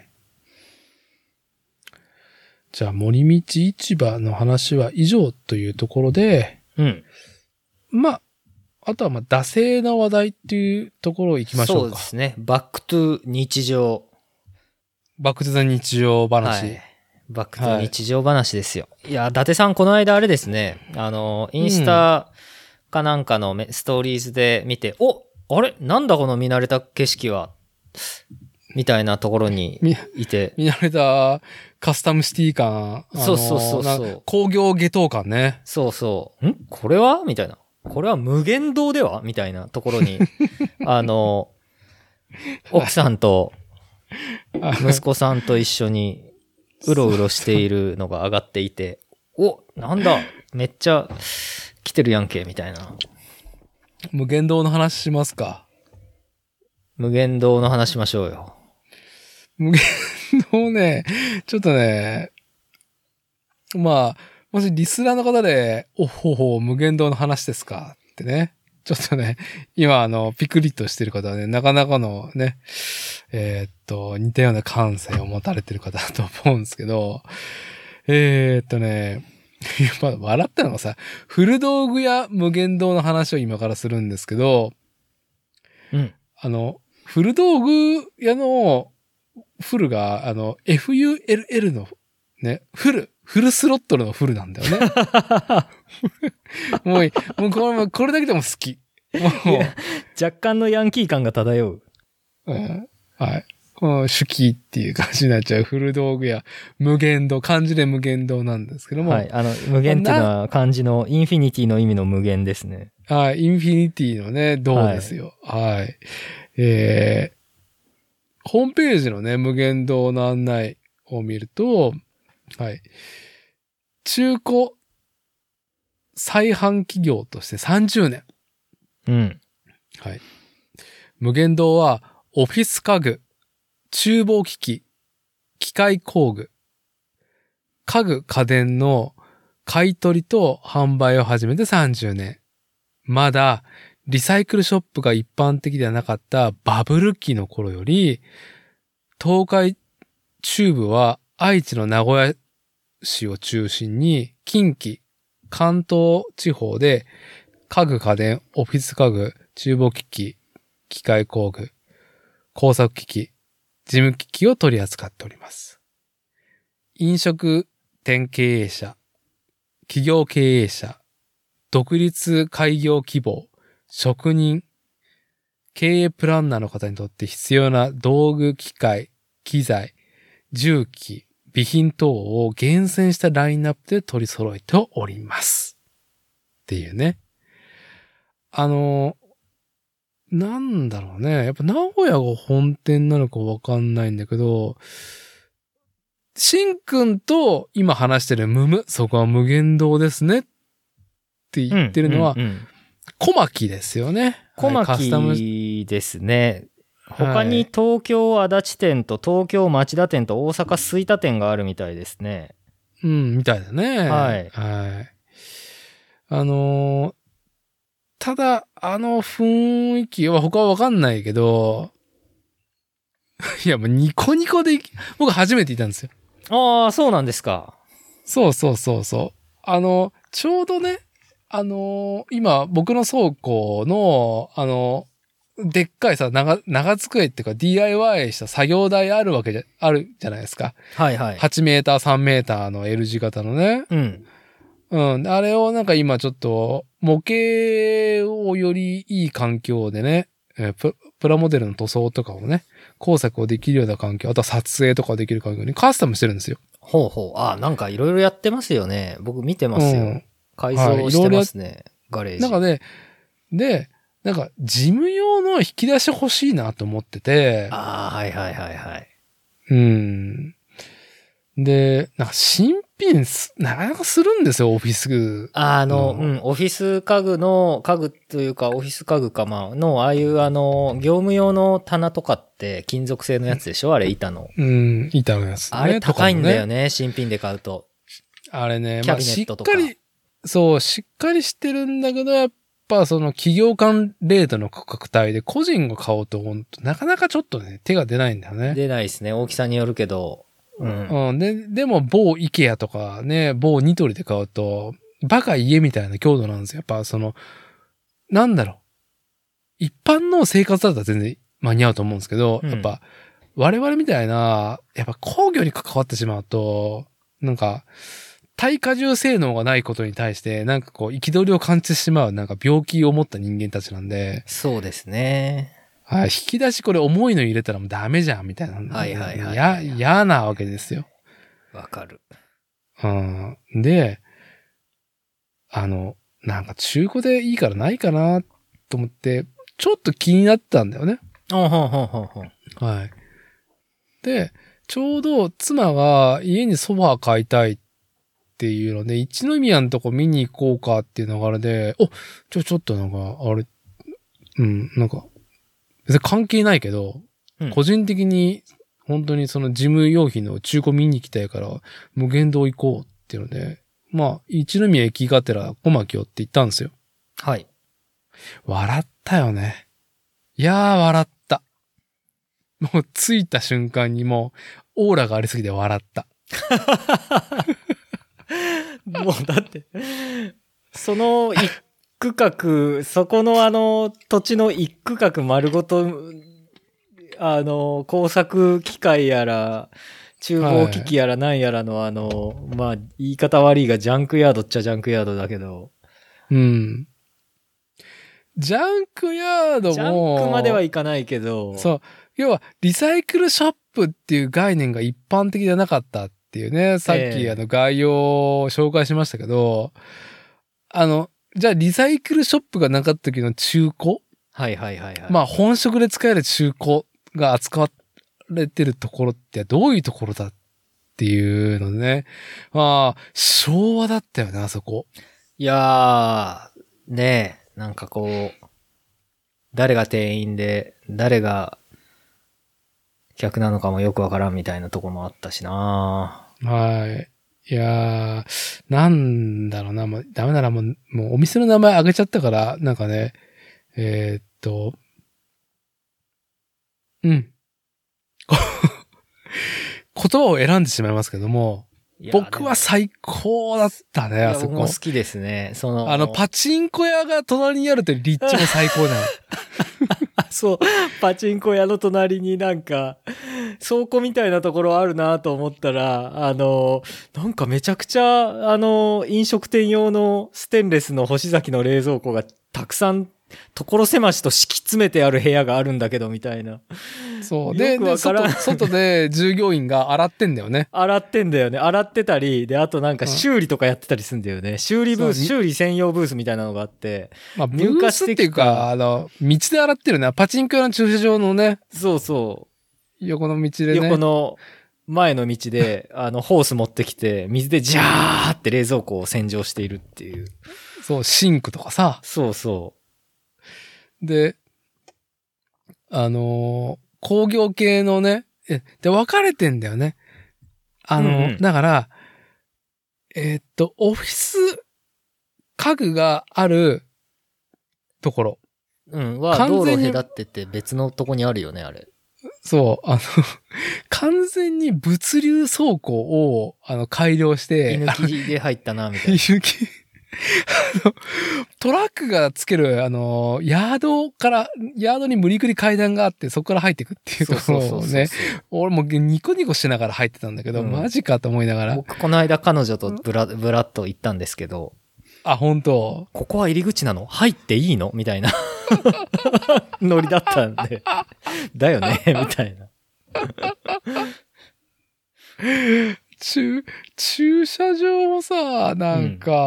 じゃあ、森道市場の話は以上というところで、 うん。 まあ、あとはまあ、惰性な話題っていうところを行きましょうか。 そうですね。バックトゥ日常。 バックトゥザ日常話。 はい。バックトゥ日常話ですよ。はい、いや、伊達さん、この間あれですね、あの、インスタかなんかのストーリーズで見て、うん、おあれなんだこの見慣れた景色はみたいなところにいて。 見慣れたカスタムシティ感。 そうそうそうそう。 工業下等感ね。 そうそう。んこれはみたいな。これは無限堂ではみたいなところに、あの、奥さんと息子さんと一緒にうろうろしているのが上がっていて、おなんだめっちゃ来てるやんけみたいな。 無限堂の話しますか。 無限堂の話しましょうよ。 無限堂ね、ちょっとね、まあ、もしリスナーの方で、おほほ、無限堂の話ですかってね。ちょっとね、今あの、ピクリッとしてる方はね、なかなかのね、えー、っと、似たような感性を持たれてる方だと思うんですけど、えー、っとね、やっぱ笑ったのがさ、古道具や無限堂の話を今からするんですけど、 うん。 あの、古道具屋のフルが、あの、エフユーエルエル のね、フル、フルスロットルのフルなんだよね。もう、もうこれ、これだけでも好き。もう若干のヤンキー感が漂う。 うん、はい。この手記っていう感じになっちゃう古道具や無限堂、漢字で無限堂なんですけども。 はい。あの、無限っていうのは漢字のインフィニティの意味の無限ですね。 はい。インフィニティのね、堂ですよ。はい。はい、えー、ホームページのね、無限堂の案内を見ると、はい。中古再販企業としてさんじゅうねん。 うん。 はい。無限堂は、オフィス家具、厨房機器、機械工具、家具家電の買い取りと販売を始めてさんじゅうねん。まだ、リサイクルショップが一般的ではなかったバブル期の頃より、東海中部は愛知の名古屋市を中心に、近畿、関東地方で家具家電、オフィス家具、厨房機器、機械工具、工作機器、事務機器を取り扱っております。飲食店経営者、企業経営者、独立開業希望、職人、経営プランナーの方にとって必要な道具、機械、機材、重機、備品等を厳選したラインナップで取り揃えております。っていうね。あの、なんだろうね。やっぱ名古屋が本店なのかわかんないんだけど、しんくんと今話してるムム、そこは無限堂ですねって言ってるのは、小牧ですよね。 小牧ですね。他に東京足立店と東京町田店と大阪吹田店があるみたいですね。 うん、みたいだね。 はい。 はい。あのー、ただ、あの雰囲気は他はわかんないけど、いや、もうニコニコで、僕初めていたんですよ。 ああ、そうなんですか。 そうそうそうそう。あの、ちょうどね、あのー、今、僕の倉庫の、あの、でっかいさ、長、長机っていうか ディーアイワイ した作業台あるわけじゃ、あるじゃないですか。 はいはい。 はちメーター、さんメーターの L 字型のね。 うん。 うん。あれをなんか今ちょっと、模型をよりいい環境でね、プ、プラモデルの塗装とかをね、工作をできるような環境、あとは撮影とかできる環境にカスタムしてるんですよ。 ほうほう。ああ、なんかいろいろやってますよね。僕見てますよ。 うん。 改造してますね、ガレージ。 なんかね、で、なんか、事務用の引き出し欲しいなと思ってて。 ああ、はいはいはいはい。 うん。で、なんか新品す、なかなかするんですよ、オフィス。 あの、うん、オフィス家具の、家具というか、オフィス家具か、まあ、の、ああいうあの、業務用の棚とかって金属製のやつでしょあれ、板の。 うん、板のやつ、ね。 あれ高いんだよね。 ね、新品で買うと。 あれね、 キャビネットとか。 まあ、しっかり、そう、しっかりしてるんだけど、やっぱその企業間レートの価格帯で個人が買おうと思うと、なかなかちょっとね、手が出ないんだよね。 出ないですね、大きさによるけど。 うん。うん。で、でも某イケアとかね、某ニトリで買うと、バカ家みたいな強度なんですよ。やっぱその、なんだろう。一般の生活だったら全然間に合うと思うんですけど、うん、やっぱ我々みたいな、やっぱ工業に関わってしまうと、なんか、耐荷重性能がないことに対して、なんかこう、憤りを感じてしまう、なんか病気を持った人間たちなんで。 そうですね。 はい、引き出しこれ重いの入れたらもうダメじゃん、みたいな。 はいはいはい。 や、嫌なわけですよ。 わかる。 うん。で、あの、なんか中古でいいからないかなと思って、ちょっと気になったんだよね。 ほうほうほうほうほう。 はい。で、ちょうど妻が家にソファー買いたいっていうので、一宮のとこ見に行こうかっていう流れで、お、ちょ、ちょっとなんか、あれ、うん、なんか、別に関係ないけど、うん、個人的に本当にその事務用品の中古見に行きたいから、無限堂行こうっていうので、まあ、一宮駅がてら小牧をって言ったんですよ。 はい。 笑ったよね。いやー、笑った。もう着いた瞬間にもう、オーラがありすぎて笑った。 もうだって、その一区画、そこのあの土地の一区画丸ごと、あの、工作機械やら、厨房機器やらなんやらのあの、はい、まあ、言い方悪いがジャンクヤードっちゃジャンクヤードだけど。 うん。ジャンクヤードも。 ジャンクまではいかないけど。 そう。要は、リサイクルショップっていう概念が一般的じゃなかったっていうね。さっきあの概要を紹介しましたけど、えー、あの、じゃあリサイクルショップがなかった時の中古はいはいはいはい。 まあ本職で使える中古が扱われてるところってどういうところだっていうのでね。まあ、昭和だったよね、あそこ。 いやー、ねえ、なんかこう、誰が店員で、誰が客なのかもよくわからんみたいなところもあったしな。 はい。いやー、なんだろうな、もうダメならもう、もうお店の名前あげちゃったから、なんかね、えー、っと、うん。言葉を選んでしまいますけども、僕は最高だったね、あそこ。 僕も好きですね。その、 あの、パチンコ屋が隣にあるって立地も最高だよ。 そう、パチンコ屋の隣になんか、倉庫みたいなところあるなと思ったら、あの、なんかめちゃくちゃ、あの、飲食店用のステンレスの星崎の冷蔵庫がたくさん、所狭しと敷き詰めてある部屋があるんだけど、みたいな。 そう。で、で外、外で従業員が洗ってんだよね。 洗ってんだよね。洗ってたり、で、あとなんか修理とかやってたりするんだよね。うん、修理ブース、修理専用ブースみたいなのがあって。 まあ、ブースっていうか、あの、道で洗ってるね。パチンコ用の駐車場のね。 そうそう。 横の道でね。 横の前の道で、あの、ホース持ってきて、水でジャーって冷蔵庫を洗浄しているっていう。 そう、シンクとかさ。 そうそう。 で、あのー、工業系のね、え、で、分かれてんだよね。あの、うんうん、だから、えー、っと、オフィス家具があるところ。 うん、は、道路隔ってて別のとこにあるよね、あれ。 そう、あの、完全に物流倉庫を、あの、改良して。 居抜きで入ったな、みたいな。 居抜き。あの、トラックがつける、あの、ヤードから、ヤードに無理くり階段があって、そこから入っていくっていうところをね、俺もニコニコしながら入ってたんだけど、うん、マジかと思いながら。 僕、この間彼女とブラ、ブラッと行ったんですけど。 あ、本当。 ここは入り口なの？入っていいの？みたいなノリだったんで。だよねみたいな。 駐、駐車場もさ、なんか、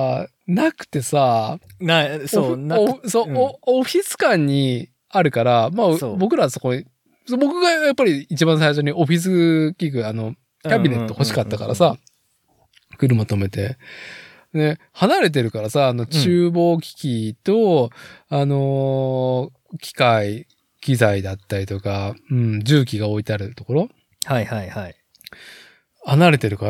なくてさ、 な、そう、 オフなおそう、 うんおオフィス館にあるから、まあ、 そう僕らはそこに、そう僕がやっぱり一番最初にオフィス器具、あの、キャビネット欲しかったからさ、車止めて。ね、離れてるからさ、あの、厨房機器と、うん、あのー、機械、機材だったりとか、うん、重機が置いてあるところ。 はいはいはい。 離れてるから、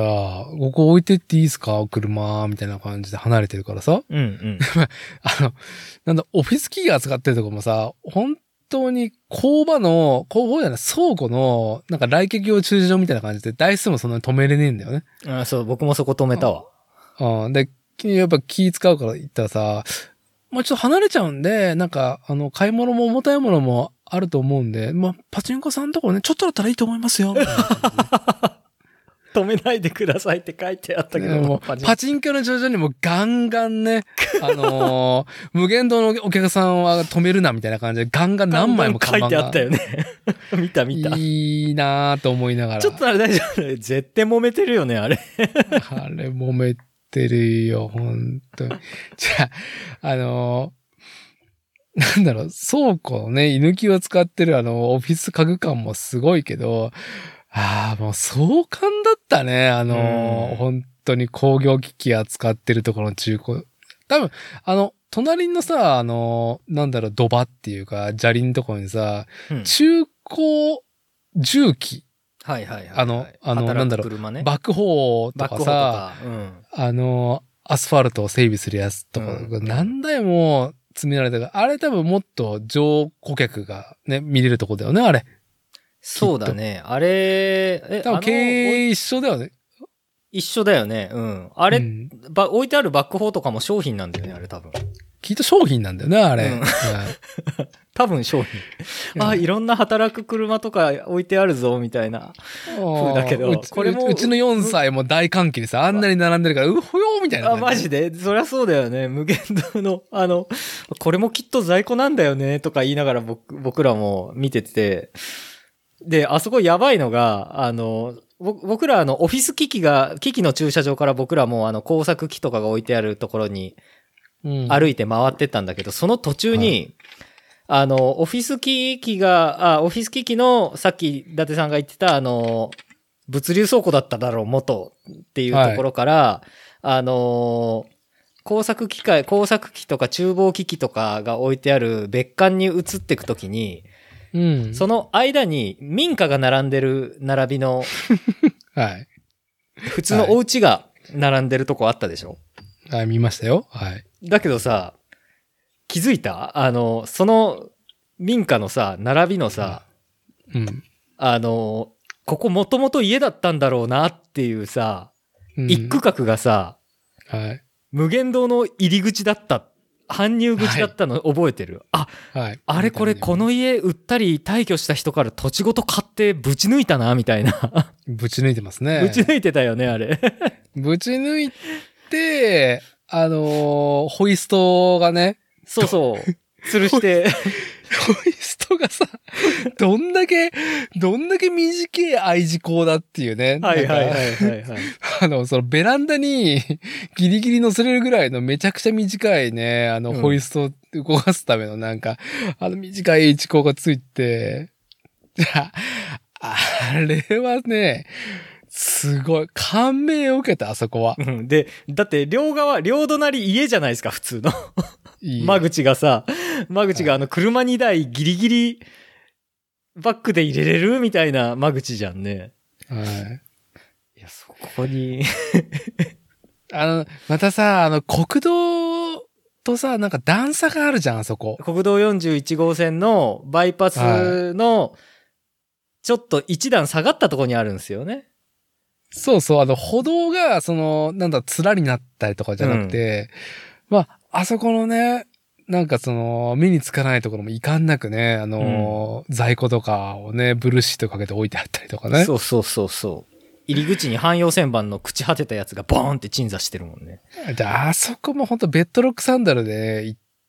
ここ置いてっていいですか車、みたいな感じで離れてるからさ。 うんうん。 あの、なんだ、オフィス機器扱ってるとこもさ、本当に工場の、工場じゃない、倉庫の、なんか来客用駐車場みたいな感じで台数もそんなに止めれねえんだよね。 あ、そう、僕もそこ止めたわ。 うん。で、やっぱ気使うから言ったらさ、まあちょっと離れちゃうんで、なんか、あの、買い物も重たいものもあると思うんで、まあパチンコさんのところね、ちょっとだったらいいと思いますよ。みたいな止めないでくださいって書いてあったけど、 もうパチンコの徐々にもうガンガンね、あのー、無限堂のお客さんは止めるなみたいな感じでガンガン何枚も書いてあったよね。見た見た。 いいなぁと思いながら。 ちょっとあれ大丈夫絶対揉めてるよね、あれ。 あれ揉めてるよ、ほんとに。じゃあ、あのー、なんだろう、倉庫のね、居抜きを使ってるあの、オフィス家具館もすごいけど、ああ、もう壮観だったね。あのー、本当に工業機器扱ってるところの中古。多分、あの、隣のさ、あのー、なんだろう、土場っていうか、砂利のところにさ、うん、中古重機。 はいはいはい、はい。 あの、あの、なんだろう、バックホーとかさ、 うん、 あの、アスファルトを整備するやつとか、うん、何台も積められたから、あれ多分もっと上顧客がね、見れるとこだよね、あれ。 そうだね。あれ、 え、多分経営一緒だよね。 一緒だよね。うん。あれ、うん、ば、置いてあるバックホーとかも商品なんだよね、あれ多分。 きっと商品なんだよね、あれ。うん、 多分商品。あ、いろんな働く車とか置いてあるぞ、みたいな風だけど。 これもうちのよんさいも大歓喜でさ、あんなに並んでるから、うほよーみたいな。 あ、マジでそりゃそうだよね。無限堂の、あの、これもきっと在庫なんだよね、とか言いながら僕、僕らも見てて、で、あそこやばいのが、あの、僕らあの、オフィス機器が、機器の駐車場から僕らもあの、工作機とかが置いてあるところに、歩いて回ってったんだけど、うん、その途中に、はい、あの、オフィス機器が、あ、オフィス機器の、さっき伊達さんが言ってた、あの、物流倉庫だっただろう、元っていうところから、はい、あの、工作機械、工作機とか厨房機器とかが置いてある別館に移っていくときに、うん、その間に民家が並んでる並びの、 はい。 普通のお家が並んでるとこあったでしょ？ はい、見ましたよ。はい。 だけどさ、気づいた？あの、その民家のさ、並びのさ、うん。あの、ここもともと家だったんだろうなっていうさ、うん、一区画がさ、はい。無限堂の入り口だった。搬入口だったの覚えてる、はい、あ、はい、あれこれこの家売ったり退去した人から土地ごと買ってぶち抜いたなみたいな。 ぶち抜いてますね。 ぶち抜いてたよね、あれ。 ぶち抜いて、あのー、ホイストがね。 そうそう。吊るして。 ホイストがさ、どんだけ、どんだけ短い愛知港だっていうね。 はいはいはいはい、はい。 あの、そのベランダにギリギリ乗せれるぐらいのめちゃくちゃ短いね、あの、ホイストを動かすためのなんか、うん、あの短い愛知港がついて、あれはね、すごい、感銘を受けた、あそこは。 うん、で、だって両側、両隣家じゃないですか、普通の。いい間口がさ、間口があの車にだいギリギリバックで入れれるみたいな間口じゃんね。 はい。 いや、そこに。 あの、またさ、あの、国道とさ、なんか段差があるじゃん、あそこ。 国道よんじゅういち号線のバイパスの、ちょっと一段下がったところにあるんですよね。 そうそう、あの、歩道が、その、なんだ、つらになったりとかじゃなくて、うん、まあ、あそこのね、なんかその、目につかないところもいかんなくね、あの、うん、在庫とかをね、ブルーシートかけて置いてあったりとかね。 そうそうそうそう。入り口に汎用旋盤の朽ち果てたやつがボーンって鎮座してるもんね。 で、あそこもほんとベッドロックサンダルで行っ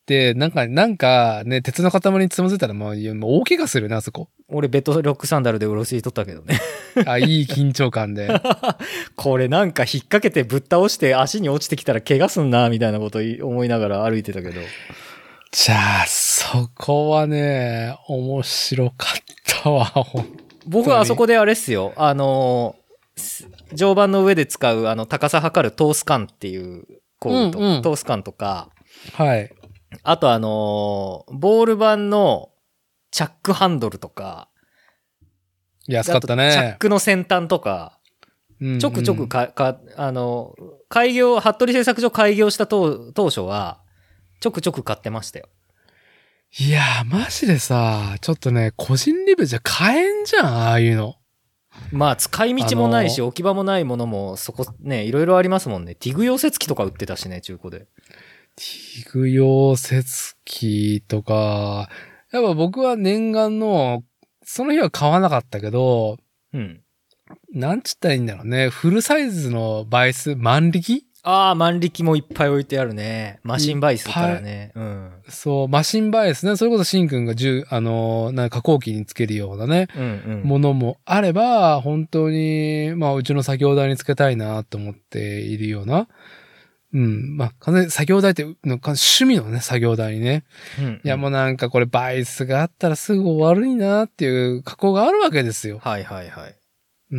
で、なんか、なんかね、鉄の塊につまずいたらもう、いやもう大怪我するな、あそこ。 俺ベッドロックサンダルでうろついとったけどね。 あ、いい緊張感で。 これなんか引っ掛けてぶっ倒して足に落ちてきたら怪我すんな、みたいなこと思いながら歩いてたけど。 じゃあ、そこはね、面白かったわ、ほん僕はあそこであれっすよ。あの、常磐の上で使うあの高さ測るトースカンっていう工具と、 うんうんトースカンとか、 はい。 あとあの、ボール板のチャックハンドルとか、 安かったあとチャッね。 クの先端とか、 うんうんちょくちょくか、か、あの、開業、服部製作所開業した当当初は、ちょくちょく買ってましたよ。 いやー、マジでさ、ちょっとね、個人レベルじゃ買えんじゃん、ああいうの。 まあ、使い道もないし、 あの置き場もないものも、そこね、いろいろありますもんね。ティグ溶接機とか売ってたしね、中古で。 ティグ溶接機とか、やっぱ僕は念願の、その日は買わなかったけど、 うん。 なんちったらいいんだろうね。フルサイズのバイス、万力ああ、万力もいっぱい置いてあるね。マシンバイスからね。うん。 そう、マシンバイスね。それこそシンくんがじゅう、あの、なんか加工機につけるようなね、 うんうん。 ものもあれば、本当に、まあ、うちの作業台につけたいなと思っているような。うん。まあ、完全に作業台って、なんか趣味のね、作業台にね。 うんうん、 いや、もうなんかこれバイスがあったらすぐ終わるいなっていう加工があるわけですよ。 はいはいはい。 うん。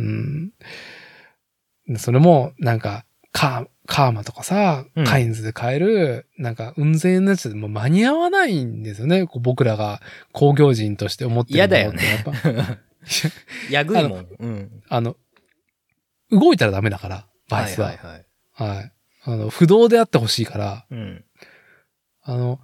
それも、なんか、カー、カーマとかさ、 うんカインズで買える、なんか、運勢のやつでもう間に合わないんですよね。こう僕らが工業人として思ってる嫌だよねものってやっぱ。 やぐいもん。うん。 あの、動いたらダメだから、バイスは。 はいはいはい。 はい。あの、不動であってほしいから、 うん。 あの、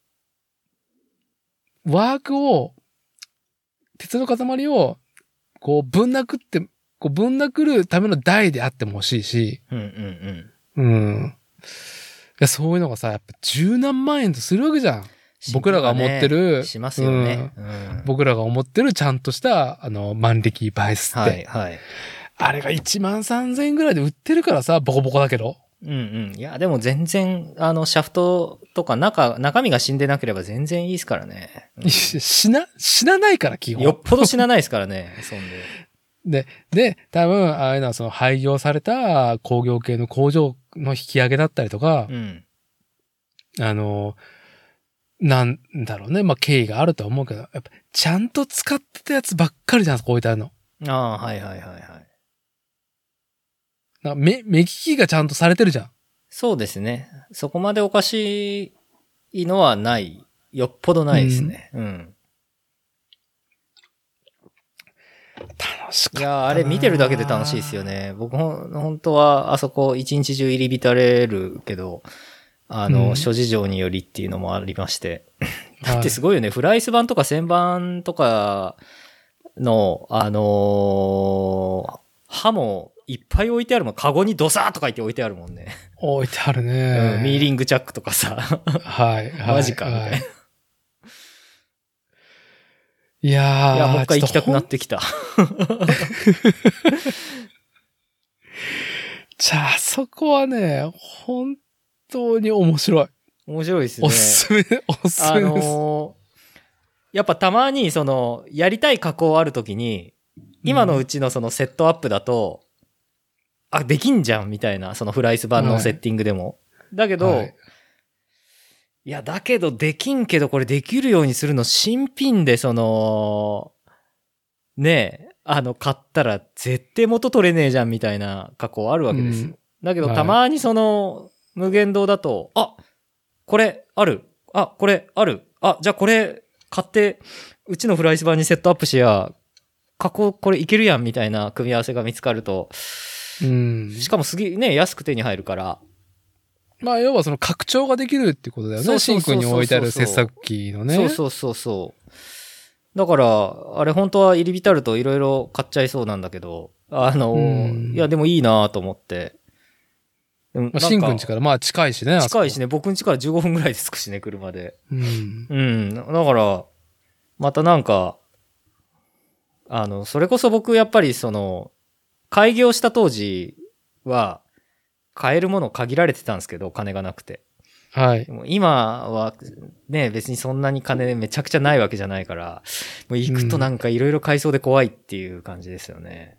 ワークを、鉄の塊を、こう、ぶん殴って、こう、ぶん殴るための台であっても欲しいし、 うんうんうん。 うん。いや、そういうのがさ、やっぱ十何万円とするわけじゃん。僕らが思ってる、 しますよね。うん。 僕らが思ってるちゃんとした、あの、万力バイスって。 はいはい。 あれがいちまんさんぜんえんぐらいで売ってるからさ、ボコボコだけど。 うんうん。いや、でも全然、あの、シャフトとか中、中身が死んでなければ全然いいですからね。うん、 死な、死なないから基本。 よっぽど死なないですからね、そんで、 で。 で、多分、ああいうのはその廃業された工業系の工場の引き上げだったりとか、 うん。 あの、なんだろうね。まあ、経緯があるとは思うけど、やっぱ、ちゃんと使ってたやつばっかりじゃん、置いてあるの。 ああ、はいはいはいはい。 なんか目、目利きがちゃんとされてるじゃん。 そうですね。そこまでおかしいのはない。よっぽどないですね。うん。うん、 楽しかった。 いや、あれ見てるだけで楽しいですよね。僕ほん、本当はあそこ一日中入り浸れるけど、あの、うん、諸事情によりっていうのもありまして。だってすごいよね。はい、フライス版とか旋盤とかの、あのー、刃もいっぱい置いてあるもん。カゴにドサーとか言って置いてあるもんね。 置いてあるね。 うん、ミーリングチャックとかさ。 はい。 マジか、みたいな。 いやー。 いや、もう一回行きたくなってきた。 じゃあ、そこはね、本当に面白い。 面白いですね。 おすすめ、おすすめです。あのー、 やっぱたまに、その、やりたい加工あるときに、今のうちのそのセットアップだと、うん、あ、できんじゃんみたいな、そのフライス版のセッティングでも。はい、だけど、はい、いや、だけどできんけどこれできるようにするの新品でその、ねえ、あの、買ったら絶対元取れねえじゃんみたいな加工あるわけですよ。うん、だけどたまにその、無限堂だと、あ、これある。あ、これある。あ、じゃあこれ買って、うちのフライス版にセットアップしや、加工これいけるやんみたいな組み合わせが見つかると、 うん、 しかもすげえね、安く手に入るから。 まあ、要はその拡張ができるってことだよね。シンクに置いてある切削機のね。 そうそうそうそう。だから、あれ本当は入り浸るといろいろ買っちゃいそうなんだけど、あの、いやでもいいなと思って。 まあ、シンクん家からまあ近いしね。 近いしね。僕ん家からじゅうごふんぐらいで着くしね、車で。 うん。 うん。だから、またなんか、あの、それこそ僕やっぱりその、開業した当時は、買えるもの限られてたんですけど、金がなくて。 はい。 もう今はね、別にそんなに金めちゃくちゃないわけじゃないから、もう行くとなんかいろいろ買いそうで怖いっていう感じですよね。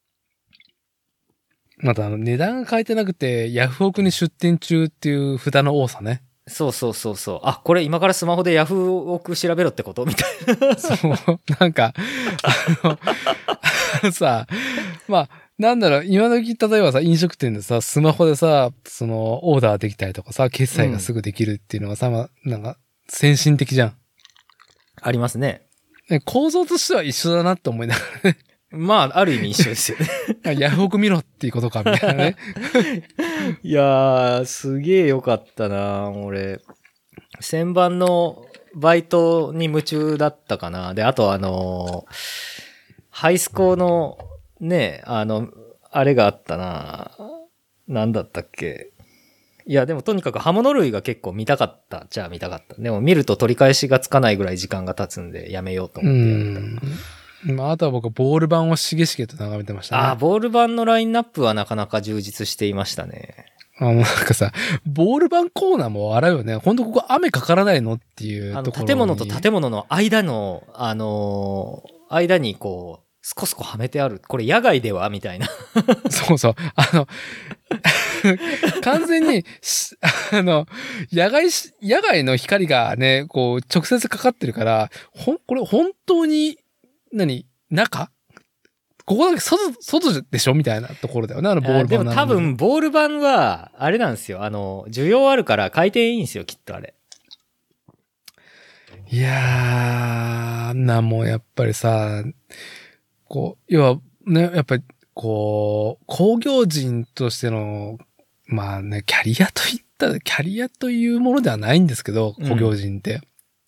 またあの値段が変えてなくて、ヤフオクに出店中っていう札の多さね。 そうそうそうそう。あ、これ今からスマホでヤフオク調べろってことみたいな。 そう、なんか、あの、あのさ、まあ、なんだろう、今時、例えばさ、飲食店でさ、スマホでさ、その、オーダーできたりとかさ、決済がすぐできるっていうのがさ、うん、まあ、なんか、先進的じゃん。 ありますね。 構造としては一緒だなって思いながらね。 まあ、ある意味一緒ですよね。 ヤフオク見ろっていうことか、みたいなね。 いやー、すげえよかったな俺。旋盤のバイトに夢中だったかな。で、あとあのー、ハイスコのね、あの、あれがあったななんだったっけ。いや、でもとにかく刃物類が結構見たかった。じゃあ見たかった。でも見ると取り返しがつかないぐらい時間が経つんでやめようと思ってやめた。 まあ、あとは僕はボール盤をしげしげと眺めてましたね。 ああ、ボール盤のラインナップはなかなか充実していましたね。 あの、なんかさ、ボール盤コーナーも笑うよね。ほんとここ雨かからないのっていうところに。 あの、建物と建物の間の、あのー、間にこう、スコスコはめてある。これ野外ではみたいな。 そうそう。あの、完全に、あの、野外し、野外の光がね、こう、直接かかってるから、ほん、これ本当に、何中ここだけ外、外でしょみたいなところだよね、あのボール盤。 でも多分、ボール盤は、あれなんですよ。あの、需要あるから回転いいんですよ、きっとあれ。 いやー、な、もうやっぱりさ、こう、要は、ね、やっぱり、こう、工業人としての、まあね、キャリアといったら、キャリアというものではないんですけど、工業人って。うん、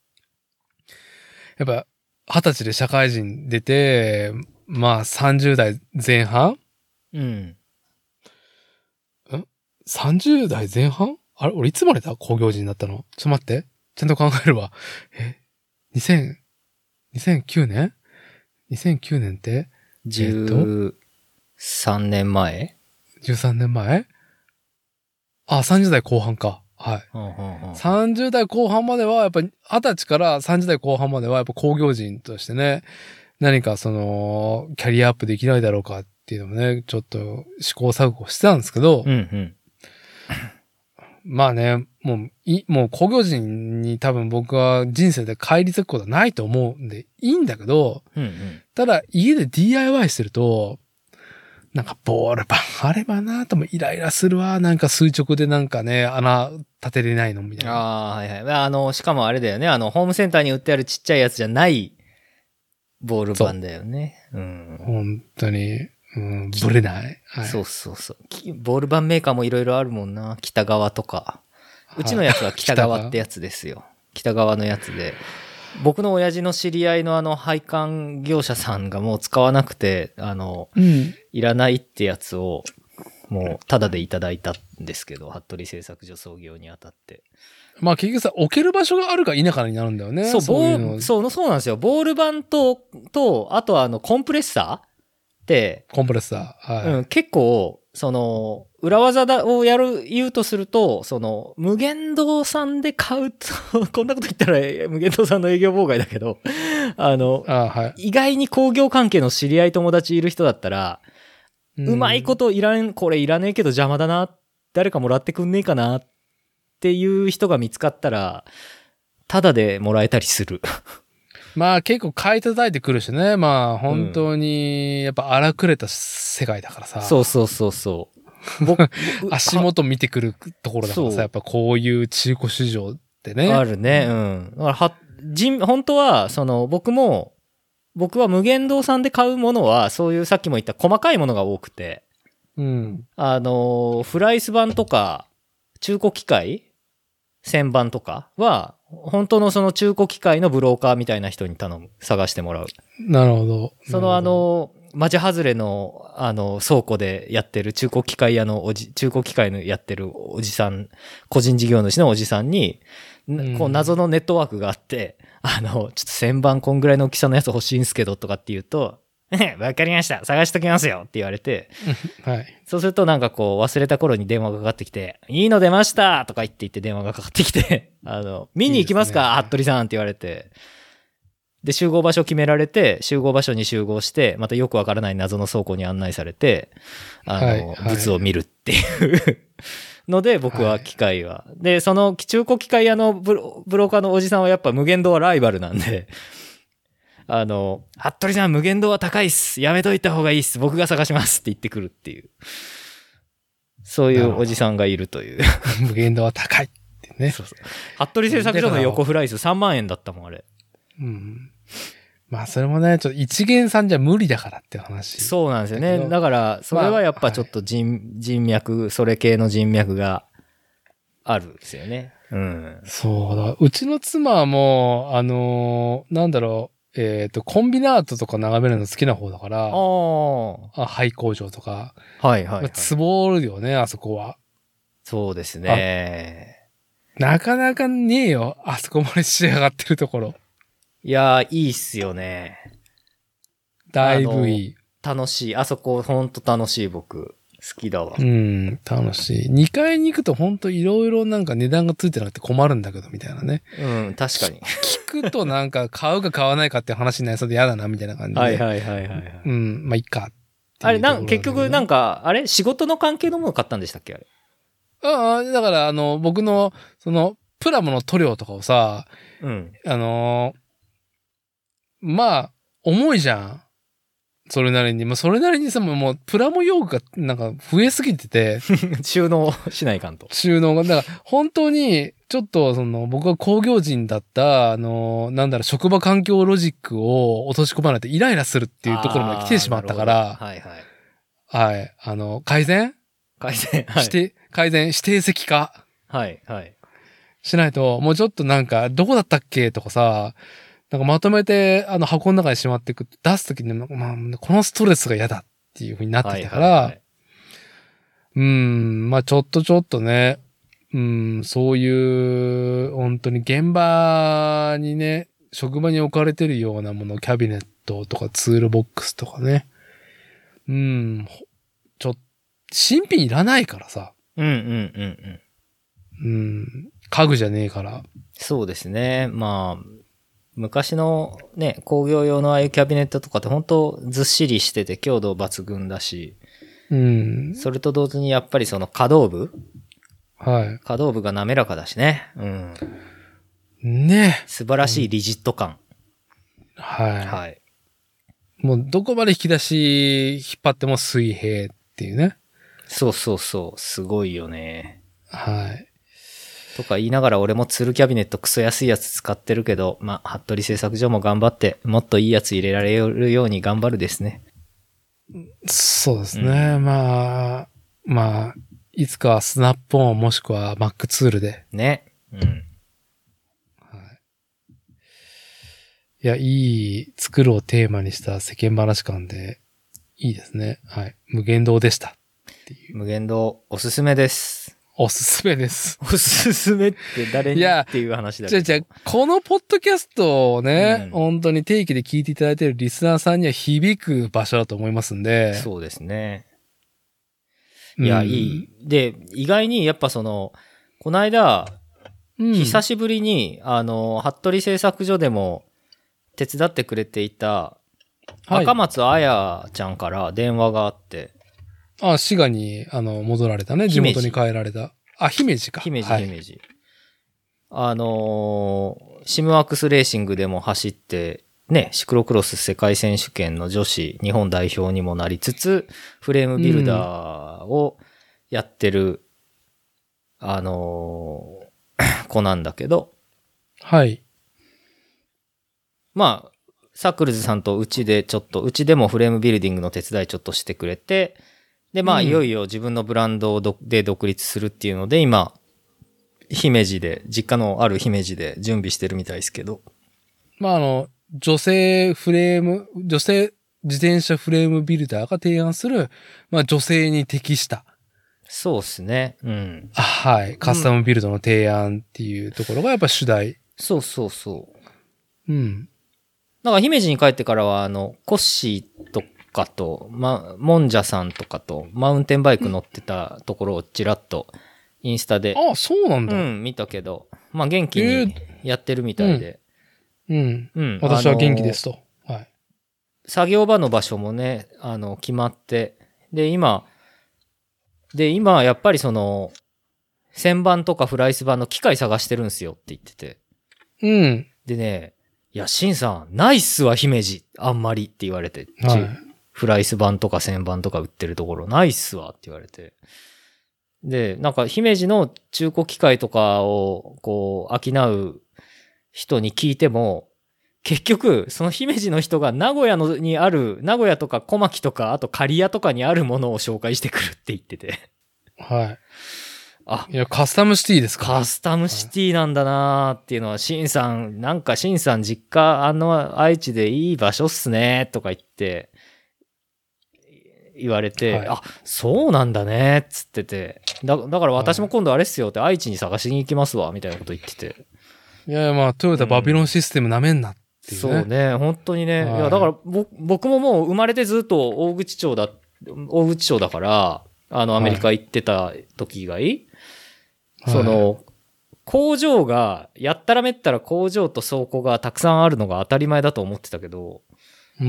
やっぱ、二十歳で社会人出て、まあさんじゅう代前半うん。ん ?さんじゅう 代前半あれ俺いつまでだ工業人になったのちょっと待って。ちゃんと考えるわ。え ?にせん、にせんきゅうねん ?にせんきゅう 年ってじゅうさんねんまえ ? じゅうさんねんまえあ、さんじゅう代後半か。はい。 うんうんうん、 さんじゅう代後半までは、やっぱり二十歳からさんじゅう代後半までは、やっぱ工業人としてね、何かその、キャリアアップできないだろうかっていうのもね、ちょっと試行錯誤してたんですけど、 うんうん、 まあね、もう、い、もう工業人に多分僕は人生で帰り咲くことはないと思うんで、いいんだけど、 うんうん、 ただ家で ディーアイワイ してると、なんかボールパンあればなともイライラするわ。なんか垂直でなんかね、穴立てれないのみたいな。 ああ、はいはい。あの、しかもあれだよね。あの、ホームセンターに売ってあるちっちゃいやつじゃないボールパンだよね。う。うん。 本当に、うん、ぶれない、 はい。そうそうそう。ボールパンメーカーもいろいろあるもんな。北川とか。うちのやつは北川ってやつですよ。北川のやつで。僕の親父の知り合いのあの配管業者さんがもう使わなくて、あの、うん、いらないってやつをもうタダでいただいたんですけど、服部製作所創業にあたって。 まあ結局さ、置ける場所があるか否かになるんだよね。 そう、そういうのそう、そうなんですよ。ボール板と、と、あとはあの、コンプレッサーって、 コンプレッサー。はい。 うん、結構、その、裏技だをやる、言うとすると、その、無限堂さんで買うと、こんなこと言ったら無限堂さんの営業妨害だけど、あの、 あ、はい、 意外に工業関係の知り合い友達いる人だったら、う, うまいこといらん、これいらねえけど邪魔だな、誰かもらってくんねえかなっていう人が見つかったら、タダでもらえたりする。 まあ結構買い叩いてくるしね。まあ本当に、やっぱ荒くれた世界だからさ。 うん、そうそうそうそう。 僕足元見てくるところだからさ、やっぱこういう中古市場ってね。 あるね。うん。だからは、人、本当は、その、僕も、僕は無限堂さんで買うものは、そういうさっきも言った細かいものが多くて。 うん。 あの、フライス版とか、中古機械旋盤とかは、本当のその中古機械のブローカーみたいな人に頼む。探してもらう。 なるほど。 そのあの、町外れの、あの、倉庫でやってる中古機械屋のおじ、中古機械のやってるおじさん、個人事業主のおじさんに、うん、こう謎のネットワークがあって、あの、ちょっと旋盤こんぐらいの大きさのやつ欲しいんすけどとかって言うと、 わかりました。探しときますよって言われて、 はい。 そうするとなんかこう忘れた頃に電話がかかってきて、いいの出ましたとか言って言って電話がかかってきて、あの、見に行きますか、 いいですね服部さんって言われて、で、集合場所決められて、集合場所に集合して、またよくわからない謎の倉庫に案内されて、あの、 はいはい物を見るっていうので、僕は機械は。で、その中古機械屋のブロブローカーのおじさんはやっぱ無限堂はライバルなんで、あの、服部さん無限堂は高いっす。やめといた方がいいっす。僕が探しますって言ってくるっていう。そういうおじさんがいるという。 無限度は高いってね。 そうそう。服部製作所の横フライスさんまんえんだったもん、あれ。 うん。まあ、それもね、ちょっと一元さんじゃ無理だからっていう話。 そうなんですよね。だから、それはやっぱちょっと人、まあはい、人脈、それ系の人脈があるんですよね。うん。 そうだ。うちの妻はもう、あのー、なんだろう。えっと、コンビナートとか眺めるの好きな方だから、ああ。廃工場とか。 はいはい、はい。 つぼるよね、あそこは。 そうですね。 なかなかねえよ、あそこまで仕上がってるところ。 いやー、いいっすよね。 だいぶいい。 楽しい。あそこほんと楽しい僕。好きだわ。 うん、楽しい。にかいに行くとほんといろいろなんか値段がついてなくて困るんだけど、みたいなね。 うん、確かに。 聞くとなんか買うか買わないかって話になりそうで嫌だな、みたいな感じで。 はいはいはいはい、はい。 うん、まあいいか。 あれ、なん、結局なんか、あれ仕事の関係のもの買ったんでしたっけあれ。 ああ、だからあの、僕の、その、プラモの塗料とかをさ、 うん。 あのー、まあ、重いじゃん。それなりに。まあ、それなりにさ、もう、プラモ用具が、なんか、増えすぎてて。 収納しないかんと。 収納が。だから、本当に、ちょっと、その、僕が工業人だった、あの、なんだろう、職場環境ロジックを落とし込まないとイライラするっていうところまで来てしまったから。 はいはい。 はい。あの、改善改善、はい。 して、改善、指定席化。 はいはい。 しないと、もうちょっとなんか、どこだったっけとかさ、なんかまとめて、あの、箱の中にしまっていく、出すときに、まあ、このストレスが嫌だっていう風になってきたから、はいはいはい、うん、まあちょっとちょっとね、うん、そういう、本当に現場にね、職場に置かれてるようなもの、キャビネットとかツールボックスとかね、うん、ちょっと、新品いらないからさ。 うんうんうんうん。うん、家具じゃねえから。 そうですね。まあ、昔のね、工業用のああいうキャビネットとかって本当ずっしりしてて強度抜群だし、 うん。 それと同時にやっぱりその可動部はい。 可動部が滑らかだしね。うん。 ね。 素晴らしいリジット感。 うん、はい。 はい。 もうどこまで引き出し引っ張っても水平っていうね。 そうそうそう。すごいよね。 はい。 とか言いながら俺もツールキャビネットクソ安いやつ使ってるけど、まあ、服部製作所も頑張って、もっといいやつ入れられるように頑張るですね。 そうですね。うん、まあ、まあ、いつかはスナップオンもしくは Mac ツールで。 ね。うん。 はい。いや、いい作るをテーマにした世間話感で、いいですね。はい。無限堂でした。っていう。 無限堂、おすすめです。 おすすめです。 おすすめって誰にっていう話だけど。 じゃあじゃあこのポッドキャストをね、うん、本当に定期で聞いていただいているリスナーさんには響く場所だと思いますんで。 そうですね。いや、うん、いい。で、意外にやっぱその、この間、うん、久しぶりに、あの、服部製作所でも手伝ってくれていた、赤松彩ちゃんから電話があって、 あ、滋賀に、あの、戻られたね。地元に帰られた。あ、姫路か。 姫路、はい、姫路。あのー、シムワークスレーシングでも走って、ね、シクロクロス世界選手権の女子日本代表にもなりつつ、フレームビルダーをやってる、うん、あのー、子なんだけど。 はい。 まあ、サークルズさんとうちでちょっと、うちでもフレームビルディングの手伝いちょっとしてくれて、で、まあ、いよいよ自分のブランドで独立するっていうので、今、姫路で、実家のある姫路で準備してるみたいですけど。 まあ、あの、女性フレーム、女性自転車フレームビルダーが提案する、まあ、女性に適した。 そうっすね。うん。 はい。カスタムビルドの提案っていうところがやっぱ主題。 そうそうそう。 うん。 なんか姫路に帰ってからは、あの、コッシーとかと、ま、もんじゃさんとかとマウンテンバイク乗ってたところをちらっとインスタで、 ああ、そうなんだ。 うん、見たけど、まあ元気にやってるみたいで。 うん。 うん。 私は元気ですと。はい。 作業場の場所もね、あの、決まって、で、今、で、今、やっぱりその、旋盤とかフライス盤の機械探してるんですよって言ってて。 うん。 でね、いや、シンさん、ないっすわ、姫路。あんまりって言われて。 はい。 フライス盤とか旋盤とか売ってるところ、ないっすわって言われて。で、なんか、姫路の中古機械とかを、こう、商う人に聞いても、結局、その姫路の人が名古屋のにある、名古屋とか小牧とか、あと刈谷とかにあるものを紹介してくるって言ってて。 はい。 あ、 いや、カスタムシティですか。 カスタムシティなんだなーっていうのは、シンさん、なんかシンさん実家、あの愛知でいい場所っすねとか言って、言われて、 はい、 あ、そうなんだねっつってて、だだから私も今度あれっすよって愛知に探しに行きますわ、みたいなこと言ってて。 いやいや、まあ、トヨタバビロンシステムなめんなっていうね。 そうね、本当にね。 はい、 いや、だから僕ももう生まれてずっと大口町だ、大口町だから、あの、アメリカ行ってた時以外、はい、その、はい、工場が、やったらめったら工場と倉庫がたくさんあるのが当たり前だと思ってたけど、 うん。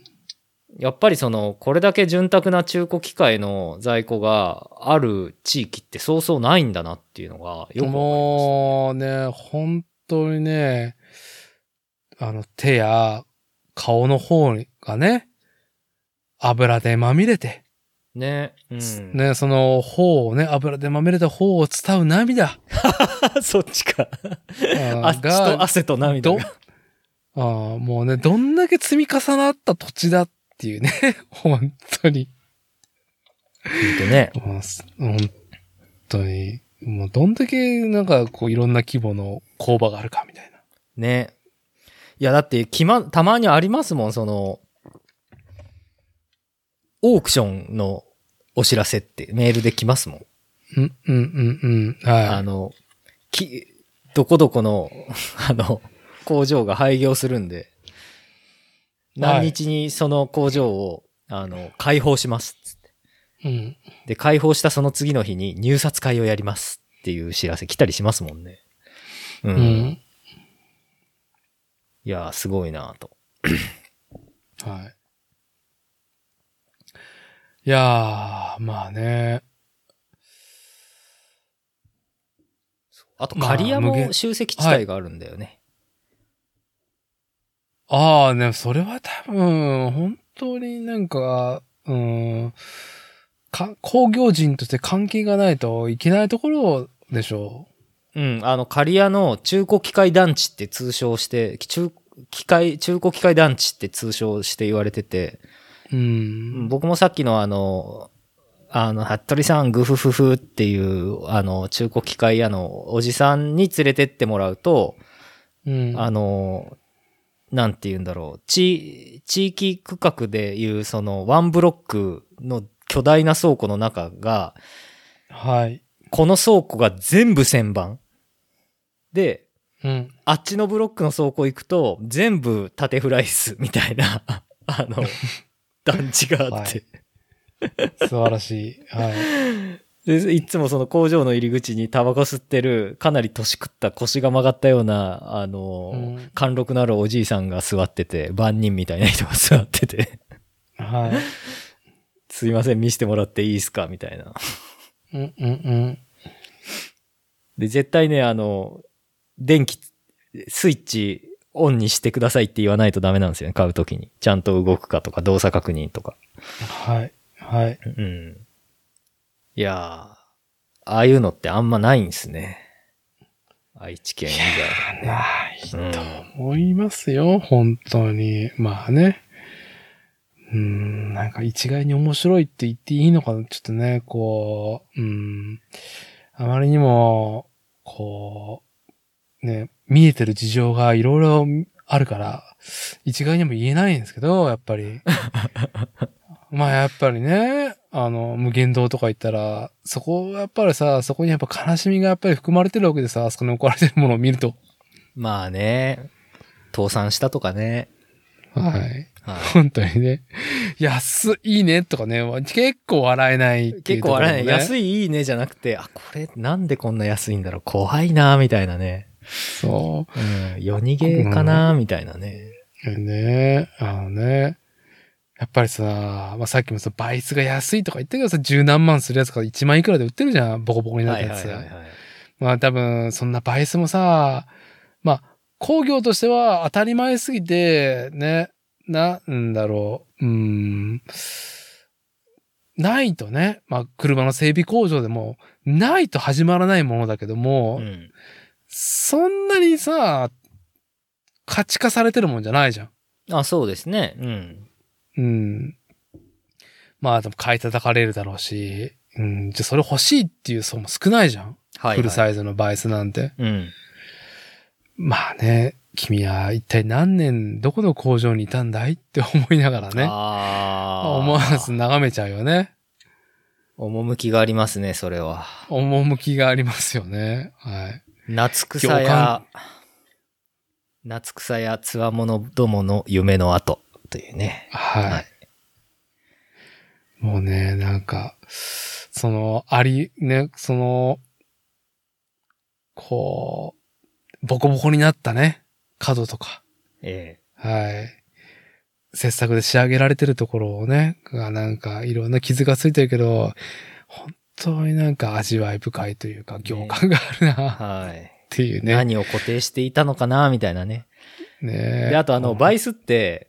やっぱりその、これだけ潤沢な中古機械の在庫がある地域ってそうそうないんだなっていうのがよくわかりましたね。 もうね、本当にね、あの手や顔の方がね、油でまみれて。 ね。うん。 ね、その方をね、油でまみれた方を伝う涙。 そっちか。あっちと汗と涙が。 ああ、もうね、どんだけ積み重なった土地だっていうね、本当に。 本当ね。 本当に。もうどんだけなんかこういろんな規模の工場があるかみたいな。 ね。いやだってきま、たまにありますもん、その、オークションのお知らせってメールで来ますもん。 うん、うん、うん、うん。はい。 あの、き、どこどこの、あの、工場が廃業するんで、何日にその工場を、はい、あの、開放しますっつって。 うん。 で、開放したその次の日に入札会をやりますっていう知らせ来たりしますもんね。うん。うん、いやー、すごいなぁと。 はい。いやー、まあね。 あと、刈谷も集積地帯があるんだよね。 はい、ああ、ね、それは多分、本当になんか、うん、か、工業人として関係がないといけないところでしょう。うん、あの、刈谷の中古機械団地って通称して、中、機械、中古機械団地って通称して言われてて、 うん、 僕もさっきのあの、あの、服部さん、グフフフっていう、あの、中古機械屋のおじさんに連れてってもらうと、 うん、 あの、なんて言うんだろう、地、地域区画でいう、その、ワンブロックの巨大な倉庫の中が、 はい。 この倉庫が全部旋盤。で、 うん、 あっちのブロックの倉庫行くと、全部縦フライスみたいな、あの、団地があって、 はい、素晴らしい。はい。 で、いつもその工場の入り口にタバコ吸ってる、かなり年食った腰が曲がったような、あの、うん、貫禄のあるおじいさんが座ってて、万人みたいな人が座ってて。 はい。 すいません、見せてもらっていいですかみたいな。 うんうんうん。 で、絶対ね、あの、電気、スイッチ、オンにしてくださいって言わないとダメなんですよね、買うときに。ちゃんと動くかとか、動作確認とか。 はい。はい。 うん。いやー、ああいうのってあんまないんですね。愛知県以外、 ね。ないと思いますよ、うん、本当に。まあね。うーん、なんか一概に面白いって言っていいのかな、ちょっとね、こう、うん、あまりにも、こう、ね、見えてる事情がいろいろあるから、一概にも言えないんですけど、やっぱり。まあやっぱりね、あの、無限堂とか行ったら、そこやっぱりさ、そこにやっぱ悲しみがやっぱり含まれてるわけでさ、あそこに置かれてるものを見ると。 まあね、倒産したとかね。 はい。はい、本当にね。 安いねとかね、結構笑えないっていうところ、ね。 結構笑えない。安いいいねじゃなくて、あ、これなんでこんな安いんだろう、怖いなみたいなね。 そう。 うん、夜逃げかな、うん、みたいなね。 ねあのね。やっぱりさ、まあ、さっきもさ、バイスが安いとか言ったけどさ、十何万するやつが一万いくらで売ってるじゃん。ボコボコになったやつ。はいはいはいはい、まあ多分、そんなバイスもさ、まあ、工業としては当たり前すぎて、ね、なんだろう、うーん、ないとね、まあ車の整備工場でも、ないと始まらないものだけども、うん、そんなにさ、価値化されてるもんじゃないじゃん。 あ、そうですね。うん。 うん。まあでも買い叩かれるだろうし、うん、じゃあそれ欲しいっていう層も少ないじゃん。はい、はい。フルサイズのバイスなんて。うん。まあね、君は一体何年どこの工場にいたんだいって思いながらね。ああ。思わず眺めちゃうよね。 趣がありますね、それは。 趣がありますよね。はい。 夏草や、夏草やつわものどもの夢の後というね。 はい。はい、もうね、なんか、その、あり、ね、その、こう、ボコボコになったね、角とか。ええ。はい。切削で仕上げられてるところをね、がなんかいろんな傷がついてるけど、本当になんか味わい深いというか、行間があるな、ね、はい。っていうね。 何を固定していたのかな、みたいなね。ねで、あとあの、バイスって、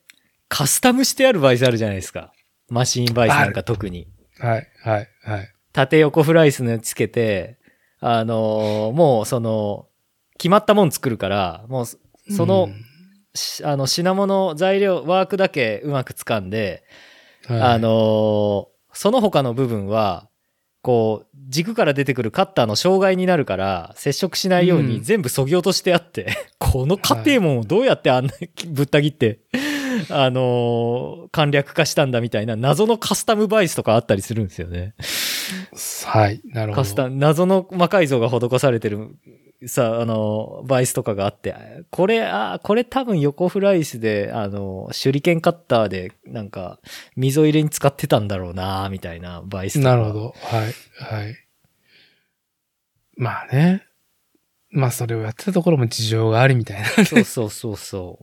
カスタムしてあるバイスあるじゃないですか。マシンバイスなんか特に。 はい、はい、はい。 縦横フライスのつけて、あのー、もうその、決まったもん作るから、もう、その、うん、あの、品物、材料、ワークだけうまく掴んで、はい、あのー、その他の部分は、こう、軸から出てくるカッターの障害になるから、接触しないように全部削ぎ落としてあって、うん、この家庭門をどうやってあんなぶった切って、あのー、簡略化したんだみたいな謎のカスタムバイスとかあったりするんですよね。 はい、なるほど。 カスタム、謎の魔改造が施されてる、さ、あのー、バイスとかがあって、これ、あ、これ多分横フライスで、あのー、手裏剣カッターで、なんか、溝入れに使ってたんだろうなみたいなバイスとか。 なるほど。はい、はい。まあね。まあそれをやってたところも事情がありみたいな。 そうそうそうそう。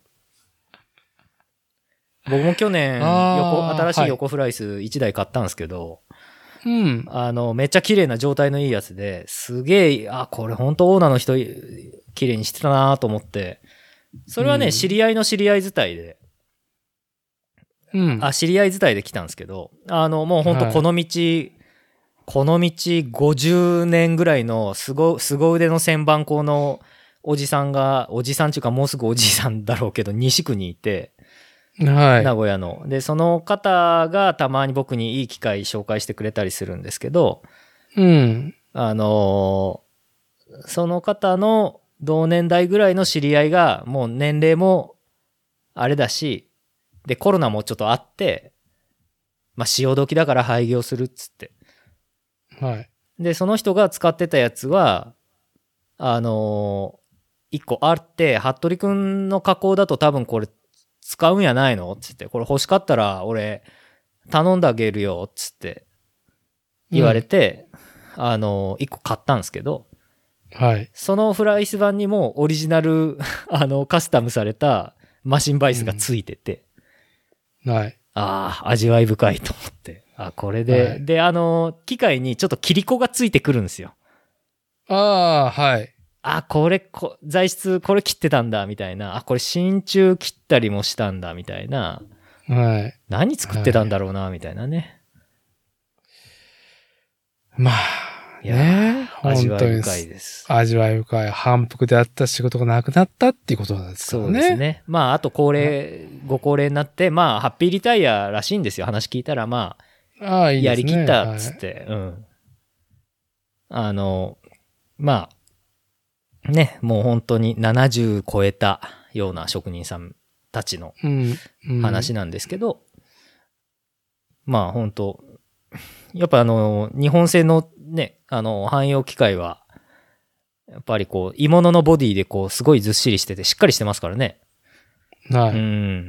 僕も去年、横、新しい横フライスいちだい買ったんですけど、うん。あの、めっちゃ綺麗な状態のいいやつで、すげえ、あ、これ本当オーナーの人、綺麗にしてたなと思って、それはね、うん、知り合いの知り合い伝いで、うん。あ、知り合い伝いで来たんですけど、あの、もう本当この道、はい、この道ごじゅうねんぐらいのすご、凄腕の旋盤工のおじさんが、おじさんっていうかもうすぐおじさんだろうけど、西区にいて、はい、名古屋の。で、その方がたまに僕にいい機会紹介してくれたりするんですけど、うん。あのー、その方の同年代ぐらいの知り合いが、もう年齢もあれだし、で、コロナもちょっとあって、まあ、潮時だから廃業するっつって。はい。で、その人が使ってたやつは、あのー、一個あって、服部くんの加工だと多分これ、使うんやないのつって、これ欲しかったら俺頼んであげるよつって言われて、うん、あの、一個買ったんですけど、はい。そのフライス版にもオリジナル、あの、カスタムされたマシンバイスがついてて、うん、はい。ああ、味わい深いと思って。あ、これで、はい、で、あの、機械にちょっと切り子がついてくるんですよ。ああ、はい。あ、これこ、材質これ切ってたんだみたいな、あ、これ真鍮切ったりもしたんだみたいな、はい。何作ってたんだろうな、はい、みたいなね。まあ、ね、味わい深いです。味わい深い。反復であった仕事がなくなったっていうことなんですからね。そうですね。まあ、あと高齢、ご高齢になって、まあ、ハッピーリタイヤらしいんですよ。話聞いたら、まあ、ああ、いいですね。やりきったっつって、はい、うん。あの、まあ、ね、もう本当にななじゅう超えたような職人さんたちの話なんですけど、うんうん、まあ本当、やっぱあの、日本製のね、あの、汎用機械は、やっぱりこう、鋳物のボディでこう、すごいずっしりしててしっかりしてますからね。 はい。 うん。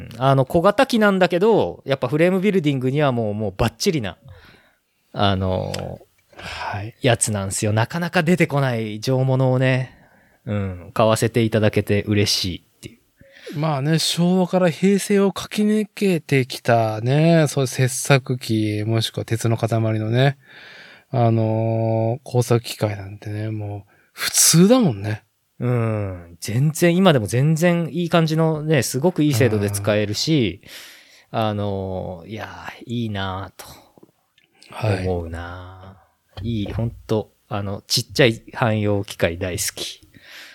あの、小型機なんだけど、やっぱフレームビルディングにはもう、もうバッチリな、あの、 はい。 やつなんですよ。なかなか出てこない上物をね、うん、買わせていただけて嬉しいっていう。 まあね、昭和から平成を駆け抜けてきたね、そういう切削機、もしくは鉄の塊のね、あのー工作機械なんてね、もう普通だもんね。 うん。全然、今でも全然いい感じのね、すごくいい精度で使えるし、あの、いや、いいなぁとはい。 思うなぁ。いい、ほんと、あの、ちっちゃい汎用機械大好き。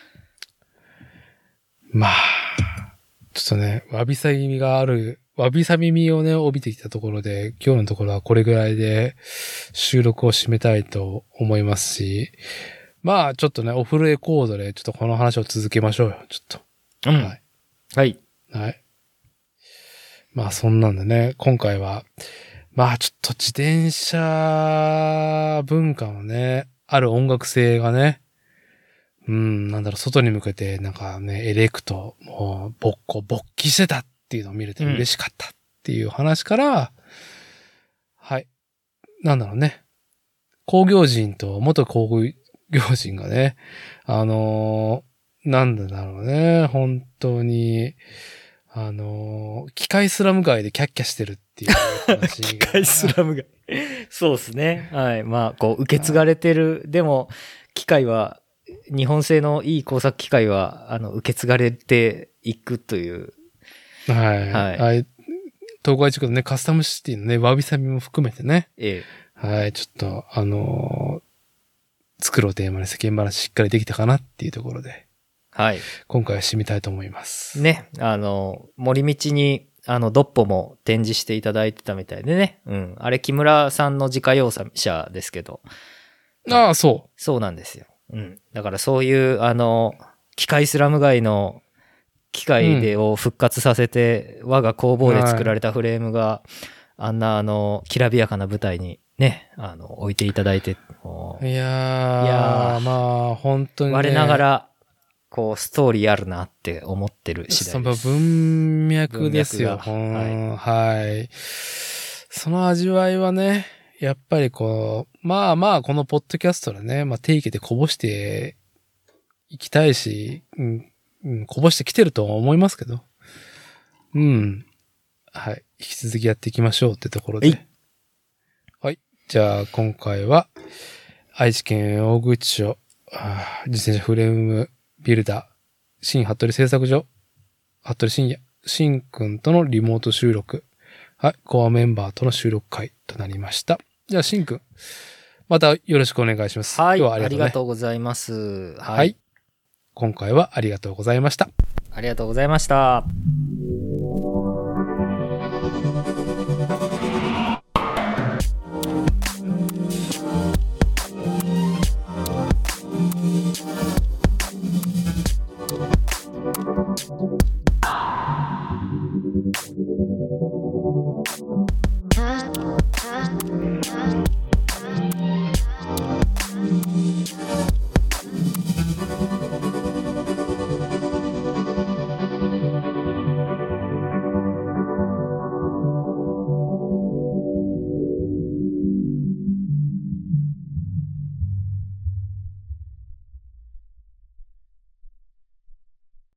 まあ、ちょっとね、わびさびみがある、わびさびみをね、帯びてきたところで、今日のところはこれぐらいで収録を締めたいと思いますし、まあ、ちょっとね、オフレコードでちょっとこの話を続けましょうよ、ちょっと。 うん。 はい。 はい。 はい。まあ、そんなんでね、今回は、まあ、ちょっと自転車文化のね、ある音楽性がね、うん、なんだろう、外に向けて、なんかね、エレクト、もう、勃興、勃起してたっていうのを見れて嬉しかったっていう話から、うん、はい。なんだろうね。工業人と元工業人がね、あのー、なんだろうね、本当に、あのー、機械スラム街でキャッキャしてるっていう話が。 機械スラム街。そうですね。はい。まあ、こう、受け継がれてる。でも、機械は、日本製のいい工作機械は、あの、受け継がれていくという。 はい。 はい。 はい。東海地区のね、カスタムシティのね、わびさびも含めてね。 ええ。 はい。ちょっと、あのー、作ろうテーマに世間話しっかりできたかなっていうところで。 はい。 今回は締めたいと思います。 ね。あの、森道に、あの、ドッポも展示していただいてたみたいでね。うん。あれ、木村さんの自家用車ですけど。 ああ、そう。 そうなんですよ。うん。だからそういう、あの、機械スラム街の機械でを復活させて、うん、我が工房で作られたフレームが、はい、あんな、あの、きらびやかな舞台にね、あの、置いていただいて。いやー、いやーまあ、本当に、ね。 我ながら、こう、ストーリーあるなって思ってる次第です。 文脈ですよ。 はい、 はい。その味わいはね、やっぱりこう、まあまあ、このポッドキャストでね、まあ定期でこぼしていきたいし、うんうん、こぼしてきてると思いますけど。うん。はい。引き続きやっていきましょうってところで。はい。じゃあ、今回は、愛知県大口町、自転車フレームビルダー、新服部製作所、服部深也、新くんとのリモート収録、はい。コアメンバーとの収録会となりました。じゃあ、新くん、またよろしくお願いします。 はい。 今日はありがとう、ね、 ありがとうございます。 はい。はい。今回はありがとうございました。 ありがとうございました。